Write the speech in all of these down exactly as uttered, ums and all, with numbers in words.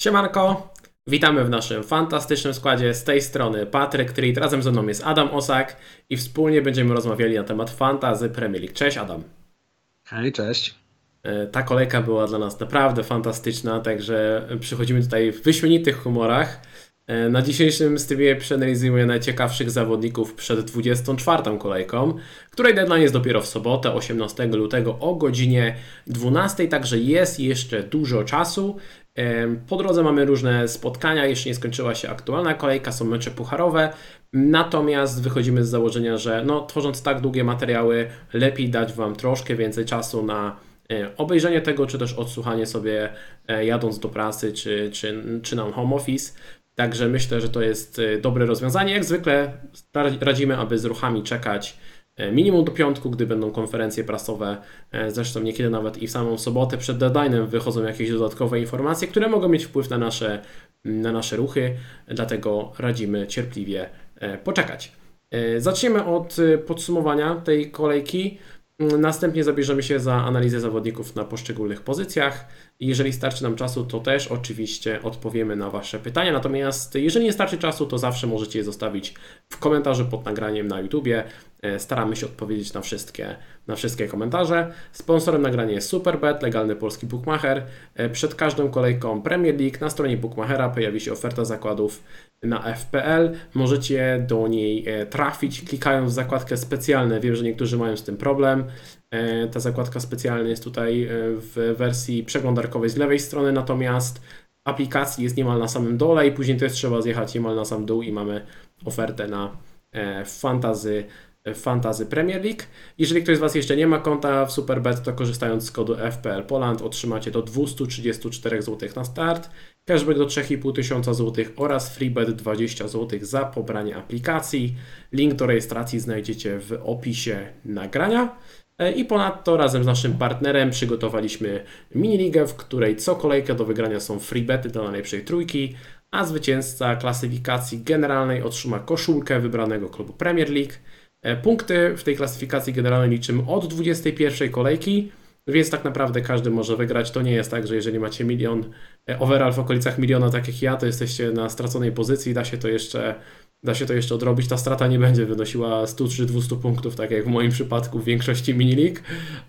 Siemanko, witamy w naszym fantastycznym składzie. Z tej strony Patryk Treat, razem ze mną jest Adam Osak i wspólnie będziemy rozmawiali na temat Fantasy Premier League. Cześć Adam. Hej, cześć. Ta kolejka była dla nas naprawdę fantastyczna, także przychodzimy tutaj w wyśmienitych humorach. Na dzisiejszym streamie przeanalizujemy najciekawszych zawodników przed dwudziestą czwartą kolejką, której deadline jest dopiero w sobotę, osiemnastego lutego o godzinie dwunastej, także jest jeszcze dużo czasu. Po drodze mamy różne spotkania, jeszcze nie skończyła się aktualna kolejka, są mecze pucharowe, natomiast wychodzimy z założenia, że no, tworząc tak długie materiały, lepiej dać Wam troszkę więcej czasu na obejrzenie tego, czy też odsłuchanie sobie jadąc do pracy, czy, czy, czy na home office. Także myślę, że to jest dobre rozwiązanie. Jak zwykle radzimy, aby z ruchami czekać minimum do piątku, gdy będą konferencje prasowe. Zresztą niekiedy nawet i w samą sobotę przed deadline'em wychodzą jakieś dodatkowe informacje, które mogą mieć wpływ na nasze, na nasze ruchy. Dlatego radzimy cierpliwie poczekać. Zaczniemy od podsumowania tej kolejki. Następnie zabierzemy się za analizę zawodników na poszczególnych pozycjach. Jeżeli starczy nam czasu, to też oczywiście odpowiemy na Wasze pytania. Natomiast jeżeli nie starczy czasu, to zawsze możecie je zostawić w komentarzu pod nagraniem na YouTubie. Staramy się odpowiedzieć na wszystkie, na wszystkie komentarze. Sponsorem nagrania jest Superbet, legalny polski bookmacher. Przed każdą kolejką Premier League na stronie bookmachera pojawi się oferta zakładów na F P L. Możecie do niej trafić klikając w zakładkę specjalne. Wiem, że niektórzy mają z tym problem. Ta zakładka specjalna jest tutaj w wersji przeglądarkowej z lewej strony, natomiast aplikacji jest niemal na samym dole i później też trzeba zjechać niemal na sam dół i mamy ofertę na Fantasy, Fantasy Premier League. Jeżeli ktoś z Was jeszcze nie ma konta w Superbet, to korzystając z kodu F P L Poland otrzymacie do dwieście trzydzieści cztery złotych na start, cashback do trzy i pół tysiąca złotych oraz freebet dwadzieścia złotych za pobranie aplikacji. Link do rejestracji znajdziecie w opisie nagrania. I ponadto razem z naszym partnerem przygotowaliśmy miniligę, w której co kolejkę do wygrania są freebety dla najlepszej trójki, a zwycięzca klasyfikacji generalnej otrzyma koszulkę wybranego klubu Premier League. Punkty w tej klasyfikacji generalnej liczymy od dwudziestej pierwszej kolejki, więc tak naprawdę każdy może wygrać. To nie jest tak, że jeżeli macie milion overall w okolicach miliona, tak jak ja, to jesteście na straconej pozycji, da się to jeszcze Da się to jeszcze odrobić. Ta strata nie będzie wynosiła sto czy dwieście punktów, tak jak w moim przypadku w większości mini-lig.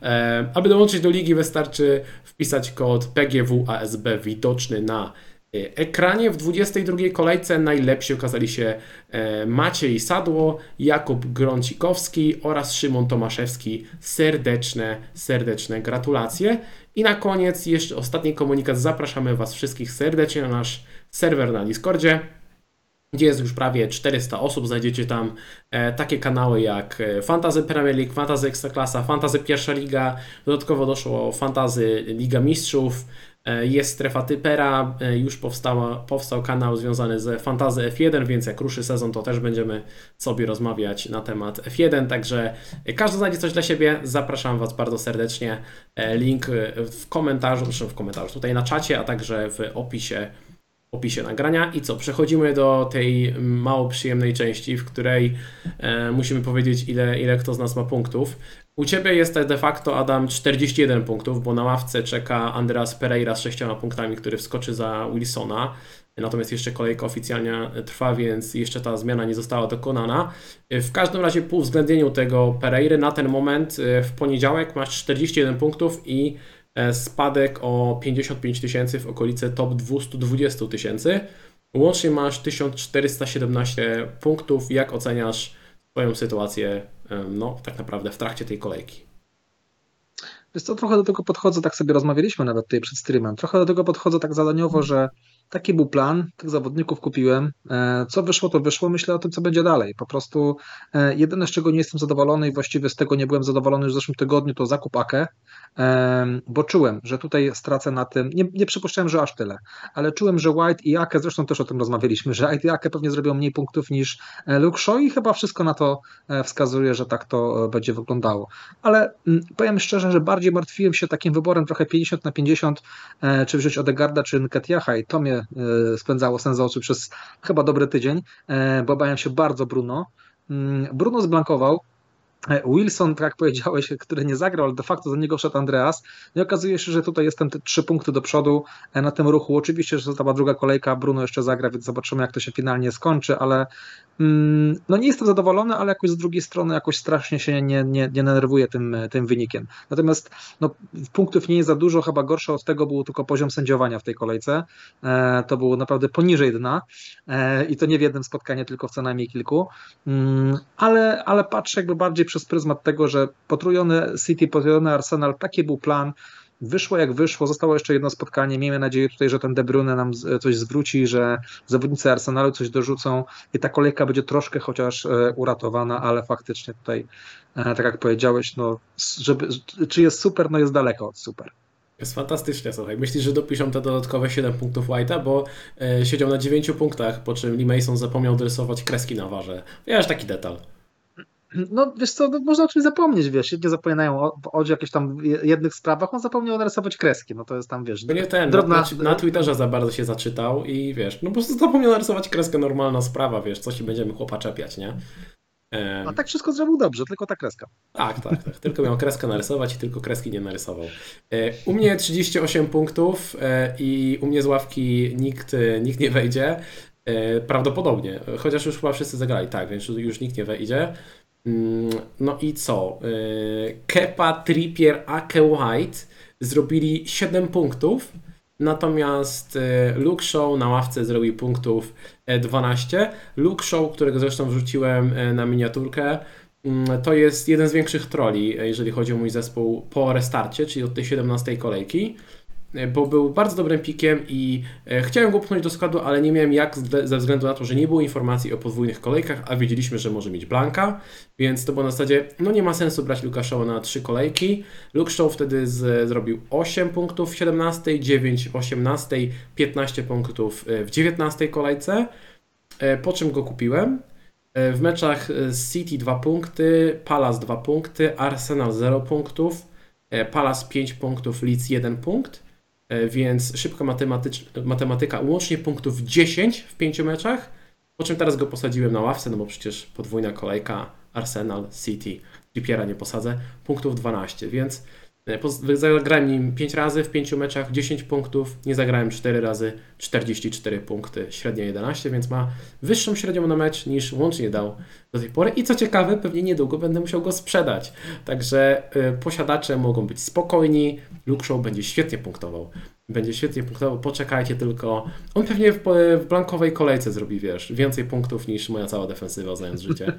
E, aby dołączyć do ligi, wystarczy wpisać kod P G W A S B widoczny na ekranie. W dwudziestej drugiej kolejce najlepsi okazali się Maciej Sadło, Jakub Grącikowski oraz Szymon Tomaszewski. Serdeczne, serdeczne gratulacje. I na koniec jeszcze ostatni komunikat. Zapraszamy Was wszystkich serdecznie na nasz serwer na Discordzie, gdzie jest już prawie czterysta osób. Znajdziecie tam e, takie kanały jak Fantasy Premier League, Fantasy Ekstraklasa, Fantasy Pierwsza Liga. Dodatkowo doszło Fantasy Liga Mistrzów. E, jest strefa typera. E, już powstała, powstał kanał związany z Fantasy F jeden, więc jak ruszy sezon, to też będziemy sobie rozmawiać na temat F jeden. Także każdy znajdzie coś dla siebie. Zapraszam Was bardzo serdecznie. E, link w komentarzu, zresztą w komentarzu tutaj na czacie, a także w opisie opisie nagrania. I co? Przechodzimy do tej mało przyjemnej części, w której e, musimy powiedzieć, ile, ile kto z nas ma punktów. U Ciebie jest de facto, Adam, czterdzieści jeden punktów, bo na ławce czeka Andreas Pereira z sześcioma punktami, który wskoczy za Wilsona. Natomiast jeszcze kolejka oficjalnie trwa, więc jeszcze ta zmiana nie została dokonana. W każdym razie po uwzględnieniu tego Pereiry na ten moment w poniedziałek masz czterdzieści jeden punktów i spadek o pięćdziesiąt pięć tysięcy w okolice top dwieście dwadzieścia tysięcy. Łącznie masz tysiąc czterysta siedemnaście punktów. Jak oceniasz swoją sytuację, no tak naprawdę w trakcie tej kolejki? Wiesz co, trochę do tego podchodzę, tak sobie rozmawialiśmy nawet tutaj przed streamem, trochę do tego podchodzę tak zadaniowo, że taki był plan, tych zawodników kupiłem, co wyszło, to wyszło, myślę o tym, co będzie dalej. Po prostu jedyne, z czego nie jestem zadowolony i właściwie z tego nie byłem zadowolony już w zeszłym tygodniu, to zakup Ake, bo czułem, że tutaj stracę na tym, nie, nie przypuszczałem, że aż tyle, ale czułem, że White i Ake, zresztą też o tym rozmawialiśmy, że White i Ake pewnie zrobią mniej punktów niż Luke Shaw i chyba wszystko na to wskazuje, że tak to będzie wyglądało. Ale powiem szczerze, że bardziej martwiłem się takim wyborem trochę pięćdziesiąt na pięćdziesiąt, czy wziąć Odegaarda, czy Nketiaha, i to mnie spędzało sen za oczy przez chyba dobry tydzień, bo bałem się bardzo Bruno. Bruno zblankował, Wilson, tak jak powiedziałeś, który nie zagrał, ale de facto za niego wszedł Andreas. No i okazuje się, że tutaj jestem te trzy punkty do przodu na tym ruchu. Oczywiście, że została druga kolejka, Bruno jeszcze zagra, więc zobaczymy, jak to się finalnie skończy, ale mm, no nie jestem zadowolony, ale jakoś z drugiej strony jakoś strasznie się nie, nie, nie denerwuję tym, tym wynikiem. Natomiast no, punktów nie jest za dużo, chyba gorsze od tego był tylko poziom sędziowania w tej kolejce. E, to było naprawdę poniżej dna e, i to nie w jednym spotkaniu, tylko w co najmniej kilku. Mm, ale, ale patrzę jakby bardziej przez pryzmat tego, że potrujony City, potrujony Arsenal, taki był plan. Wyszło jak wyszło, zostało jeszcze jedno spotkanie. Miejmy nadzieję tutaj, że ten De Bruyne nam coś zwróci, że zawodnicy Arsenalu coś dorzucą i ta kolejka będzie troszkę chociaż uratowana, ale faktycznie tutaj, tak jak powiedziałeś, no, żeby, czy jest super, no jest daleko od super. Jest fantastycznie, słuchaj. Myślisz, że dopiszą te dodatkowe siedem punktów White'a, bo e, siedział na dziewięciu punktach, po czym Lee Mason zapomniał dorysować kreski na warze. Wiesz, taki detal. No wiesz co, no, można o czymś zapomnieć, wiesz, nie zapominają o, o jakichś tam jednych sprawach, on zapomniał narysować kreski, no to jest tam, wiesz, Bo nie ten, drobna... na, na Twitterze za bardzo się zaczytał i wiesz, no po prostu zapomniał narysować kreskę, normalna sprawa, wiesz, co się będziemy chłopa czepiać, nie? E... A tak wszystko zrobił dobrze, tylko ta kreska. Tak, tak, tak, tylko miał kreskę narysować i tylko kreski nie narysował. E, u mnie trzydzieści osiem punktów e, i u mnie z ławki nikt, nikt nie wejdzie, e, prawdopodobnie, chociaż już chyba wszyscy zagrali, tak, więc już nikt nie wejdzie. No i co? Kepa, Trippier, Ake, White zrobili siedem punktów, natomiast Luke Shaw na ławce zrobił punktów dwanaście. Luke Shaw, którego zresztą wrzuciłem na miniaturkę, to jest jeden z większych troli, jeżeli chodzi o mój zespół po restarcie, czyli od tej siedemnastej kolejki, bo był bardzo dobrym pikiem i chciałem go pchnąć do składu, ale nie miałem jak ze względu na to, że nie było informacji o podwójnych kolejkach, a wiedzieliśmy, że może mieć blanka, więc to było na zasadzie, no nie ma sensu brać Luke'a Shaw na trzy kolejki. Luke Shaw wtedy z, zrobił osiem punktów w siedemnastej, dziewięć w osiemnastej, piętnaście punktów w dziewiętnastej kolejce, po czym go kupiłem. W meczach City dwa punkty, Palace dwa punkty, Arsenal zero punktów, Palace pięć punktów, Leeds jeden punkt. Więc szybka matematyka, łącznie punktów dziesięć w pięciu meczach, po czym teraz go posadziłem na ławce, no bo przecież podwójna kolejka, Arsenal, City, Trippiera nie posadzę, punktów dwanaście, więc zagrałem nim pięć razy w pięciu meczach, dziesięć punktów, nie zagrałem cztery razy, czterdzieści cztery punkty, średnia jedenaście, więc ma wyższą średnią na mecz niż łącznie dał do tej pory i co ciekawe, pewnie niedługo będę musiał go sprzedać, także y, posiadacze mogą być spokojni, Luke Shaw będzie świetnie punktował, będzie świetnie punktował, poczekajcie tylko, on pewnie w, w blankowej kolejce zrobi, wiesz, więcej punktów niż moja cała defensywa, znając życie.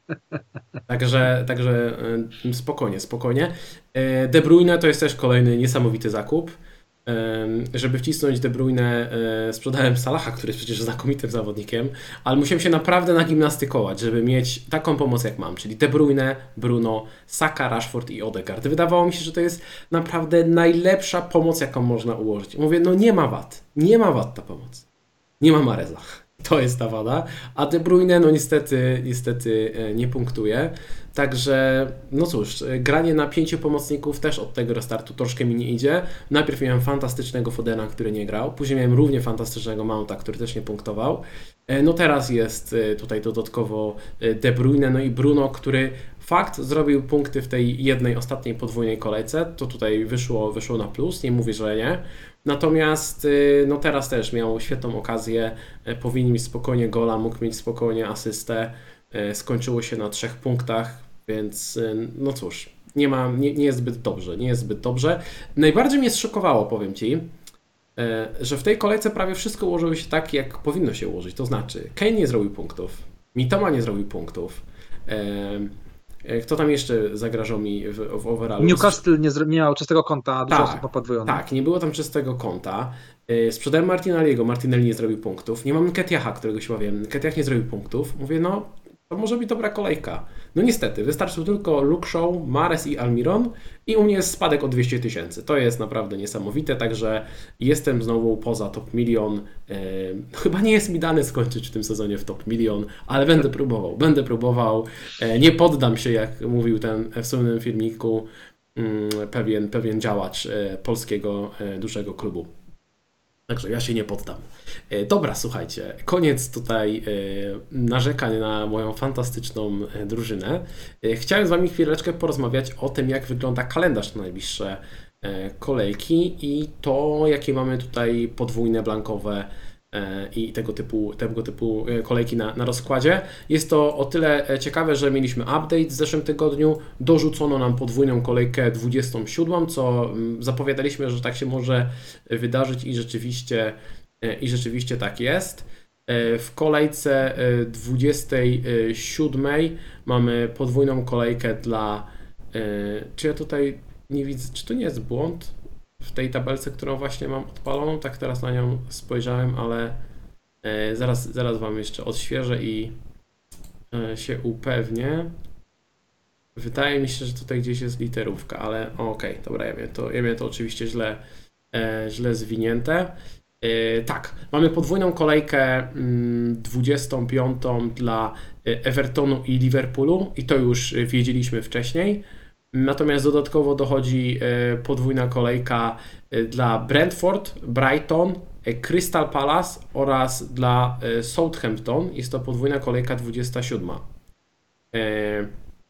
Także, także spokojnie, spokojnie. De Bruyne to jest też kolejny niesamowity zakup. Żeby wcisnąć De Bruyne, sprzedałem Salaha, który jest przecież znakomitym zawodnikiem, ale musiałem się naprawdę nagimnastykować, żeby mieć taką pomoc jak mam, czyli De Bruyne, Bruno, Saka, Rashford i Odegaard. Wydawało mi się, że to jest naprawdę najlepsza pomoc, jaką można ułożyć. Mówię, no nie ma wad, nie ma wad ta pomoc. Nie ma Mareza. To jest ta wada, a De Bruyne no niestety, niestety nie punktuje. Także, no cóż, granie na pięciu pomocników też od tego restartu troszkę mi nie idzie. Najpierw miałem fantastycznego Fodena, który nie grał, później miałem równie fantastycznego Mounta, który też nie punktował. No teraz jest tutaj dodatkowo De Bruyne, no i Bruno, który fakt zrobił punkty w tej jednej ostatniej podwójnej kolejce, to tutaj wyszło, wyszło na plus, nie mówię, że nie. Natomiast no teraz też miał świetną okazję, powinien mieć spokojnie gola, mógł mieć spokojnie asystę, skończyło się na trzech punktach, więc no cóż, nie, ma, nie, nie jest zbyt dobrze, nie jest zbyt dobrze. Najbardziej mnie zszokowało, powiem Ci, że w tej kolejce prawie wszystko ułożyło się tak, jak powinno się ułożyć, to znaczy Kane nie zrobił punktów, Mitoma nie zrobił punktów, kto tam jeszcze zagrażał mi w, w overallu? Newcastle nie miał czystego konta, dużo tak, osób podwójone. Tak, nie było tam czystego konta. Sprzedałem Martinelliego, Martinelli nie zrobił punktów. Nie mam Nketiaha, którego się bawiłem. Nketiah nie zrobił punktów. Mówię, no to może być dobra kolejka. No niestety, wystarczył tylko Luke Shaw, Mahrez i Almiron i u mnie jest spadek o dwieście tysięcy. To jest naprawdę niesamowite, także jestem znowu poza top milion. Yy, chyba nie jest mi dane skończyć w tym sezonie w top milion, ale będę próbował, będę próbował. Yy, nie poddam się, jak mówił ten w słynnym filmiku yy, pewien, pewien działacz yy, polskiego yy, dużego klubu. Także ja się nie poddam. E, Dobra, słuchajcie, koniec tutaj e, narzekań na moją fantastyczną e, drużynę. E, Chciałem z Wami chwileczkę porozmawiać o tym, jak wygląda kalendarz na najbliższe e, kolejki i to, jakie mamy tutaj podwójne, blankowe e, i tego typu, tego typu e, kolejki na, na rozkładzie. Jest to o tyle e, ciekawe, że mieliśmy update w zeszłym tygodniu, dorzucono nam podwójną kolejkę dwudziestą siódmą, co mm, zapowiadaliśmy, że tak się może wydarzyć i rzeczywiście, e, i rzeczywiście tak jest. E, W kolejce e, dwudziestej siódmej mamy podwójną kolejkę dla... e, Czy ja tutaj nie widzę, czy to nie jest błąd w tej tabelce, którą właśnie mam odpaloną? Tak teraz na nią spojrzałem, ale e, zaraz, zaraz Wam jeszcze odświeżę i e, się upewnię. Wydaje mi się, że tutaj gdzieś jest literówka, ale okej, dobra, ja miałem to, ja miałem to oczywiście źle, e, źle zwinięte. E, tak, mamy podwójną kolejkę mm, dwudziestą piątą dla e, Evertonu i Liverpoolu i to już e, wiedzieliśmy wcześniej. Natomiast dodatkowo dochodzi e, podwójna kolejka e, dla Brentford, Brighton, e, Crystal Palace oraz dla e, Southampton. Jest to podwójna kolejka dwudziesta siódma. E,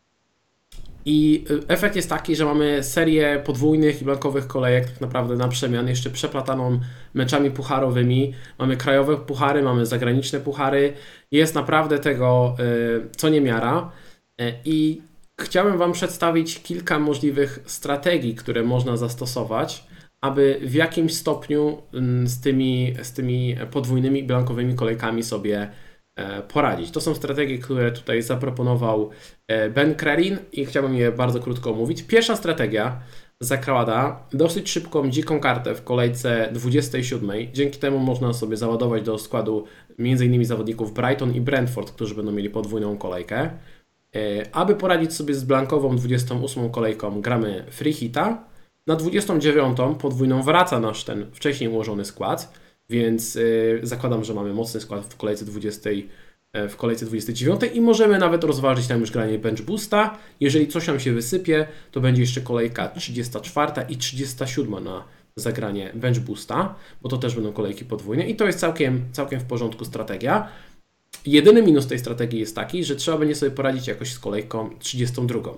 I efekt jest taki, że mamy serię podwójnych i blankowych kolejek tak naprawdę na przemian, jeszcze przeplataną meczami pucharowymi. Mamy krajowe puchary, mamy zagraniczne puchary. Jest naprawdę tego y, co niemiara. Y, I chciałem Wam przedstawić kilka możliwych strategii, które można zastosować, aby w jakimś stopniu y, z tymi, z tymi podwójnymi i blankowymi kolejkami sobie poradzić. To są strategie, które tutaj zaproponował Ben Crellin i chciałbym je bardzo krótko omówić. Pierwsza strategia zakłada dosyć szybką, dziką kartę w kolejce dwudziestej siódmej. Dzięki temu można sobie załadować do składu m.in. zawodników Brighton i Brentford, którzy będą mieli podwójną kolejkę. Aby poradzić sobie z blankową dwudziestą ósmą kolejką, gramy free hita. Na dwudziestą dziewiątą podwójną wraca nasz ten wcześniej ułożony skład. Więc yy, zakładam, że mamy mocny skład w kolejce dwudziestej, w kolejce dwudziestej dziewiątej i możemy nawet rozważyć tam już granie bench boosta. Jeżeli coś nam się wysypie, to będzie jeszcze kolejka trzydziesta czwarta i trzydziesta siódma na zagranie bench boosta, bo to też będą kolejki podwójne i to jest całkiem, całkiem w porządku strategia. Jedyny minus tej strategii jest taki, że trzeba będzie sobie poradzić jakoś z kolejką trzydziestą drugą.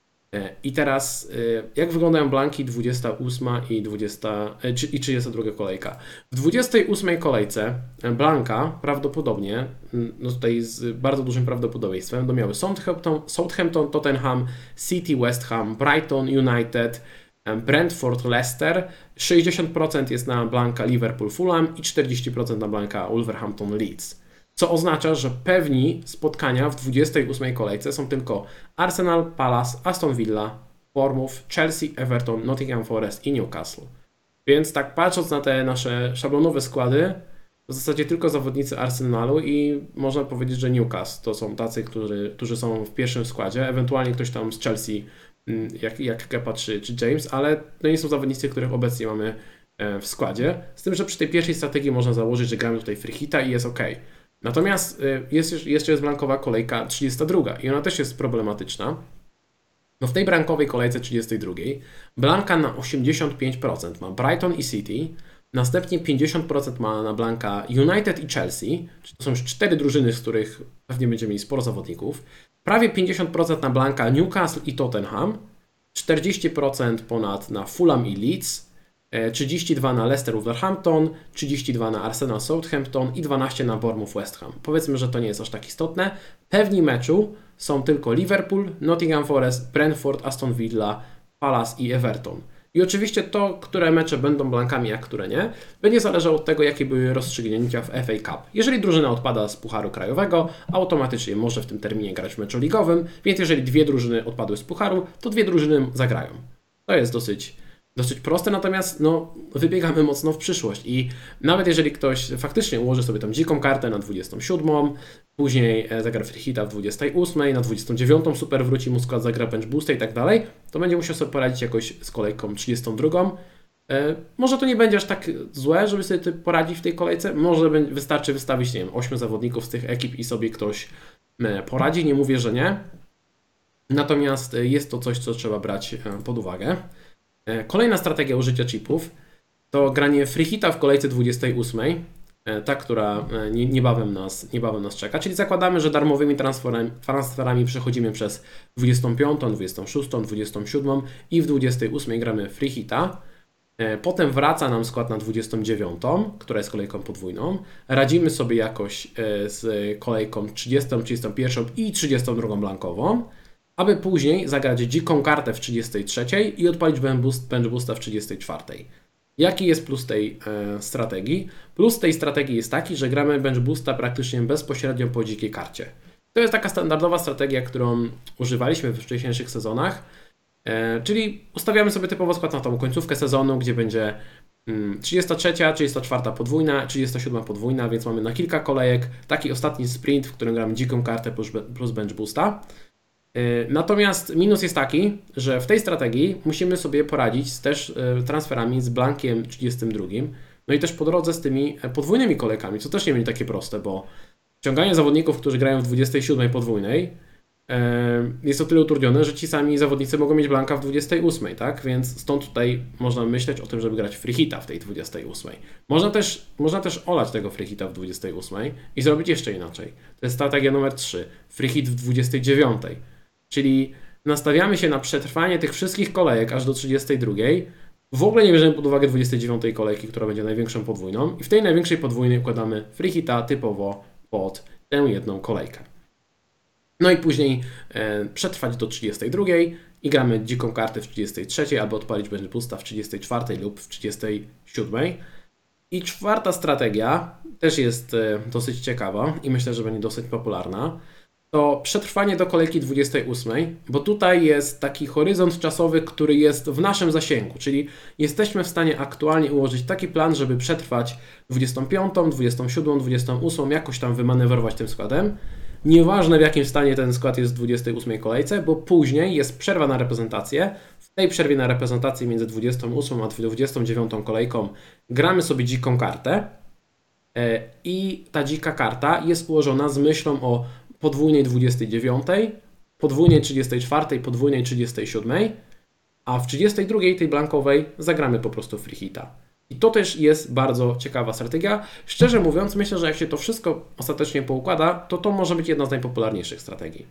I teraz, jak wyglądają blanki dwudziesta ósma i, dwudziesta, i trzydziesta druga kolejka? W dwudziestej ósmej kolejce blanka prawdopodobnie, no tutaj z bardzo dużym prawdopodobieństwem, będą miały Southampton, Southampton, Tottenham, City, West Ham, Brighton, United, Brentford, Leicester. sześćdziesiąt procent jest na blanka Liverpool, Fulham i czterdzieści procent na blanka Wolverhampton, Leeds. Co oznacza, że pewni spotkania w dwudziestej ósmej kolejce są tylko Arsenal, Palace, Aston Villa, Bournemouth, Chelsea, Everton, Nottingham Forest i Newcastle. Więc tak patrząc na te nasze szablonowe składy, w zasadzie tylko zawodnicy Arsenalu i można powiedzieć, że Newcastle to są tacy, którzy, którzy są w pierwszym składzie, ewentualnie ktoś tam z Chelsea, jak, jak Kepa czy, czy James, ale to nie są zawodnicy, których obecnie mamy w składzie. Z tym, że przy tej pierwszej strategii można założyć, że gramy tutaj free hita i jest ok. Natomiast jest jeszcze jest blankowa kolejka trzydziesta druga i ona też jest problematyczna. No w tej blankowej kolejce trzydziestej drugiej blanka na osiemdziesiąt pięć procent ma Brighton i City, następnie pięćdziesiąt procent ma na blanka United i Chelsea, czyli to są już cztery drużyny, z których pewnie będziemy mieli sporo zawodników, prawie pięćdziesiąt procent na blanka Newcastle i Tottenham, czterdzieści procent ponad na Fulham i Leeds, trzydzieści dwa na Leicester Wolverhampton, trzydzieści dwa na Arsenal Southampton i dwanaście na Bournemouth West Ham. Powiedzmy, że to nie jest aż tak istotne. Pewni meczu są tylko Liverpool, Nottingham Forest, Brentford, Aston Villa, Palace i Everton. I oczywiście to, które mecze będą blankami, a które nie, będzie zależało od tego, jakie były rozstrzygnięcia w F A Cup. Jeżeli drużyna odpada z Pucharu Krajowego, automatycznie może w tym terminie grać w meczu ligowym, więc jeżeli dwie drużyny odpadły z Pucharu, to dwie drużyny zagrają. To jest dosyć Dosyć proste, natomiast no, wybiegamy mocno w przyszłość i nawet jeżeli ktoś faktycznie ułoży sobie tam dziką kartę na dwudziestą siódmą, później zagra free hita w dwudziestej ósmej, na dwudziestą dziewiątą super wróci mu skład, zagra bench boosta i tak dalej, to będzie musiał sobie poradzić jakoś z kolejką trzydziestą drugą. E, może to nie będzie aż tak złe, żeby sobie poradzić w tej kolejce, może wystarczy wystawić, nie wiem, ośmiu zawodników z tych ekip i sobie ktoś poradzi, nie mówię, że nie. Natomiast jest to coś, co trzeba brać pod uwagę. Kolejna strategia użycia chipów to granie free hita w kolejce dwudziestej ósmej, ta, która niebawem nas, niebawem nas czeka, czyli zakładamy, że darmowymi transferami, transferami przechodzimy przez dwudziestą piątą, dwudziestą szóstą, dwudziestą siódmą i w dwudziestej ósmej gramy free hita. Potem wraca nam skład na dwudziestą dziewiątą, która jest kolejką podwójną. Radzimy sobie jakoś z kolejką trzydziestą, trzydziestą pierwszą i trzydziestą drugą blankową, aby później zagrać dziką kartę w trzydziestej trzeciej i odpalić bench boosta w trzydziestej czwartej. Jaki jest plus tej e, strategii? Plus tej strategii jest taki, że gramy bench boosta praktycznie bezpośrednio po dzikiej karcie. To jest taka standardowa strategia, którą używaliśmy w wcześniejszych sezonach, e, czyli ustawiamy sobie typowo skład na tą końcówkę sezonu, gdzie będzie mm, trzydziesta trzecia, trzydziesta czwarta podwójna, trzydziesta siódma podwójna, więc mamy na kilka kolejek taki ostatni sprint, w którym gramy dziką kartę plus, plus bench boosta. Natomiast minus jest taki, że w tej strategii musimy sobie poradzić z też transferami z blankiem trzydziestym drugim, no i też po drodze z tymi podwójnymi kolejkami, co też nie będzie takie proste, bo ściąganie zawodników, którzy grają w dwudziestej siódmej podwójnej jest o tyle utrudnione, że ci sami zawodnicy mogą mieć blanka w dwudziestej ósmej, tak? Więc stąd tutaj można myśleć o tym, żeby grać free hita w tej dwudziestej ósmej. Można też, można też olać tego free hita w dwudziestej ósmej i zrobić jeszcze inaczej. To jest strategia numer trzy. Free hit w dwudziestej dziewiątej. Czyli nastawiamy się na przetrwanie tych wszystkich kolejek aż do trzydziestej drugiej. W ogóle nie bierzemy pod uwagę dwudziestej dziewiątej kolejki, która będzie największą podwójną. I w tej największej podwójnej układamy free hita typowo pod tę jedną kolejkę. No i później e, przetrwać do trzydziestej drugiej i gramy dziką kartę w trzydziestej trzeciej albo odpalić bench boosta w trzydziestej czwartej lub w trzydziestej siódmej. I czwarta strategia też jest e, dosyć ciekawa i myślę, że będzie dosyć popularna. To przetrwanie do kolejki dwudziestej ósmej, bo tutaj jest taki horyzont czasowy, który jest w naszym zasięgu, czyli jesteśmy w stanie aktualnie ułożyć taki plan, żeby przetrwać dwudziestą piątą, dwudziestą siódmą, dwudziestą ósmą, jakoś tam wymanewrować tym składem. Nieważne w jakim stanie ten skład jest w dwudziestej ósmej kolejce, bo później jest przerwa na reprezentację. W tej przerwie na reprezentację między dwudziestą ósmą a dwudziestą dziewiątą kolejką gramy sobie dziką kartę i ta dzika karta jest ułożona z myślą o podwójnej dwudziestej dziewiątej, podwójnej trzydziestej czwartej, podwójnej trzydziestej siódmej, a w trzydziestej drugiej tej blankowej zagramy po prostu free hita. I to też jest bardzo ciekawa strategia. Szczerze mówiąc, myślę, że jak się to wszystko ostatecznie poukłada, to to może być jedna z najpopularniejszych strategii.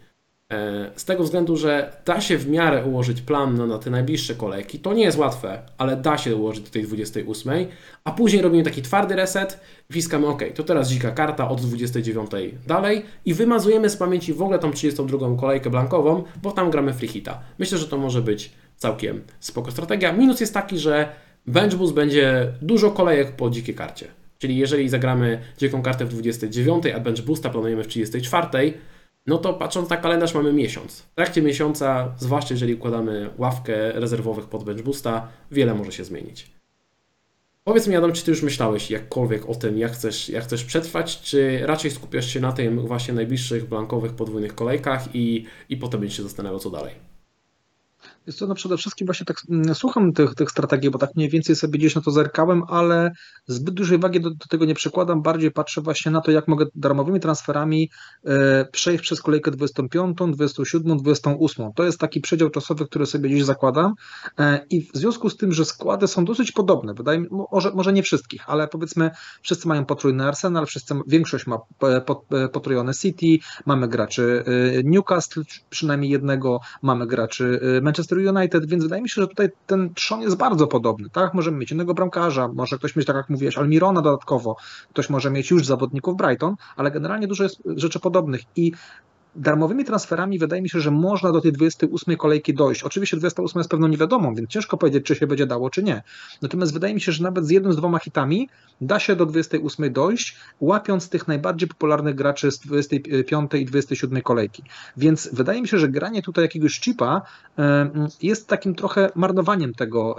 Z tego względu, że da się w miarę ułożyć plan na, na te najbliższe kolejki. To nie jest łatwe, ale da się ułożyć do tej dwudziestej ósmej, a później robimy taki twardy reset, wciskamy OK, to teraz dzika karta od dwudziestej dziewiątej dalej i wymazujemy z pamięci w ogóle tą trzydziestą drugą kolejkę blankową, bo tam gramy free hita. Myślę, że to może być całkiem spoko strategia. Minus jest taki, że bench boost będzie dużo kolejek po dzikiej karcie. Czyli jeżeli zagramy dziką kartę w dwudziestej dziewiątej, a bench boosta planujemy w trzydziestej czwartej, no to patrząc na kalendarz mamy miesiąc. W trakcie miesiąca, zwłaszcza jeżeli układamy ławkę rezerwowych pod bench boosta, wiele może się zmienić. Powiedz mi, Adam, czy Ty już myślałeś jakkolwiek o tym, jak chcesz, jak chcesz przetrwać, czy raczej skupiasz się na tym właśnie najbliższych blankowych podwójnych kolejkach i, i potem będziesz się zastanawiał, co dalej? Jest to no przede wszystkim właśnie tak słucham tych, tych strategii, bo tak mniej więcej sobie gdzieś na to zerkałem, ale zbyt dużej wagi do, do tego nie przykładam, bardziej patrzę właśnie na to, jak mogę darmowymi transferami e, przejść przez kolejkę dwudziestą piątą, dwudziestą siódmą, dwudziestą ósmą. To jest taki przedział czasowy, który sobie gdzieś zakładam e, i w związku z tym, że składy są dosyć podobne, wydaje mi się, może, może nie wszystkich, ale powiedzmy wszyscy mają potrójny Arsenal, wszyscy, większość ma potrójone City, mamy graczy Newcastle, przynajmniej jednego, mamy graczy Manchester United, więc wydaje mi się, że tutaj ten trzon jest bardzo podobny, tak? Możemy mieć innego bramkarza, może ktoś mieć, tak jak mówiłeś, Almirona dodatkowo, ktoś może mieć już zawodników Brighton, ale generalnie dużo jest rzeczy podobnych i darmowymi transferami wydaje mi się, że można do tej dwudziestej ósmej kolejki dojść. Oczywiście dwudziesta ósma jest pewną niewiadomą, więc ciężko powiedzieć, czy się będzie dało, czy nie. Natomiast wydaje mi się, że nawet z jednym, z dwoma hitami da się do dwudziestej ósmej dojść, łapiąc tych najbardziej popularnych graczy z dwudziestej piątej i dwudziestej siódmej kolejki. Więc wydaje mi się, że granie tutaj jakiegoś chipa jest takim trochę marnowaniem tego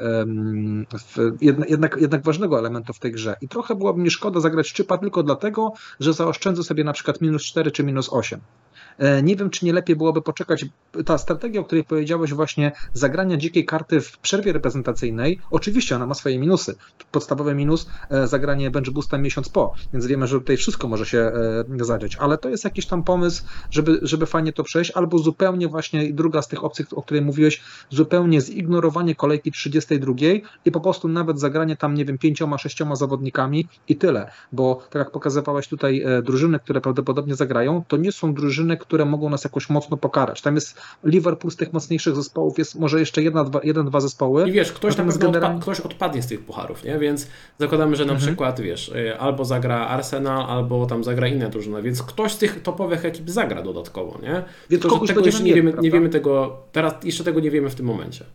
jednak, jednak ważnego elementu w tej grze. I trochę byłoby mi szkoda zagrać chipa tylko dlatego, że zaoszczędzę sobie na przykład minus cztery czy minus osiem. Nie wiem, czy nie lepiej byłoby poczekać. Ta strategia, o której powiedziałeś, właśnie zagrania dzikiej karty w przerwie reprezentacyjnej, oczywiście ona ma swoje minusy. Podstawowy minus, zagranie bench boosta miesiąc po, więc wiemy, że tutaj wszystko może się zadziać, ale to jest jakiś tam pomysł, żeby, żeby fajnie to przejść, albo zupełnie właśnie druga z tych opcji, o której mówiłeś, zupełnie zignorowanie kolejki trzydziestej drugiej i po prostu nawet zagranie tam, nie wiem, pięcioma, sześcioma zawodnikami i tyle, bo tak jak pokazywałeś tutaj drużyny, które prawdopodobnie zagrają, to nie są drużyny, które mogą nas jakoś mocno pokarać. Tam jest Liverpool z tych mocniejszych zespołów, jest może jeszcze jedna, dwa, jeden, dwa zespoły. I wiesz, ktoś, na pewno generalnie... odpa- ktoś odpadnie z tych pucharów, nie? Więc zakładamy, że na mhm. przykład, wiesz, albo zagra Arsenal, albo tam zagra inna drużyna, więc ktoś z tych topowych ekip zagra dodatkowo, nie? Więc Tylko, że tego jeszcze nie wiemy, nie wiemy tego, teraz jeszcze tego nie wiemy w tym momencie.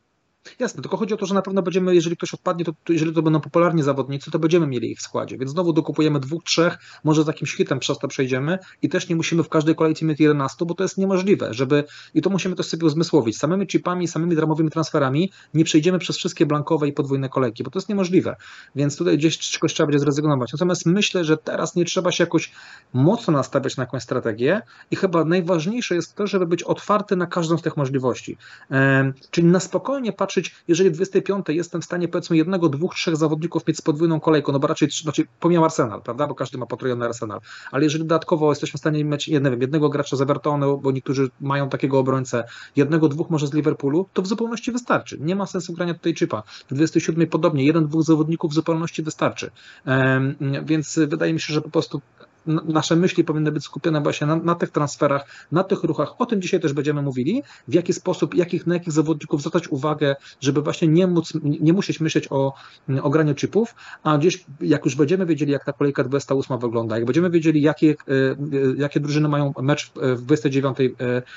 Jasne, tylko chodzi o to, że na pewno będziemy, jeżeli ktoś odpadnie, to, to jeżeli to będą popularni zawodnicy, to będziemy mieli ich w składzie, więc znowu dokupujemy dwóch, trzech, może z jakimś hitem przez to przejdziemy i też nie musimy w każdej kolejce mieć jedenastu, bo to jest niemożliwe, żeby, i to musimy też sobie uzmysłowić, samymi chipami, samymi darmowymi transferami nie przejdziemy przez wszystkie blankowe i podwójne kolejki, bo to jest niemożliwe, więc tutaj gdzieś czegoś trzeba będzie zrezygnować. Natomiast myślę, że teraz nie trzeba się jakoś mocno nastawiać na jakąś strategię i chyba najważniejsze jest to, żeby być otwarty na każdą z tych możliwości, ehm, czyli na spokojnie patrzeć, jeżeli w dwudziestej piątej jestem w stanie powiedzmy jednego, dwóch, trzech zawodników mieć z podwójną kolejką, no bo raczej, znaczy pomijam Arsenal, prawda, bo każdy ma potrojony Arsenal, ale jeżeli dodatkowo jesteśmy w stanie mieć, nie wiem, jednego gracza z Evertonu, bo niektórzy mają takiego obrońcę, jednego, dwóch może z Liverpoolu, to w zupełności wystarczy. Nie ma sensu grania tutaj chipa. W dwudziestej siódmej podobnie, jeden, dwóch zawodników w zupełności wystarczy. Um, więc wydaje mi się, że po prostu nasze myśli powinny być skupione właśnie na, na tych transferach, na tych ruchach. O tym dzisiaj też będziemy mówili, w jaki sposób, jakich, na jakich zawodników zwracać uwagę, żeby właśnie nie, móc, nie musieć myśleć o, o graniu chipów, a gdzieś jak już będziemy wiedzieli, jak ta kolejka dwudziesta ósma wygląda, jak będziemy wiedzieli, jakie, jakie drużyny mają mecz w dwudziestej dziewiątej,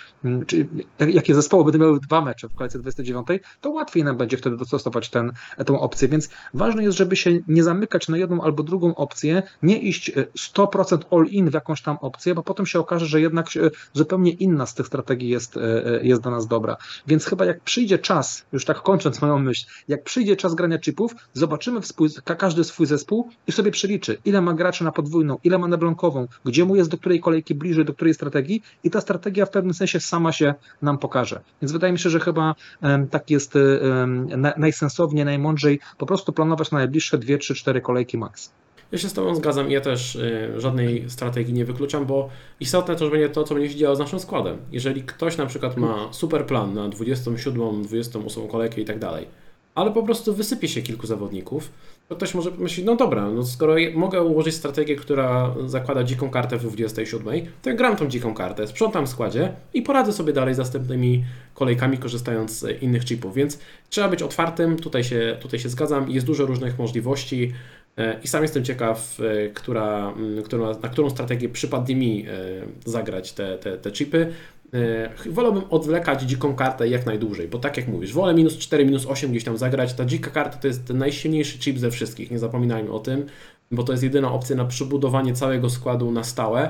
czy jakie zespoły będą miały dwa mecze w kolejce dwudziestej dziewiątej, to łatwiej nam będzie wtedy dostosować ten, tę opcję, więc ważne jest, żeby się nie zamykać na jedną albo drugą opcję, nie iść sto procent all-in w jakąś tam opcję, bo potem się okaże, że jednak zupełnie inna z tych strategii jest, jest dla nas dobra. Więc chyba jak przyjdzie czas, już tak kończąc moją myśl, jak przyjdzie czas grania chipów, zobaczymy swój, każdy swój zespół i sobie przeliczy, ile ma graczy na podwójną, ile ma na blankową, gdzie mu jest do której kolejki bliżej, do której strategii i ta strategia w pewnym sensie sama się nam pokaże. Więc wydaje mi się, że chyba um, tak jest um, na, najsensowniej, najmądrzej po prostu planować na najbliższe dwie, trzy, cztery kolejki max. Ja się z Tobą zgadzam i ja też y, żadnej strategii nie wykluczam, bo istotne też będzie to, co będzie się działo z naszym składem. Jeżeli ktoś na przykład ma super plan na dwudziestą siódmą, dwudziestą ósmą kolejkę i tak dalej, ale po prostu wysypie się kilku zawodników, to ktoś może pomyśleć, no dobra, no skoro mogę ułożyć strategię, która zakłada dziką kartę w dwudziestej siódmej, to ja gram tą dziką kartę, sprzątam w składzie i poradzę sobie dalej z następnymi kolejkami, korzystając z innych chipów, więc trzeba być otwartym, tutaj się, tutaj się zgadzam, jest dużo różnych możliwości. I sam jestem ciekaw, która, która, na którą strategię przypadnie mi zagrać te, te, te chipy. Wolałbym odwlekać dziką kartę jak najdłużej, bo tak jak mówisz, wolę minus cztery, minus osiem gdzieś tam zagrać. Ta dzika karta to jest ten najsilniejszy chip ze wszystkich, nie zapominajmy o tym, bo to jest jedyna opcja na przebudowanie całego składu na stałe,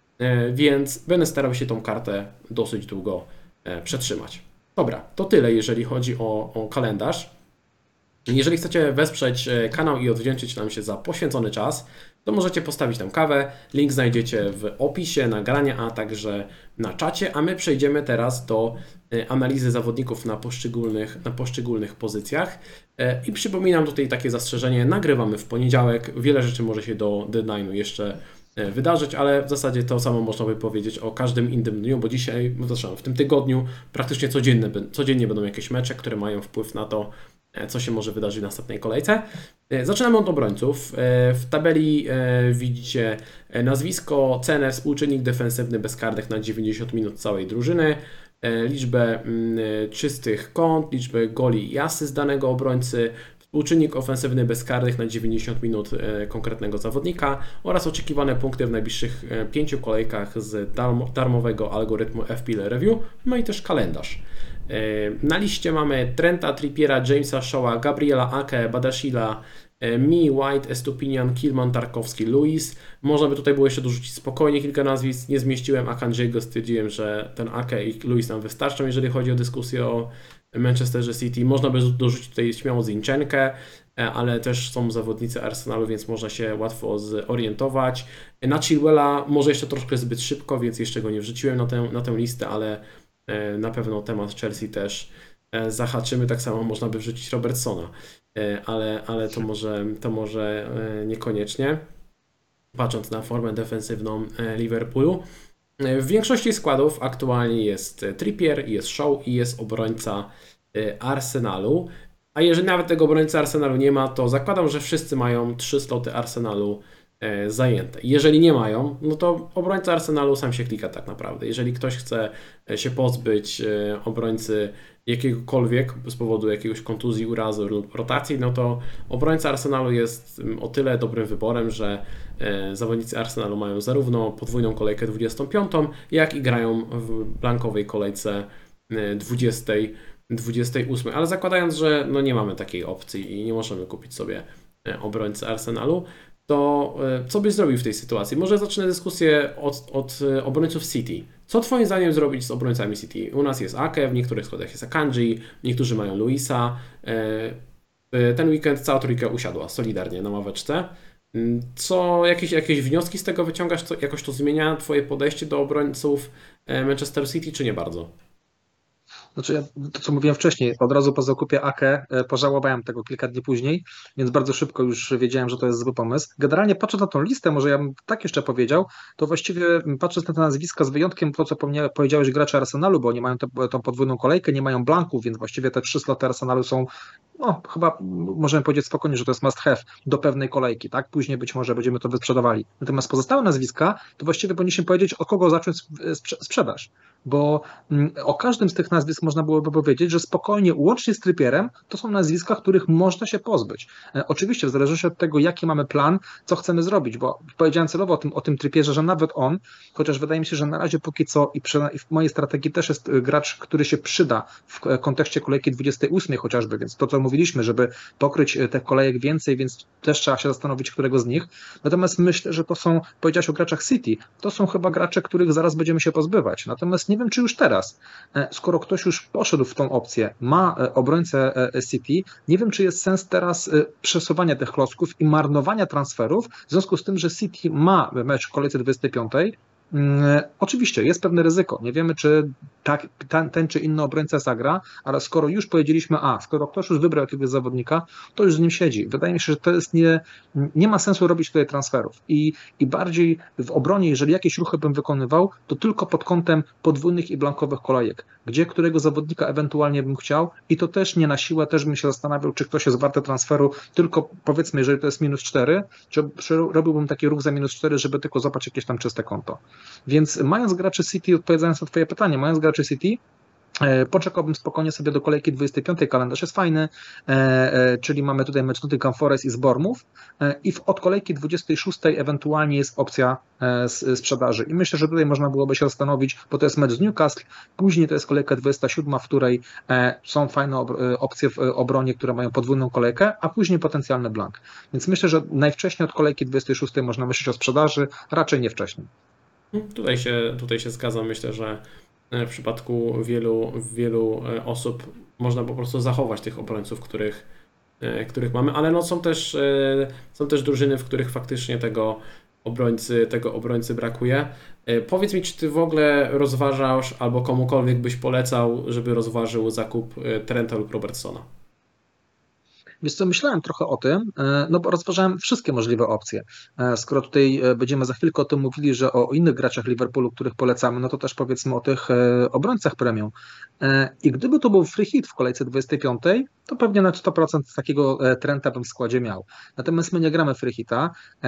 więc będę starał się tą kartę dosyć długo przetrzymać. Dobra, to tyle, jeżeli chodzi o, o kalendarz. Jeżeli chcecie wesprzeć kanał i odwdzięczyć nam się za poświęcony czas, to możecie postawić tam kawę. Link znajdziecie w opisie nagrania, a także na czacie, a my przejdziemy teraz do analizy zawodników na poszczególnych, na poszczególnych pozycjach. I przypominam tutaj takie zastrzeżenie, nagrywamy w poniedziałek, wiele rzeczy może się do deadline'u jeszcze wydarzyć, ale w zasadzie to samo można by powiedzieć o każdym innym dniu, bo dzisiaj, zresztą w tym tygodniu praktycznie codziennie, codziennie będą jakieś mecze, które mają wpływ na to, co się może wydarzyć w następnej kolejce. Zaczynamy od obrońców. W tabeli widzicie nazwisko, cenę, współczynnik defensywny bezkarnych na dziewięćdziesiąt minut całej drużyny, liczbę czystych kąt, liczbę goli i asyst danego obrońcy, współczynnik ofensywny bezkarnych na dziewięćdziesiąt minut konkretnego zawodnika oraz oczekiwane punkty w najbliższych pięciu kolejkach z darmowego algorytmu F P L Review, no i też kalendarz. Na liście mamy Trenta, Trippiera, Jamesa Shawa, Gabriela Ake, Badashila, Mi, White, Estupinian, Kilman, Tarkowski, Lewis. Można by tutaj było jeszcze dorzucić spokojnie kilka nazwisk. Nie zmieściłem Akanjiego, stwierdziłem, że ten Ake i Lewis nam wystarczą, jeżeli chodzi o dyskusję o Manchesterze City. Można by dorzucić tutaj śmiało Zinchenkę, ale też są zawodnicy Arsenalu, więc można się łatwo zorientować. Na Chilwella może jeszcze troszkę zbyt szybko, więc jeszcze go nie wrzuciłem na tę, na tę listę, ale na pewno temat Chelsea też zahaczymy. Tak samo można by wrzucić Robertsona, ale, ale to, może, to może niekoniecznie, patrząc na formę defensywną Liverpoolu. W większości składów aktualnie jest Trippier, jest Shaw i jest obrońca Arsenalu. A jeżeli nawet tego obrońcy Arsenalu nie ma, to zakładam, że wszyscy mają trzy sloty Arsenalu zajęte. Jeżeli nie mają, no to obrońca Arsenalu sam się klika tak naprawdę. Jeżeli ktoś chce się pozbyć obrońcy jakiegokolwiek z powodu jakiegoś kontuzji, urazu lub rotacji, no to obrońca Arsenalu jest o tyle dobrym wyborem, że zawodnicy Arsenalu mają zarówno podwójną kolejkę dwudziestą piątą, jak i grają w blankowej kolejce dwudziestej, dwudziestej ósmej. Ale zakładając, że no nie mamy takiej opcji i nie możemy kupić sobie obrońcy Arsenalu, to co byś zrobił w tej sytuacji? Może zacznę dyskusję od, od obrońców City. Co Twoim zdaniem zrobić z obrońcami City? U nas jest Ake, w niektórych składach jest Akanji, niektórzy mają Luisa. Ten weekend cała trójka usiadła solidarnie na ławeczce. Co, jakieś, jakieś wnioski z tego wyciągasz? Co, jakoś to zmienia Twoje podejście do obrońców Manchester City, czy nie bardzo? Znaczy, ja, to co mówiłem wcześniej, od razu po zakupie Ake pożałowałem tego kilka dni później, więc bardzo szybko już wiedziałem, że to jest zły pomysł. Generalnie patrząc na tą listę, może ja bym tak jeszcze powiedział, to właściwie patrząc na te nazwiska, z wyjątkiem to, co powiedziałeś gracze Arsenalu, bo nie mają te, tą podwójną kolejkę, nie mają blanków, więc właściwie te trzy sloty Arsenalu są, no chyba możemy powiedzieć spokojnie, że to jest must have do pewnej kolejki, tak? Później być może będziemy to wysprzedawali. Natomiast pozostałe nazwiska, to właściwie powinniśmy powiedzieć, od kogo zacząć sprzedaż. Bo o każdym z tych nazwisk można byłoby powiedzieć, że spokojnie, łącznie z Trippierem, to są nazwiska, których można się pozbyć. Oczywiście w zależności od tego, jaki mamy plan, co chcemy zrobić, bo powiedziałem celowo o tym, o tym Trippierze, że nawet on, chociaż wydaje mi się, że na razie póki co i, przy, i w mojej strategii też jest gracz, który się przyda w kontekście kolejki dwudziestej ósmej chociażby, więc to, co mówiliśmy, żeby pokryć tych kolejek więcej, więc też trzeba się zastanowić, którego z nich. Natomiast myślę, że to są, powiedziałeś o graczach City, to są chyba gracze, których zaraz będziemy się pozbywać. Natomiast nie wiem, czy już teraz, skoro ktoś już poszedł w tą opcję, ma obrońcę City, nie wiem, czy jest sens teraz przesuwania tych klocków i marnowania transferów, w związku z tym, że City ma mecz w kolejce dwudziestej piątej. Oczywiście jest pewne ryzyko. Nie wiemy, czy tak, ten, ten czy inny obrońca zagra, ale skoro już powiedzieliśmy, a skoro ktoś już wybrał jakiegoś zawodnika, to już z nim siedzi. Wydaje mi się, że to jest nie, nie ma sensu robić tutaj transferów. I, I bardziej w obronie, jeżeli jakieś ruchy bym wykonywał, to tylko pod kątem podwójnych i blankowych kolejek, gdzie którego zawodnika ewentualnie bym chciał i to też nie na siłę, też bym się zastanawiał, czy ktoś jest warty transferu, tylko powiedzmy, jeżeli to jest minus cztery, czy, czy robiłbym taki ruch za minus cztery, żeby tylko złapać jakieś tam czyste konto. Więc mając graczy City, odpowiadając na Twoje pytanie, mając graczy City, poczekałbym spokojnie sobie do kolejki dwudziestej piątej, kalendarz jest fajny, czyli mamy tutaj mecz Nottingham Forest i z Bournemouth i w, od kolejki dwudziestej szóstej ewentualnie jest opcja sprzedaży i myślę, że tutaj można byłoby się zastanowić, bo to jest mecz z Newcastle, później to jest kolejka dwudziesta siódma, w której są fajne opcje w obronie, które mają podwójną kolejkę, a później potencjalny blank. Więc myślę, że najwcześniej od kolejki dwudziestej szóstej można myśleć o sprzedaży, raczej nie wcześniej. Tutaj się, tutaj się zgadzam. Myślę, że w przypadku wielu, wielu osób można po prostu zachować tych obrońców, których, których mamy, ale no są też, są też drużyny, w których faktycznie tego obrońcy, tego obrońcy brakuje. Powiedz mi, czy ty w ogóle rozważasz albo komukolwiek byś polecał, żeby rozważył zakup Trenta lub Robertsona? Wiesz co, myślałem trochę o tym, no bo rozważałem wszystkie możliwe opcje. Skoro tutaj będziemy za chwilkę o tym mówili, że o innych graczach Liverpoolu, których polecamy, no to też powiedzmy o tych obrońcach premium. I gdyby to był free hit w kolejce dwudziestej piątej, to pewnie na sto procent takiego Trenta bym w składzie miał. Natomiast my nie gramy free hita,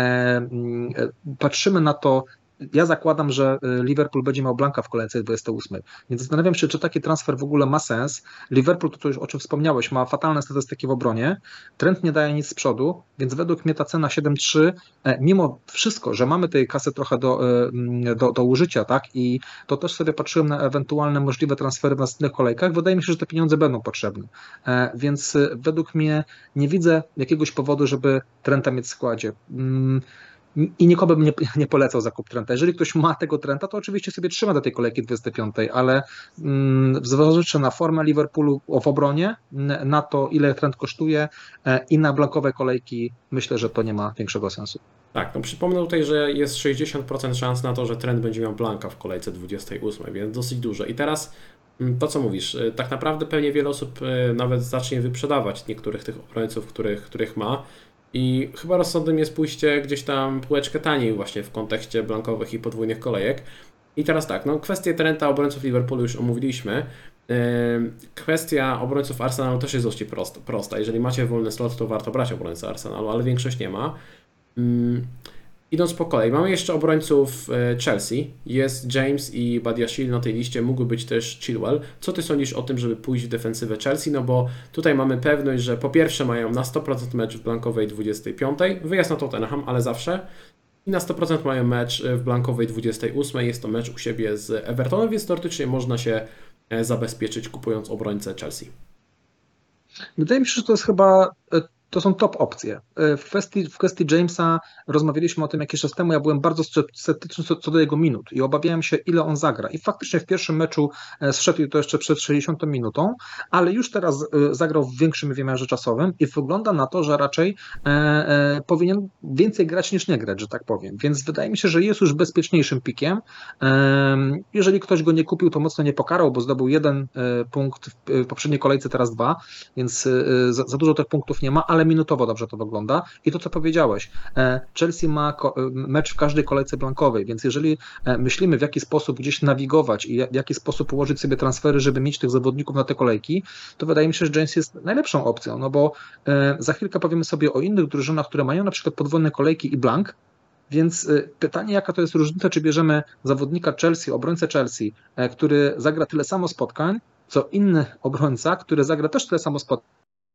patrzymy na to. Ja zakładam, że Liverpool będzie miał blanka w kolejce dwudziestej ósmej, więc zastanawiam się, czy taki transfer w ogóle ma sens. Liverpool, to już o czym wspomniałeś, ma fatalne statystyki w obronie, Trent nie daje nic z przodu, więc według mnie ta cena siedem trzy, mimo wszystko, że mamy tej kasy trochę do, do, do użycia, tak, i to też sobie patrzyłem na ewentualne możliwe transfery w następnych kolejkach, wydaje mi się, że te pieniądze będą potrzebne, więc według mnie nie widzę jakiegoś powodu, żeby Trenta mieć w składzie. i nikogo bym nie, nie polecał zakup Trenta. Jeżeli ktoś ma tego Trenta, to oczywiście sobie trzyma do tej kolejki dwudziestej piątej, ale mm, zważywszy na formę Liverpoolu w obronie, na to ile Trent kosztuje i na blankowe kolejki, myślę, że to nie ma większego sensu. Tak, no przypomnę tutaj, że jest sześćdziesiąt procent szans na to, że Trent będzie miał blanka w kolejce dwudziestej ósmej, więc dosyć dużo. I teraz to, co mówisz, tak naprawdę pewnie wiele osób nawet zacznie wyprzedawać niektórych tych obrońców, których, których ma. I chyba rozsądnym jest pójście gdzieś tam półeczkę taniej właśnie w kontekście blankowych i podwójnych kolejek. I teraz tak, no kwestię Trenta obrońców Liverpoolu już omówiliśmy. Kwestia obrońców Arsenalu też jest dość prosta. Jeżeli macie wolny slot, to warto brać obrońcę Arsenalu, ale większość nie ma. Idąc po kolei, mamy jeszcze obrońców Chelsea. Jest James i Badiashile na tej liście, mógłby być też Chilwell. Co ty sądzisz o tym, żeby pójść w defensywę Chelsea? No bo tutaj mamy pewność, że po pierwsze mają na sto procent mecz w blankowej dwudziestej piątej, wyjazd na Tottenham, ale zawsze. I na sto procent mają mecz w blankowej dwudziestej ósmej, jest to mecz u siebie z Evertonem, więc teoretycznie można się zabezpieczyć kupując obrońcę Chelsea. Wydaje mi się, że to jest chyba... To są top opcje. W kwestii, w kwestii Jamesa rozmawialiśmy o tym jakiś czas temu. Ja byłem bardzo sceptyczny co, co do jego minut i obawiałem się, ile on zagra. I faktycznie w pierwszym meczu zszedł i to jeszcze przed sześćdziesiątą minutą, ale już teraz zagrał w większym wymiarze czasowym i wygląda na to, że raczej e, e, powinien więcej grać niż nie grać, że tak powiem. Więc wydaje mi się, że jest już bezpieczniejszym pikiem. E, jeżeli ktoś go nie kupił, to mocno nie pokarał, bo zdobył jeden punkt w poprzedniej kolejce, teraz dwa, więc za, za dużo tych punktów nie ma, ale minutowo dobrze to wygląda. I to, co powiedziałeś, Chelsea ma mecz w każdej kolejce blankowej, więc jeżeli myślimy, w jaki sposób gdzieś nawigować i w jaki sposób ułożyć sobie transfery, żeby mieć tych zawodników na te kolejki, to wydaje mi się, że James jest najlepszą opcją, no bo za chwilkę powiemy sobie o innych drużynach, które mają na przykład podwójne kolejki i blank, więc pytanie, jaka to jest różnica, czy bierzemy zawodnika Chelsea, obrońcę Chelsea, który zagra tyle samo spotkań, co inny obrońca, który zagra też tyle samo spotkań.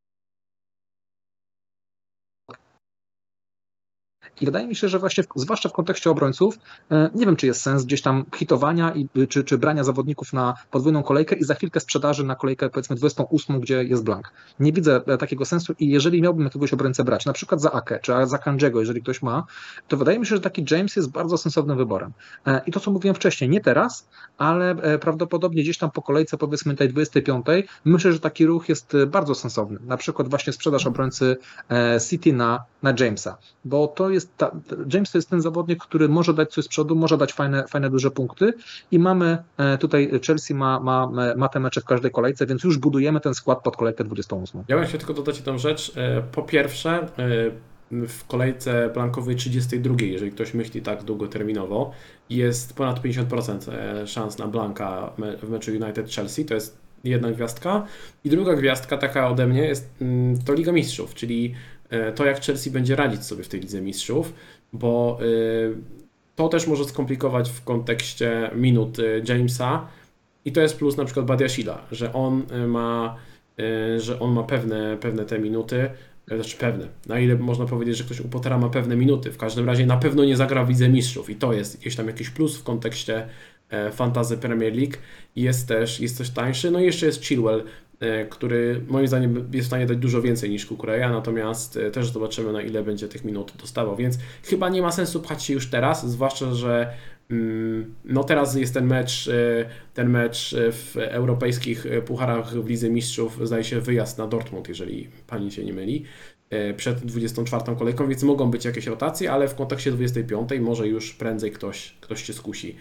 I wydaje mi się, że właśnie, w, zwłaszcza w kontekście obrońców, nie wiem, czy jest sens gdzieś tam hitowania i, czy, czy brania zawodników na podwójną kolejkę i za chwilkę sprzedaży na kolejkę powiedzmy dwudziestą ósmą, gdzie jest blank. Nie widzę takiego sensu i jeżeli miałbym jakiegoś obrońcę brać, na przykład za Ake, czy za Kanjego, jeżeli ktoś ma, to wydaje mi się, że taki James jest bardzo sensownym wyborem. I to, co mówiłem wcześniej, nie teraz, ale prawdopodobnie gdzieś tam po kolejce powiedzmy tej dwudziestej piątej, myślę, że taki ruch jest bardzo sensowny. Na przykład właśnie sprzedaż obrońcy City na, na Jamesa, bo to jest Ta, James to jest ten zawodnik, który może dać coś z przodu, może dać fajne, fajne duże punkty i mamy tutaj, Chelsea ma, ma, ma te mecze w każdej kolejce, więc już budujemy ten skład pod kolejkę dwudziestą ósmą. Ja bym chciał tylko dodać jedną rzecz. Po pierwsze, w kolejce blankowej trzydziestej drugiej, jeżeli ktoś myśli tak długoterminowo, jest ponad pięćdziesiąt procent szans na blanka w meczu United-Chelsea, to jest jedna gwiazdka. I druga gwiazdka taka ode mnie jest to Liga Mistrzów, czyli to, jak Chelsea będzie radzić sobie w tej Lidze Mistrzów, bo to też może skomplikować w kontekście minut Jamesa i to jest plus na przykład Badiashila, że on ma, że on ma pewne, pewne te minuty, znaczy pewne, na ile można powiedzieć, że ktoś u Pottera ma pewne minuty, w każdym razie na pewno nie zagra w Lidze Mistrzów i to jest gdzieś tam jakiś plus w kontekście Fantasy Premier League, jest też, jest też tańszy, no i jeszcze jest Chilwell, który moim zdaniem jest w stanie dać dużo więcej niż Kukureya, natomiast też zobaczymy, na ile będzie tych minut dostawał, więc chyba nie ma sensu pchać się już teraz, zwłaszcza, że no teraz jest ten mecz, ten mecz w europejskich pucharach w Lidze Mistrzów, zdaje się wyjazd na Dortmund, jeżeli pani się nie myli, przed dwudziestą czwartą kolejką, więc mogą być jakieś rotacje, ale w kontekście dwudziestej piątej może już prędzej ktoś, ktoś się skusi.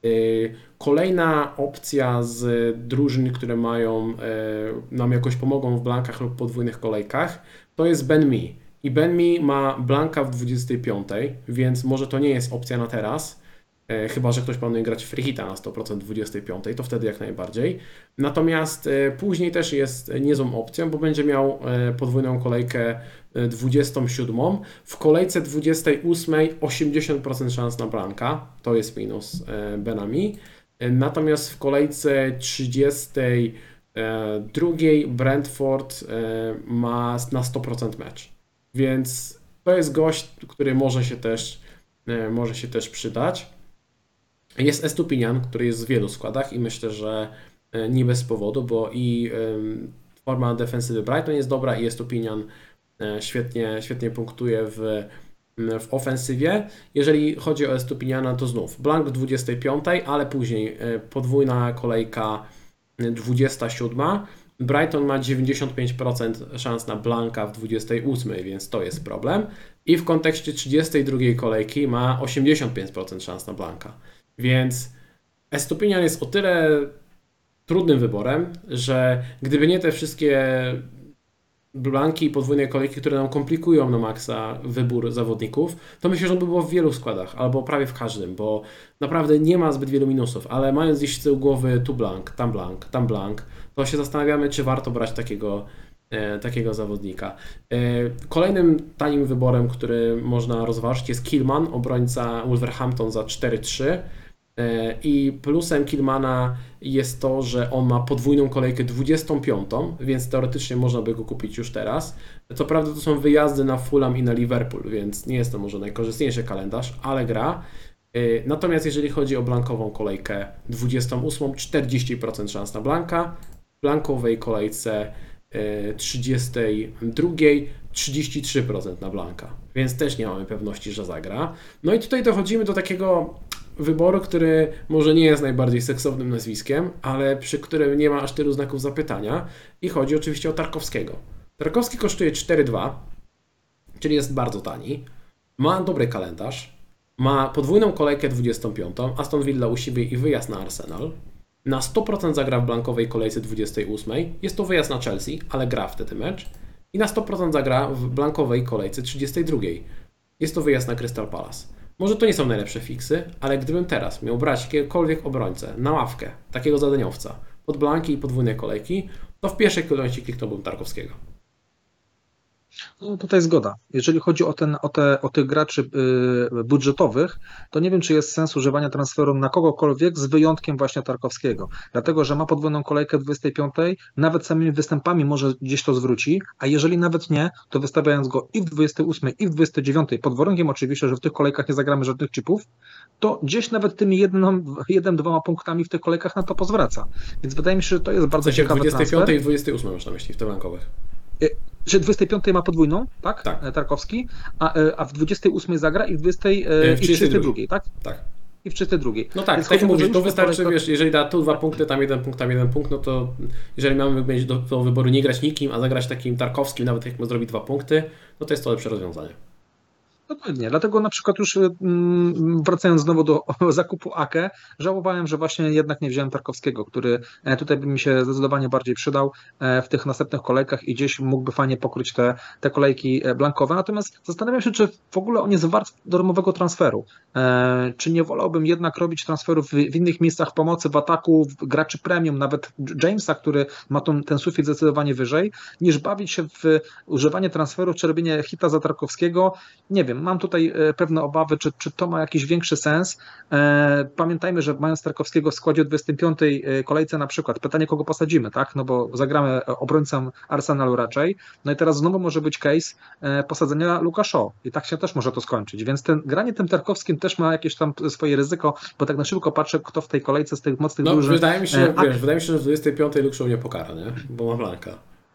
Kolejna opcja z drużyn, które mają, nam jakoś pomogą w blankach lub podwójnych kolejkach, to jest Ben Mee. I Ben Mee ma blanka w dwudziestej piątej, więc może to nie jest opcja na teraz, chyba że ktoś planuje grać free hita na sto procent dwudziestej piątej, to wtedy jak najbardziej. Natomiast później też jest niezłą opcją, bo będzie miał podwójną kolejkę dwudziestą siódmą. W kolejce dwudziestej ósmej osiemdziesiąt procent szans na blanka, to jest minus Bena Mee. Natomiast w kolejce trzydziestej drugiej Brentford ma na sto procent mecz. Więc to jest gość, który może się też, może się też przydać. Jest Estupinian, który jest w wielu składach i myślę, że nie bez powodu, bo i forma defensywy Brighton jest dobra i Estupinian świetnie, świetnie punktuje w w ofensywie. Jeżeli chodzi o Estupiniana, to znów blank w dwudziestej piątej, ale później podwójna kolejka dwudziesta siódma. Brighton ma dziewięćdziesiąt pięć procent szans na blanka w dwudziestej ósmej, więc to jest problem. I w kontekście trzydziestej drugiej kolejki ma osiemdziesiąt pięć procent szans na blanka. Więc Estupinian jest o tyle trudnym wyborem, że gdyby nie te wszystkie blanki i podwójne kolejki, które nam komplikują na maksa wybór zawodników, to myślę, że on by było w wielu składach, albo prawie w każdym, bo naprawdę nie ma zbyt wielu minusów, ale mając gdzieś z tyłu głowy tu blank, tam blank, tam blank, to się zastanawiamy, czy warto brać takiego, e, takiego zawodnika. E, kolejnym tanim wyborem, który można rozważyć, jest Kilman, obrońca Wolverhampton za cztery trzy. I plusem Kilmana jest to, że on ma podwójną kolejkę dwudziestą piątą, więc teoretycznie można by go kupić już teraz. Co prawda to są wyjazdy na Fulham i na Liverpool, więc nie jest to może najkorzystniejszy kalendarz, ale gra. Natomiast jeżeli chodzi o blankową kolejkę dwudziestą ósmą, czterdzieści procent szans na blanka, w blankowej kolejce trzydziestej drugiej trzydzieści trzy procent na blanka, więc też nie mamy pewności, że zagra. No i tutaj dochodzimy do takiego wyboru, który może nie jest najbardziej seksownym nazwiskiem, ale przy którym nie ma aż tylu znaków zapytania i chodzi oczywiście o Tarkowskiego. Tarkowski kosztuje cztery dwa, czyli jest bardzo tani, ma dobry kalendarz, ma podwójną kolejkę dwudziestą piątą, Aston Villa u siebie i wyjazd na Arsenal, na sto procent zagra w blankowej kolejce dwudziestej ósmej, jest to wyjazd na Chelsea, ale gra wtedy mecz i na sto procent zagra w blankowej kolejce trzydziestej drugiej, jest to wyjazd na Crystal Palace. Może to nie są najlepsze fiksy, ale gdybym teraz miał brać jakiegokolwiek obrońcę na ławkę, takiego zadaniowca, pod blanki i podwójne kolejki, to w pierwszej kolejności kliknąłbym Tarkowskiego. No tutaj zgoda. Jeżeli chodzi o, ten, o, te, o tych graczy yy, budżetowych, to nie wiem, czy jest sens używania transferu na kogokolwiek z wyjątkiem właśnie Tarkowskiego. Dlatego, że ma podwójną kolejkę dwudziestej piątej, nawet samymi występami może gdzieś to zwróci, a jeżeli nawet nie, to wystawiając go i w dwudziestej ósmej, i w dwudziestej dziewiątej, pod warunkiem oczywiście, że w tych kolejkach nie zagramy żadnych chipów, to gdzieś nawet tymi jedną, jeden, dwoma punktami w tych kolejkach na to pozwraca. Więc wydaje mi się, że to jest bardzo ciekawy transfer. W dwudziestej piątej i dwudziestej ósmej masz na myśli, w te blankowych. Że dwudziestej piątej ma podwójną, tak? Tak. Tarkowski, a, a w dwudziestej ósmej zagra i w dwudziestej i trzydziestej drugiej, tak? Tak. I w trzydziestej drugiej. No tak, Więc tak jak mówisz, to wystarczy, kolejka... wiesz, jeżeli da tu dwa punkty, tam jeden punkt, tam jeden punkt, no to jeżeli mamy mieć do, do wyboru nie grać nikim, a zagrać takim Tarkowskim, nawet jak zrobi dwa punkty, no to jest to lepsze rozwiązanie. Dokładnie, dlatego na przykład już wracając znowu do zakupu Ake, żałowałem, że właśnie jednak nie wziąłem Tarkowskiego, który tutaj by mi się zdecydowanie bardziej przydał w tych następnych kolejkach i gdzieś mógłby fajnie pokryć te, te kolejki blankowe. Natomiast zastanawiam się, czy w ogóle on jest wart darmowego transferu. Czy nie wolałbym jednak robić transferów w innych miejscach pomocy, w ataku, w graczy premium, nawet Jamesa, który ma ten, ten sufit zdecydowanie wyżej, niż bawić się w używanie transferów, czy robienie hita za Tarkowskiego. Nie wiem, mam tutaj pewne obawy, czy, czy to ma jakiś większy sens. Pamiętajmy, że mając Tarkowskiego w składzie dwudziestej piątej kolejce na przykład, pytanie kogo posadzimy, tak? No bo zagramy obrońcą Arsenalu raczej. No i teraz znowu może być case posadzenia Luka Shaw i tak się też może to skończyć, więc ten, granie tym Tarkowskim też ma jakieś tam swoje ryzyko, bo tak na szybko patrzę, kto w tej kolejce z tych mocnych no, drużyn... Wydaje mi się, że, wiesz, wydaje mi się, że w dwudziestej piątej Luke Shaw nie pokara, nie? Bo ma blanka.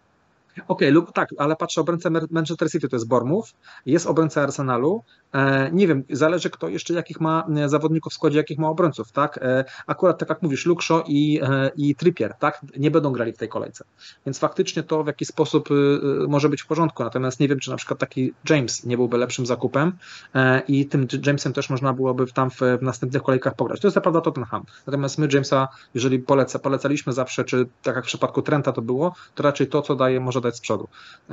Okej, okay, tak, ale patrzę, obrońca Manchester City to jest Bournemouth, jest obrońca Arsenalu, e, nie wiem, zależy kto jeszcze jakich ma zawodników w składzie, jakich ma obrońców, tak, e, akurat tak jak mówisz, Luke Shaw i, e, i Trippier, tak, nie będą grali w tej kolejce, więc faktycznie to w jakiś sposób y, y, może być w porządku, natomiast nie wiem, czy na przykład taki James nie byłby lepszym zakupem e, i tym Jamesem też można byłoby tam w, w następnych kolejkach pograć, to jest naprawdę Tottenham, natomiast my Jamesa, jeżeli poleca, polecaliśmy zawsze, czy tak jak w przypadku Trenta to było, to raczej to, co daje, może dać z przodu.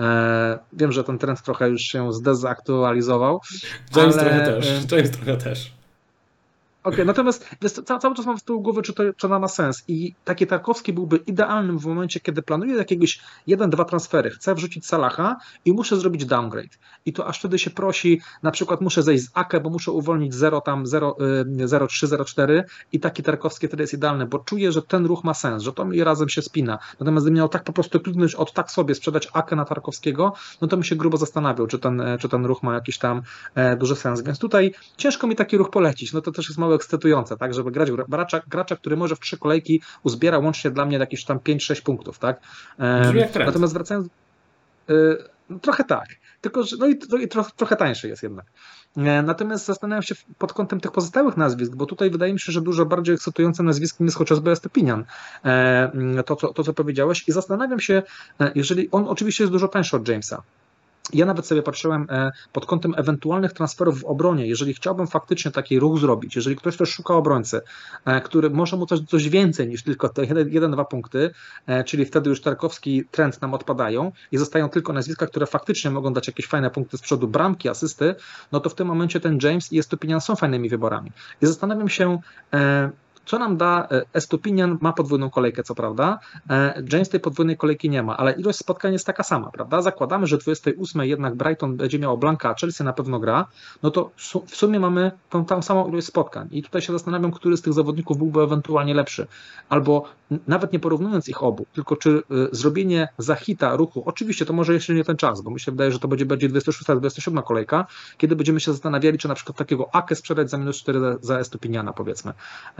E, wiem, że ten trend trochę już się zdezaktualizował. James ale... trochę też. James trochę też. Okej, okay, natomiast cały, cały czas mam w tyłu głowy, czy to, czy to ma sens. I taki Tarkowski byłby idealnym w momencie, kiedy planuję jakiegoś jeden dwa transfery. Chcę wrzucić Salaha i muszę zrobić downgrade. I to aż wtedy się prosi, na przykład muszę zejść z Ake, bo muszę uwolnić zero tam zero trzy zero cztery i taki Tarkowski wtedy jest idealny, bo czuję, że ten ruch ma sens, że to mi razem się spina. Natomiast gdybym miał tak po prostu kliknąć od tak sobie, sprzedać Ake na Tarkowskiego, no to bym się grubo zastanawiał, czy ten, czy ten ruch ma jakiś tam e, duży sens. Więc tutaj ciężko mi taki ruch polecić. No to też jest mało ekscytujące, tak, żeby grać gracza, gracza, który może w trzy kolejki uzbiera łącznie dla mnie jakieś tam pięć sześć punktów, tak. E, natomiast wracając, e, trochę tak. tylko że no i, no i trochę, trochę tańszy jest jednak. Natomiast zastanawiam się pod kątem tych pozostałych nazwisk, bo tutaj wydaje mi się, że dużo bardziej ekscytującym nazwiskiem jest chociażby Estepinian, to co, to co powiedziałeś, i zastanawiam się, jeżeli on oczywiście jest dużo tańszy od Jamesa. Ja nawet sobie patrzyłem pod kątem ewentualnych transferów w obronie, jeżeli chciałbym faktycznie taki ruch zrobić, jeżeli ktoś też szuka obrońcy, który może mu coś, coś więcej niż tylko te jeden dwa punkty, czyli wtedy już Tarkowski, Trent nam odpadają i zostają tylko nazwiska, które faktycznie mogą dać jakieś fajne punkty z przodu, bramki, asysty, no to w tym momencie ten James i Estupinian są fajnymi wyborami. I zastanawiam się, co nam da, Estupinian ma podwójną kolejkę, co prawda, James tej podwójnej kolejki nie ma, ale ilość spotkań jest taka sama, prawda? Zakładamy, że dwudziestej ósmej jednak Brighton będzie miało blanka, a Chelsea na pewno gra, no to w sumie mamy tą, tą samą ilość spotkań i tutaj się zastanawiam, który z tych zawodników byłby ewentualnie lepszy, albo nawet nie porównując ich obu, tylko czy zrobienie za hita ruchu, oczywiście to może jeszcze nie ten czas, bo mi się wydaje, że to będzie bardziej dwudziesta szósta dwudziesta siódma kolejka, kiedy będziemy się zastanawiali, czy na przykład takiego Ake sprzedać za minus cztery za Estupiniana, powiedzmy.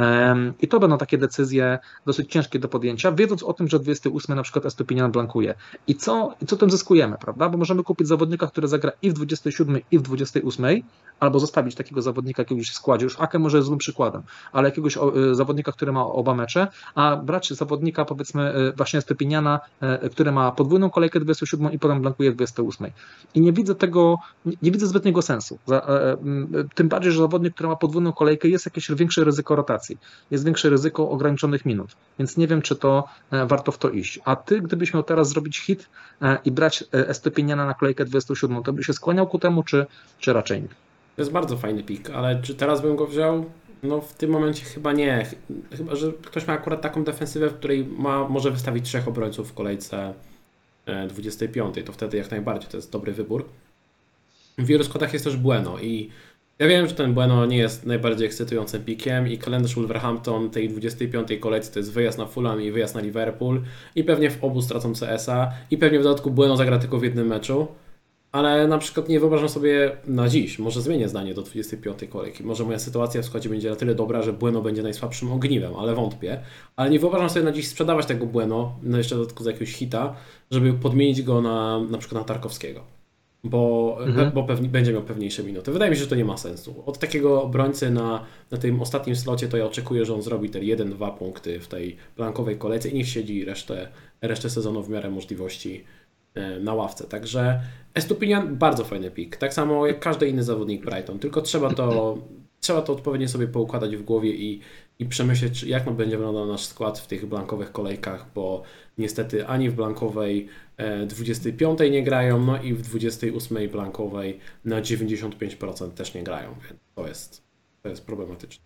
I to będą takie decyzje dosyć ciężkie do podjęcia, wiedząc o tym, że dwudziestej ósmej na przykład Estupinian blankuje. I co, i co tym zyskujemy, prawda? Bo możemy kupić zawodnika, który zagra i w dwudziestej siódmej, i w dwudziestej ósmej, albo zostawić takiego zawodnika jakiegoś w składzie. Już Ake może jest złym przykładem, ale jakiegoś zawodnika, który ma oba mecze, a brać zawodnika, powiedzmy, właśnie Estupiniana, który ma podwójną kolejkę dwudziestą siódmą i potem blankuje w dwudziestej ósmej. I nie widzę tego, nie widzę zbytniego sensu. Tym bardziej, że zawodnik, który ma podwójną kolejkę, jest jakieś większe ryzyko rotacji. Jest większe ryzyko ograniczonych minut, więc nie wiem, czy to warto w to iść. A ty, gdybyś miał teraz zrobić hit i brać Estupiniana na kolejkę dwudziestą siódmą, to byś się skłaniał ku temu, czy, czy raczej nie? To jest bardzo fajny pik, ale czy teraz bym go wziął? No w tym momencie chyba nie. Chyba, że ktoś ma akurat taką defensywę, w której ma, może wystawić trzech obrońców w kolejce dwudziestej piątej, to wtedy jak najbardziej to jest dobry wybór. W wielu składach jest też Bueno i ja wiem, że ten Bueno nie jest najbardziej ekscytującym pikiem i kalendarz Wolverhampton tej dwudziestej piątej kolejce to jest wyjazd na Fulham i wyjazd na Liverpool i pewnie w obu stracą C S a i pewnie w dodatku Bueno zagra tylko w jednym meczu, ale na przykład nie wyobrażam sobie na dziś, może zmienię zdanie do dwudziestej piątej kolejki, może moja sytuacja w składzie będzie na tyle dobra, że Bueno będzie najsłabszym ogniwem, ale wątpię, ale nie wyobrażam sobie na dziś sprzedawać tego Bueno, no jeszcze w dodatku za jakiegoś hita, żeby podmienić go na na przykład na Tarkowskiego. Bo, mhm. bo pewnie, będzie miał pewniejsze minuty. Wydaje mi się, że to nie ma sensu. Od takiego obrońcy na, na tym ostatnim slocie to ja oczekuję, że on zrobi te jeden dwa punkty w tej blankowej kolejce i niech siedzi resztę, resztę sezonu w miarę możliwości na ławce. Także Estupinian bardzo fajny pik. Tak samo jak każdy inny zawodnik Brighton. Tylko trzeba to, trzeba to odpowiednio sobie poukładać w głowie i, i przemyśleć, jak no będzie wyglądał nasz skład w tych blankowych kolejkach, bo niestety ani w blankowej dwudziestej piątej nie grają, no i w dwudziestej ósmej blankowej na dziewięćdziesiąt pięć procent też nie grają, więc to jest, to jest problematyczne.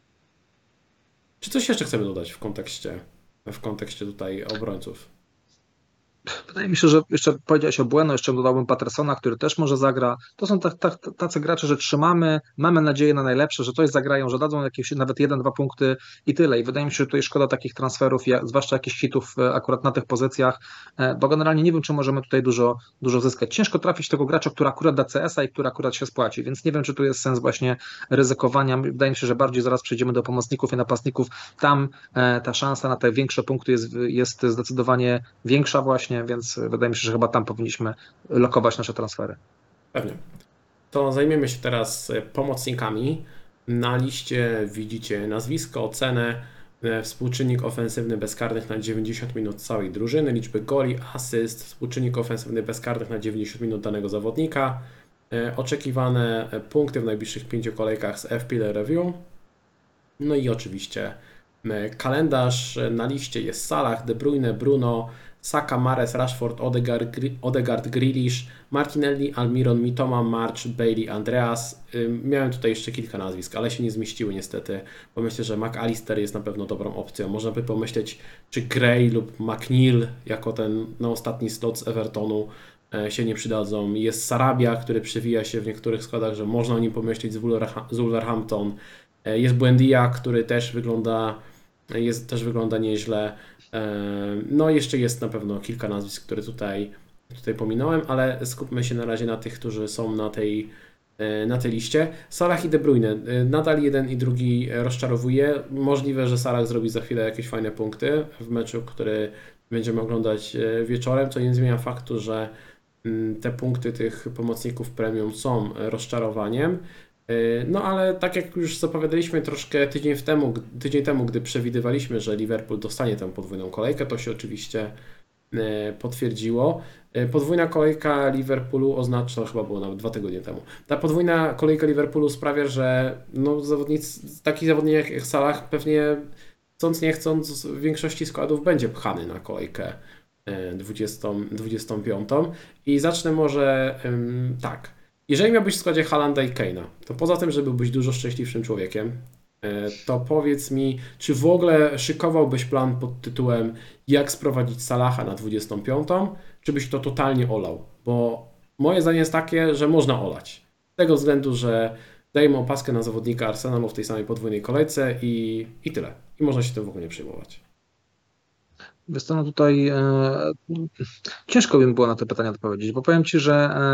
Czy coś jeszcze chcemy dodać w kontekście, w kontekście tutaj obrońców? Wydaje mi się, że jeszcze powiedziałeś o Bueno, jeszcze dodałbym Pattersona, który też może zagra. To są tacy gracze, że trzymamy, mamy nadzieję na najlepsze, że coś zagrają, że dadzą jakieś nawet jeden dwa punkty i tyle. I wydaje mi się, że tutaj szkoda takich transferów, zwłaszcza jakichś hitów akurat na tych pozycjach, bo generalnie nie wiem, czy możemy tutaj dużo, dużo zyskać. Ciężko trafić tego gracza, który akurat da C S a i który akurat się spłaci, więc nie wiem, czy tu jest sens właśnie ryzykowania. Wydaje mi się, że bardziej zaraz przejdziemy do pomocników i napastników. Tam ta szansa na te większe punkty jest, jest zdecydowanie większa właśnie, więc wydaje mi się, że chyba tam powinniśmy lokować nasze transfery. Pewnie. To zajmiemy się teraz pomocnikami. Na liście widzicie nazwisko, ocenę, współczynnik ofensywny bezkarnych na dziewięćdziesiąt minut całej drużyny, liczby goli, asyst, współczynnik ofensywny bezkarnych na dziewięćdziesiąt minut danego zawodnika, oczekiwane punkty w najbliższych pięciu kolejkach z F P L Review. No i oczywiście kalendarz. Na liście jest Salah, De Bruyne, Bruno, Saka, Mahrez, Rashford, Odegaard, Odegaard, Grealish, Martinelli, Almiron, Mitoma, March, Bailey, Andreas. Miałem tutaj jeszcze kilka nazwisk, ale się nie zmieściły niestety, bo myślę, że McAllister jest na pewno dobrą opcją. Można by pomyśleć, czy Gray lub McNeil jako ten no, ostatni slot z Evertonu się nie przydadzą. Jest Sarabia, który przewija się w niektórych składach, że można o nim pomyśleć z Wolverhampton. Jest Buendia, który też wygląda, jest, też wygląda nieźle. No jeszcze jest na pewno kilka nazwisk, które tutaj, tutaj pominąłem, ale skupmy się na razie na tych, którzy są na tej, na tej liście. Salah i De Bruyne. Nadal jeden i drugi rozczarowuje. Możliwe, że Salah zrobi za chwilę jakieś fajne punkty w meczu, który będziemy oglądać wieczorem, co nie zmienia faktu, że te punkty tych pomocników premium są rozczarowaniem. No ale tak jak już zapowiadaliśmy troszkę tydzień temu, tydzień temu, gdy przewidywaliśmy, że Liverpool dostanie tę podwójną kolejkę, to się oczywiście potwierdziło. Podwójna kolejka Liverpoolu oznacza, to chyba było nawet dwa tygodnie temu, ta podwójna kolejka Liverpoolu sprawia, że no, zawodnicy, taki zawodnik jak Salah pewnie chcąc nie chcąc w większości składów będzie pchany na kolejkę dwudziestą, dwudziestą piątą i zacznę może um, tak. Jeżeli miałbyś w składzie Haalanda i Kane'a, to poza tym, że byłbyś dużo szczęśliwszym człowiekiem, to powiedz mi, czy w ogóle szykowałbyś plan pod tytułem jak sprowadzić Salaha na dwudziestą piątą, czy byś to totalnie olał? Bo moje zdanie jest takie, że można olać. Z tego względu, że dajemy opaskę na zawodnika Arsenalu w tej samej podwójnej kolejce i, i tyle. I można się tym w ogóle nie przejmować. Wiesz co, no tutaj e, ciężko by mi było na te pytania odpowiedzieć, bo powiem Ci, że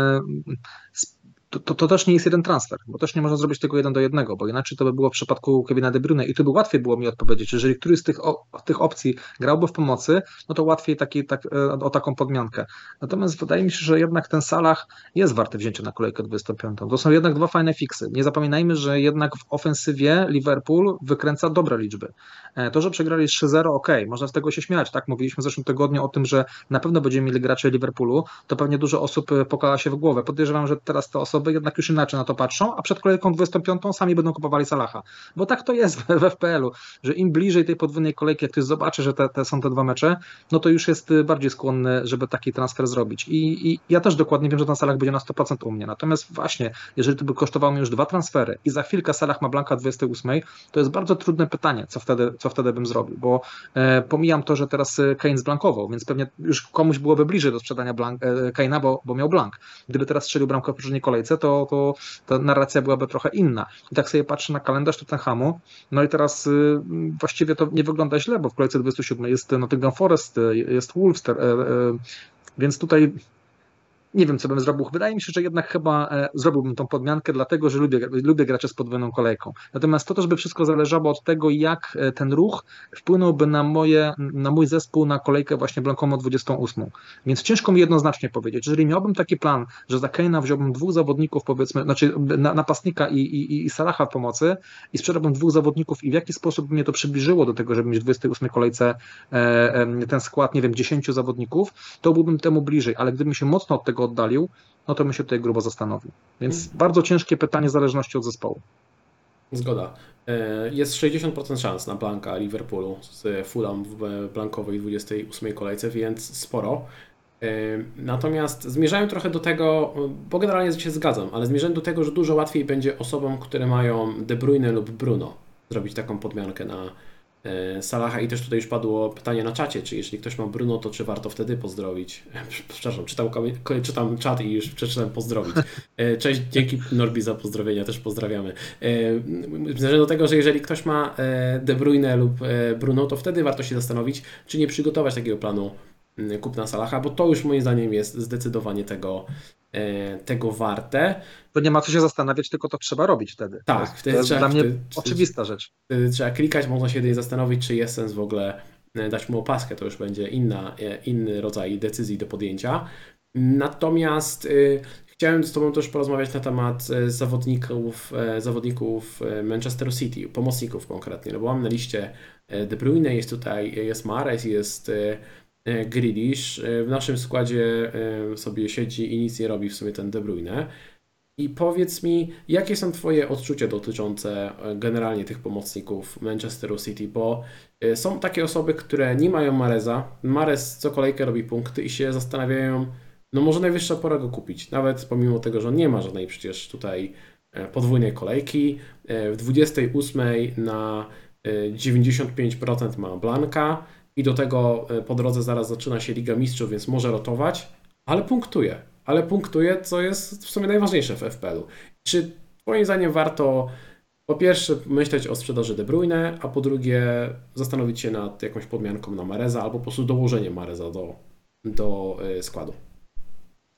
e, to, to, to też nie jest jeden transfer, bo też nie można zrobić tego jeden do jednego, bo inaczej to by było w przypadku Kevina De Bruyne i tu by łatwiej było mi odpowiedzieć, jeżeli któryś z tych, o, tych opcji grałby w pomocy, no to łatwiej taki, tak, o taką podmiankę. Natomiast wydaje mi się, że jednak ten Salah jest warty wzięcia na kolejkę dwudziestą piątą. To są jednak dwa fajne fiksy. Nie zapominajmy, że jednak w ofensywie Liverpool wykręca dobre liczby. To, że przegrali trzy zero, ok, można z tego się śmiać, tak? Mówiliśmy w zeszłym tygodniu o tym, że na pewno będziemy mieli graczy Liverpoolu, to pewnie dużo osób pokała się w głowę. Podejrzewam, że teraz te osoby jednak już inaczej na to patrzą, a przed kolejką dwudziestą piątą sami będą kupowali Salaha. Bo tak to jest w F P L-u, że im bliżej tej podwójnej kolejki, jak ktoś zobaczy, że te, te są te dwa mecze, no to już jest bardziej skłonny, żeby taki transfer zrobić. I, i ja też dokładnie wiem, że ten Salah będzie na sto procent u mnie. Natomiast właśnie, jeżeli to by kosztowało mi już dwa transfery i za chwilkę Salah ma blanka dwudziestej ósmej, to jest bardzo trudne pytanie, co wtedy, co wtedy bym zrobił, bo e, pomijam to, że teraz Kane zblankował, więc pewnie już komuś byłoby bliżej do sprzedania blank, e, Kane'a, bo, bo miał blank. Gdyby teraz strzelił bramkę w poprzedniej kolejce, to, to ta narracja byłaby trochę inna. I tak sobie patrzę na kalendarz Tottenhamu, no i teraz y, właściwie to nie wygląda źle, bo w kolejce dwudziestej siódmej jest Nottingham Forest, jest Wolves, y, y, więc tutaj nie wiem, co bym zrobił. Wydaje mi się, że jednak chyba e, zrobiłbym tą podmiankę, dlatego że lubię, lubię gracze z podwójną kolejką. Natomiast to też by wszystko zależało od tego, jak ten ruch wpłynąłby na, moje, na mój zespół na kolejkę właśnie blankową dwudziestą ósmą. Więc ciężko mi jednoznacznie powiedzieć. Jeżeli miałbym taki plan, że za Kane'a wziąłbym dwóch zawodników, powiedzmy, znaczy na, napastnika i, i, i Salaha w pomocy i sprzedałbym dwóch zawodników i w jaki sposób by mnie to przybliżyło do tego, żeby mieć w dwudziestej ósmej kolejce e, e, ten skład, nie wiem, dziesięciu zawodników, to byłbym temu bliżej. Ale gdybym się mocno od tego oddalił, no to bym się tutaj grubo zastanowił. Więc hmm. bardzo ciężkie pytanie w zależności od zespołu. Zgoda. Jest sześćdziesiąt procent szans na blanka Liverpoolu z Fulham w blankowej dwudziestej ósmej kolejce, więc sporo. Natomiast zmierzałem trochę do tego, bo generalnie się zgadzam, ale zmierzałem do tego, że dużo łatwiej będzie osobom, które mają De Bruyne lub Bruno, zrobić taką podmiankę na Salaha. I też tutaj już padło pytanie na czacie, czy jeśli ktoś ma Bruno, to czy warto wtedy pozdrowić? Przepraszam, czytam, czytam czat i już przeczytam pozdrowić. Cześć, dzięki Norbi za pozdrowienia, też pozdrawiamy. Zmierzam do tego, że jeżeli ktoś ma De Bruyne lub Bruno, to wtedy warto się zastanowić, czy nie przygotować takiego planu kupna Salaha, bo to już moim zdaniem jest zdecydowanie tego, tego warte. To nie ma co się zastanawiać, tylko to trzeba robić wtedy. Tak, to jest, wtedy to jest trzeba, dla mnie wtedy, oczywista rzecz. Wtedy trzeba klikać, można się jedynie zastanowić, czy jest sens w ogóle dać mu opaskę, to już będzie inna, inny rodzaj decyzji do podjęcia. Natomiast y, chciałem z Tobą też porozmawiać na temat zawodników, zawodników Manchesteru City, pomocników konkretnie, no bo mam na liście De Bruyne, jest tutaj, jest Mahrez, jest Grealish. W naszym składzie sobie siedzi i nic nie robi w sumie ten De Bruyne. I powiedz mi, jakie są Twoje odczucia dotyczące generalnie tych pomocników Manchesteru City, bo są takie osoby, które nie mają Mahreza, Mahrez co kolejkę robi punkty i się zastanawiają, no może najwyższa pora go kupić, nawet pomimo tego, że on nie ma żadnej przecież tutaj podwójnej kolejki. W dwudziestej ósmej na dziewięćdziesiąt pięć procent ma Blanka i do tego po drodze zaraz zaczyna się Liga Mistrzów, więc może rotować, ale punktuje. Ale punktuje, co jest w sumie najważniejsze w F P L-u. Czy Twoim zdaniem warto po pierwsze myśleć o sprzedaży De Bruyne, a po drugie zastanowić się nad jakąś podmianką na Mahreza albo po prostu dołożeniem Mahreza do, do składu?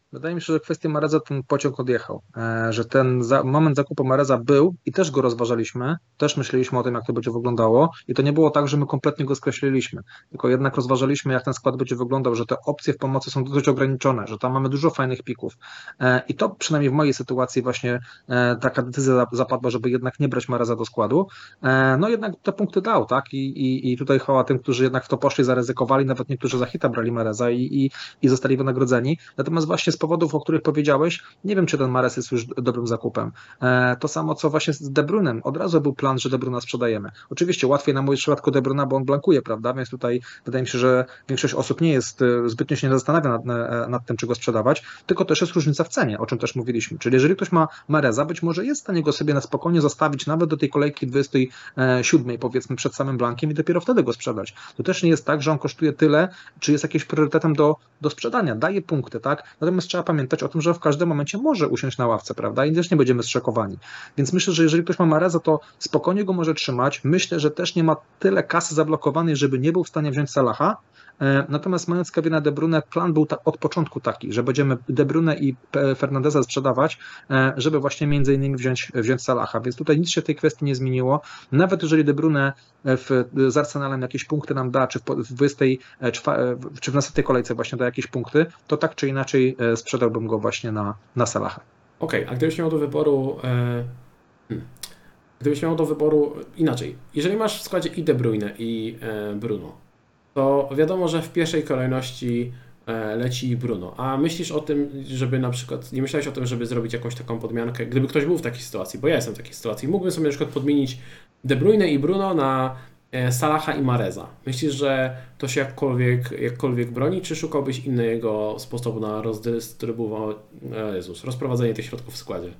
Wydaje mi się, że kwestia Mareza ten pociąg odjechał, e, że ten za, moment zakupu Mareza był i też go rozważaliśmy, też myśleliśmy o tym, jak to będzie wyglądało i to nie było tak, że my kompletnie go skreśliliśmy, tylko jednak rozważaliśmy, jak ten skład będzie wyglądał, że te opcje w pomocy są dosyć ograniczone, że tam mamy dużo fajnych pików e, i to przynajmniej w mojej sytuacji właśnie e, taka decyzja zapadła, żeby jednak nie brać Mareza do składu, e, no jednak te punkty dał, tak, i, i, i tutaj chwała tym, którzy jednak w to poszli, zaryzykowali, nawet niektórzy za hita brali Mareza i, i, i zostali wynagrodzeni, natomiast właśnie z powodów, o których powiedziałeś, nie wiem, czy ten Mahrez jest już dobrym zakupem. To samo, co właśnie z De Bruynem. Od razu był plan, że De Bruyna sprzedajemy. Oczywiście łatwiej na mój przypadku De Bruyna, bo on blankuje, prawda? Więc tutaj wydaje mi się, że większość osób nie jest, zbytnio się nie zastanawia nad, nad tym, czy go sprzedawać, tylko też jest różnica w cenie, o czym też mówiliśmy. Czyli jeżeli ktoś ma Mahreza, być może jest w stanie go sobie na spokojnie zostawić nawet do tej kolejki dwudziestej siódmej, powiedzmy, przed samym blankiem i dopiero wtedy go sprzedać. To też nie jest tak, że on kosztuje tyle, czy jest jakimś priorytetem do, do sprzedania. Daje punkty, tak? Natomiast trzeba pamiętać o tym, że w każdym momencie może usiąść na ławce, prawda? I też nie będziemy zszokowani. Więc myślę, że jeżeli ktoś ma Mahreza, to spokojnie go może trzymać. Myślę, że też nie ma tyle kasy zablokowanej, żeby nie był w stanie wziąć Salaha. Natomiast mając Kevina De Bruyne, plan był ta, od początku taki, że będziemy De Bruyne i Fernandeza sprzedawać, żeby właśnie między innymi wziąć, wziąć Salaha. Więc tutaj nic się w tej kwestii nie zmieniło. Nawet jeżeli De Bruyne w, z Arsenalem jakieś punkty nam da, czy w dwudziestej, czy w następnej kolejce właśnie da jakieś punkty, to tak czy inaczej sprzedałbym go właśnie na, na Salaha. Okej, okay, a gdybyś miał do wyboru e... hmm. gdybyś miał do wyboru inaczej, jeżeli masz w składzie i De Bruyne i e, Bruno, to wiadomo, że w pierwszej kolejności e, leci Bruno, a myślisz o tym, żeby na przykład, nie myślałeś o tym, żeby zrobić jakąś taką podmiankę, gdyby ktoś był w takiej sytuacji, bo ja jestem w takiej sytuacji, mógłbym sobie na przykład podmienić De Bruyne i Bruno na e, Salaha i Mahreza. Myślisz, że to się jakkolwiek, jakkolwiek broni, czy szukałbyś innego sposobu na rozdystrybuowanie, e, Jezus, rozprowadzenie tych środków w składzie?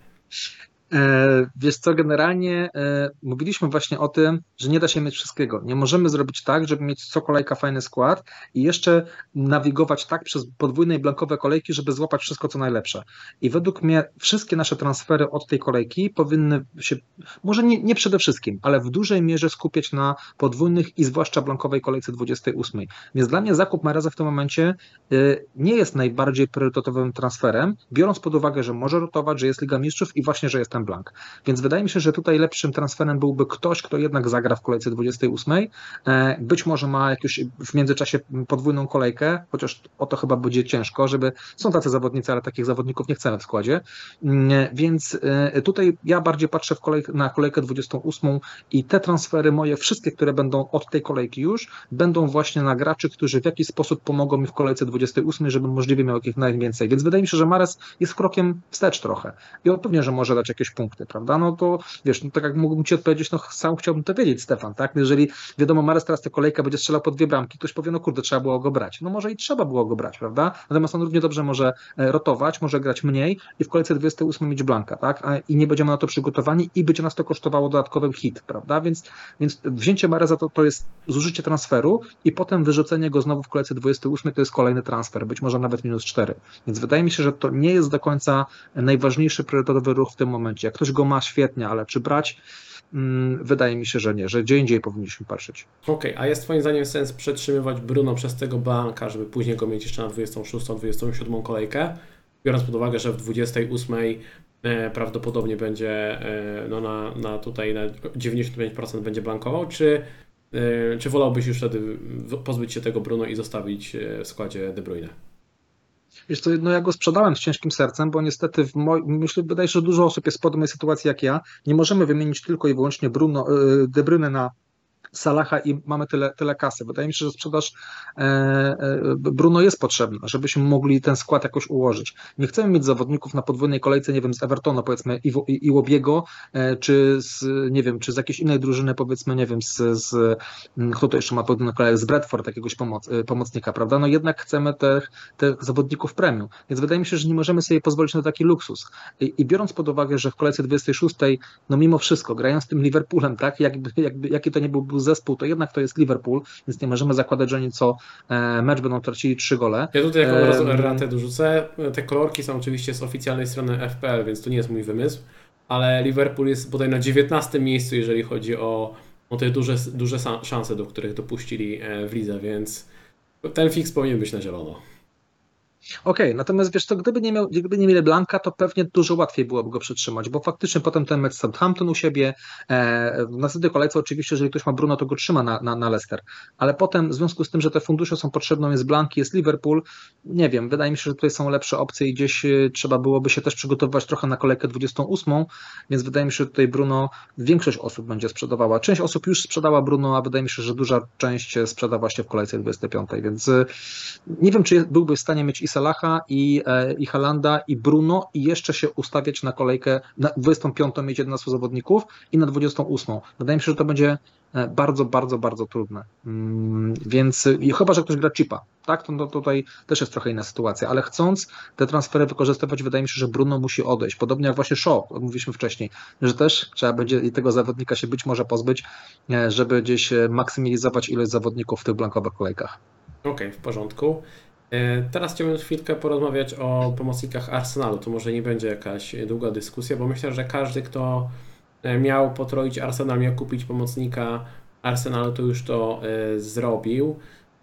Wiesz co, generalnie e, mówiliśmy właśnie o tym, że nie da się mieć wszystkiego. Nie możemy zrobić tak, żeby mieć co kolejka fajny skład i jeszcze nawigować tak przez podwójne i blankowe kolejki, żeby złapać wszystko co najlepsze. I według mnie wszystkie nasze transfery od tej kolejki powinny się, może nie, nie przede wszystkim, ale w dużej mierze skupiać na podwójnych i zwłaszcza blankowej kolejce dwudziestej ósmej. Więc dla mnie zakup Mahreza w tym momencie e, nie jest najbardziej priorytetowym transferem, biorąc pod uwagę, że może rotować, że jest Liga Mistrzów i właśnie, że jest ten blank. Więc wydaje mi się, że tutaj lepszym transferem byłby ktoś, kto jednak zagra w kolejce dwudziestej ósmej. Być może ma jakąś w międzyczasie podwójną kolejkę, chociaż o to chyba będzie ciężko, żeby są tacy zawodnicy, ale takich zawodników nie chcemy w składzie. Więc tutaj ja bardziej patrzę w kolej, na kolejkę dwudziestą ósmą i te transfery moje, wszystkie, które będą od tej kolejki już, będą właśnie na graczy, którzy w jakiś sposób pomogą mi w kolejce dwudziestej ósmej, żeby możliwie miał ich najwięcej. Więc wydaje mi się, że Mahrez jest krokiem wstecz trochę. I on pewnie, że może dać jakieś punkty, prawda? No to wiesz, no tak jak mógłbym Ci odpowiedzieć, no sam chciałbym to wiedzieć, Stefan, tak? Jeżeli wiadomo, Mahrez teraz tę kolejkę będzie strzelał po dwie bramki, ktoś powie, no kurde, trzeba było go brać. No może i trzeba było go brać, prawda? Natomiast on równie dobrze może rotować, może grać mniej i w kolejce dwudziestej ósmej mieć blanka, tak? I nie będziemy na to przygotowani i będzie nas to kosztowało dodatkowy hit, prawda? Więc, więc wzięcie Mahreza to, to jest zużycie transferu i potem wyrzucenie go znowu w kolejce dwudziestej ósmej to jest kolejny transfer, być może nawet minus cztery. Więc wydaje mi się, że to nie jest do końca najważniejszy priorytetowy ruch w tym momencie. Jak ktoś go ma, świetnie, ale czy brać? Hmm, wydaje mi się, że nie, że gdzie indziej powinniśmy patrzeć. Okej, okay, a jest Twoim zdaniem sens przetrzymywać Bruno przez tego blanka, żeby później go mieć jeszcze na dwudziestą szóstą, dwudziestą siódmą kolejkę, biorąc pod uwagę, że w dwudziestej ósmej e, prawdopodobnie będzie e, no na, na tutaj na dziewięćdziesiąt pięć procent będzie blankował, czy, e, czy wolałbyś już wtedy pozbyć się tego Bruno i zostawić w składzie De Bruyne? Wiesz co, no ja go sprzedałem z ciężkim sercem, bo niestety w moj... myślę, wydaje się, że dużo osób jest w podobnej sytuacji jak ja. Nie możemy wymienić tylko i wyłącznie Bruno, De Bruyne na Salaha i mamy tyle, tyle kasy. Wydaje mi się, że sprzedaż e, e, Bruno jest potrzebna, żebyśmy mogli ten skład jakoś ułożyć. Nie chcemy mieć zawodników na podwójnej kolejce, nie wiem, z Evertona powiedzmy i Iwobiego, e, czy z, nie wiem, czy z jakiejś innej drużyny powiedzmy, nie wiem, z, z kto to jeszcze ma podwójną kolejkę, z Bradford, jakiegoś pomoc, pomocnika, prawda? No jednak chcemy tych, tych zawodników premium, więc wydaje mi się, że nie możemy sobie pozwolić na taki luksus. I, i biorąc pod uwagę, że w kolejce dwudziestej szóstej, no mimo wszystko, grając z tym Liverpoolem, tak, jakby, jakby, jaki to nie byłby zespół, to jednak to jest Liverpool, więc nie możemy zakładać, że oni co mecz będą tracili trzy gole. Ja tutaj jaką um, ratę dorzucę. Te kolorki są oczywiście z oficjalnej strony F P L, więc to nie jest mój wymysł, ale Liverpool jest bodaj na dziewiętnastym miejscu, jeżeli chodzi o, o te duże, duże szanse, do których dopuścili w lidze, więc ten fix powinien być na zielono. Okej, natomiast wiesz co, gdyby nie miał, gdyby nie mieli Blanka, to pewnie dużo łatwiej byłoby go przetrzymać, bo faktycznie potem ten mecz Southampton u siebie, e, w następnej kolejce oczywiście, jeżeli ktoś ma Bruno, to go trzyma na, na, na Leicester, ale potem w związku z tym, że te fundusze są potrzebne, jest Blank, jest Liverpool, nie wiem, wydaje mi się, że tutaj są lepsze opcje i gdzieś e, trzeba byłoby się też przygotowywać trochę na kolejkę dwudziestą ósmą, więc wydaje mi się, że tutaj Bruno, większość osób będzie sprzedawała, część osób już sprzedała Bruno, a wydaje mi się, że duża część sprzeda właśnie w kolejce dwudziestej piątej, więc e, nie wiem, czy byłby w stanie mieć i Salaha, i, e, i Haalanda, i Bruno, i jeszcze się ustawiać na kolejkę, na dwudziestą piątą mieć jedenastu zawodników i na dwudziestą ósmą. Wydaje mi się, że to będzie e, bardzo, bardzo, bardzo trudne. Mm, więc i chyba, że ktoś gra chipa, tak? To, to tutaj też jest trochę inna sytuacja, ale chcąc te transfery wykorzystywać, wydaje mi się, że Bruno musi odejść. Podobnie jak właśnie Shaw, jak mówiliśmy wcześniej, że też trzeba będzie i tego zawodnika się być może pozbyć, e, żeby gdzieś e, maksymalizować ilość zawodników w tych blankowych kolejkach. Okej, okay, w porządku. Teraz chciałbym chwilkę porozmawiać o pomocnikach Arsenalu. To może nie będzie jakaś długa dyskusja, bo myślę, że każdy, kto miał potroić Arsenal, miał kupić pomocnika Arsenalu, to już to zrobił.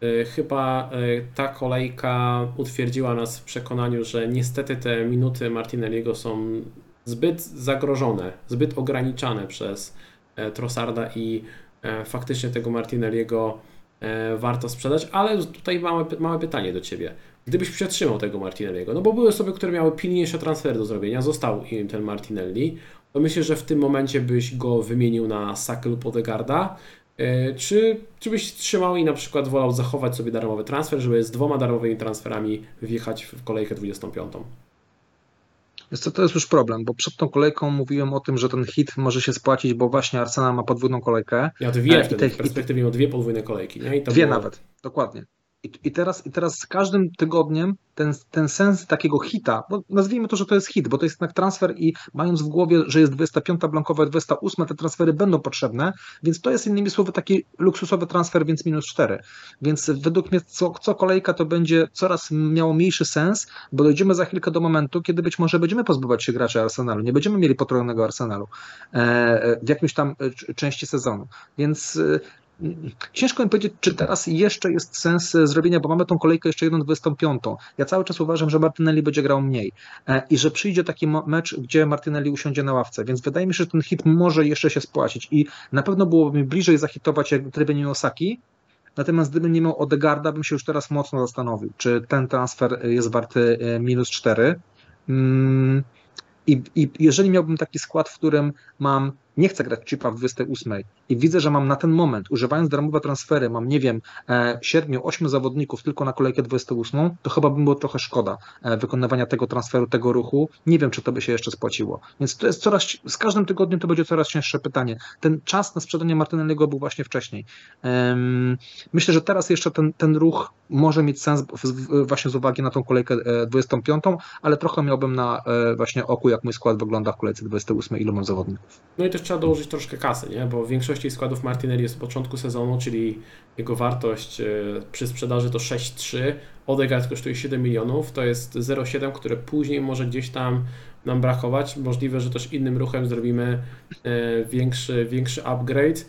Chyba ta kolejka utwierdziła nas w przekonaniu, że niestety te minuty Martinelliego są zbyt zagrożone, zbyt ograniczane przez Trossarda i faktycznie tego Martinelliego warto sprzedać, ale tutaj małe, małe pytanie do Ciebie. Gdybyś przetrzymał tego Martinelliego, no bo były osoby, które miały pilniejsze transfery do zrobienia, został im ten Martinelli, to myślę, że w tym momencie byś go wymienił na Saka lub Odegaarda, czy, czy byś trzymał i na przykład wolał zachować sobie darmowy transfer, żeby z dwoma darmowymi transferami wjechać w kolejkę dwudziestą piątą? Jest to, to jest już problem, bo przed tą kolejką mówiłem o tym, że ten hit może się spłacić, bo właśnie Arsenal ma podwójną kolejkę. Ja dwie wtedy, w perspektywie miał dwie podwójne kolejki. Nie? I to dwie było... nawet, dokładnie. I, i, teraz, I teraz z każdym tygodniem ten, ten sens takiego hita, bo nazwijmy to, że to jest hit, bo to jest jednak transfer i mając w głowie, że jest dwudziesta piąta blankowa, dwudziesta ósma, te transfery będą potrzebne, więc to jest innymi słowy taki luksusowy transfer, więc minus cztery. Więc według mnie co, co kolejka to będzie coraz miało mniejszy sens, bo dojdziemy za chwilkę do momentu, kiedy być może będziemy pozbywać się graczy Arsenalu, nie będziemy mieli potrojonego Arsenalu e, w jakimś tam części sezonu. Więc ciężko mi powiedzieć, czy teraz jeszcze jest sens zrobienia, bo mamy tą kolejkę jeszcze jedną dwudziestą piątą. Ja cały czas uważam, że Martinelli będzie grał mniej i że przyjdzie taki mecz, gdzie Martinelli usiądzie na ławce, więc wydaje mi się, że ten hit może jeszcze się spłacić i na pewno byłoby mi bliżej zahitować, jak gdyby nie miał Saki, natomiast gdybym nie miał Odegaarda, bym się już teraz mocno zastanowił, czy ten transfer jest warty minus cztery. I, I jeżeli miałbym taki skład, w którym mam, nie chcę grać chipa w dwudziestej ósmej i widzę, że mam na ten moment, używając darmowe transfery, mam, nie wiem, siedmiu, ośmiu zawodników tylko na kolejkę dwudziestą ósmą, to chyba by było trochę szkoda wykonywania tego transferu, tego ruchu. Nie wiem, czy to by się jeszcze spłaciło. Więc to jest coraz, z każdym tygodniem to będzie coraz cięższe pytanie. Ten czas na sprzedanie Martinelliego był właśnie wcześniej. Myślę, że teraz jeszcze ten, ten ruch może mieć sens właśnie z uwagi na tą kolejkę dwudziestą piątą, ale trochę miałbym na właśnie oku, jak mój skład wygląda w kolejce dwudziestej ósmej, ilu mam zawodników. No i też trzeba dołożyć troszkę kasy, nie? Bo w większości składów Martinelli jest od początku sezonu, czyli jego wartość przy sprzedaży to sześć trzy, Odegaard kosztuje siedem milionów, to jest zero siedem, które później może gdzieś tam nam brakować. Możliwe, że też innym ruchem zrobimy większy, większy upgrade.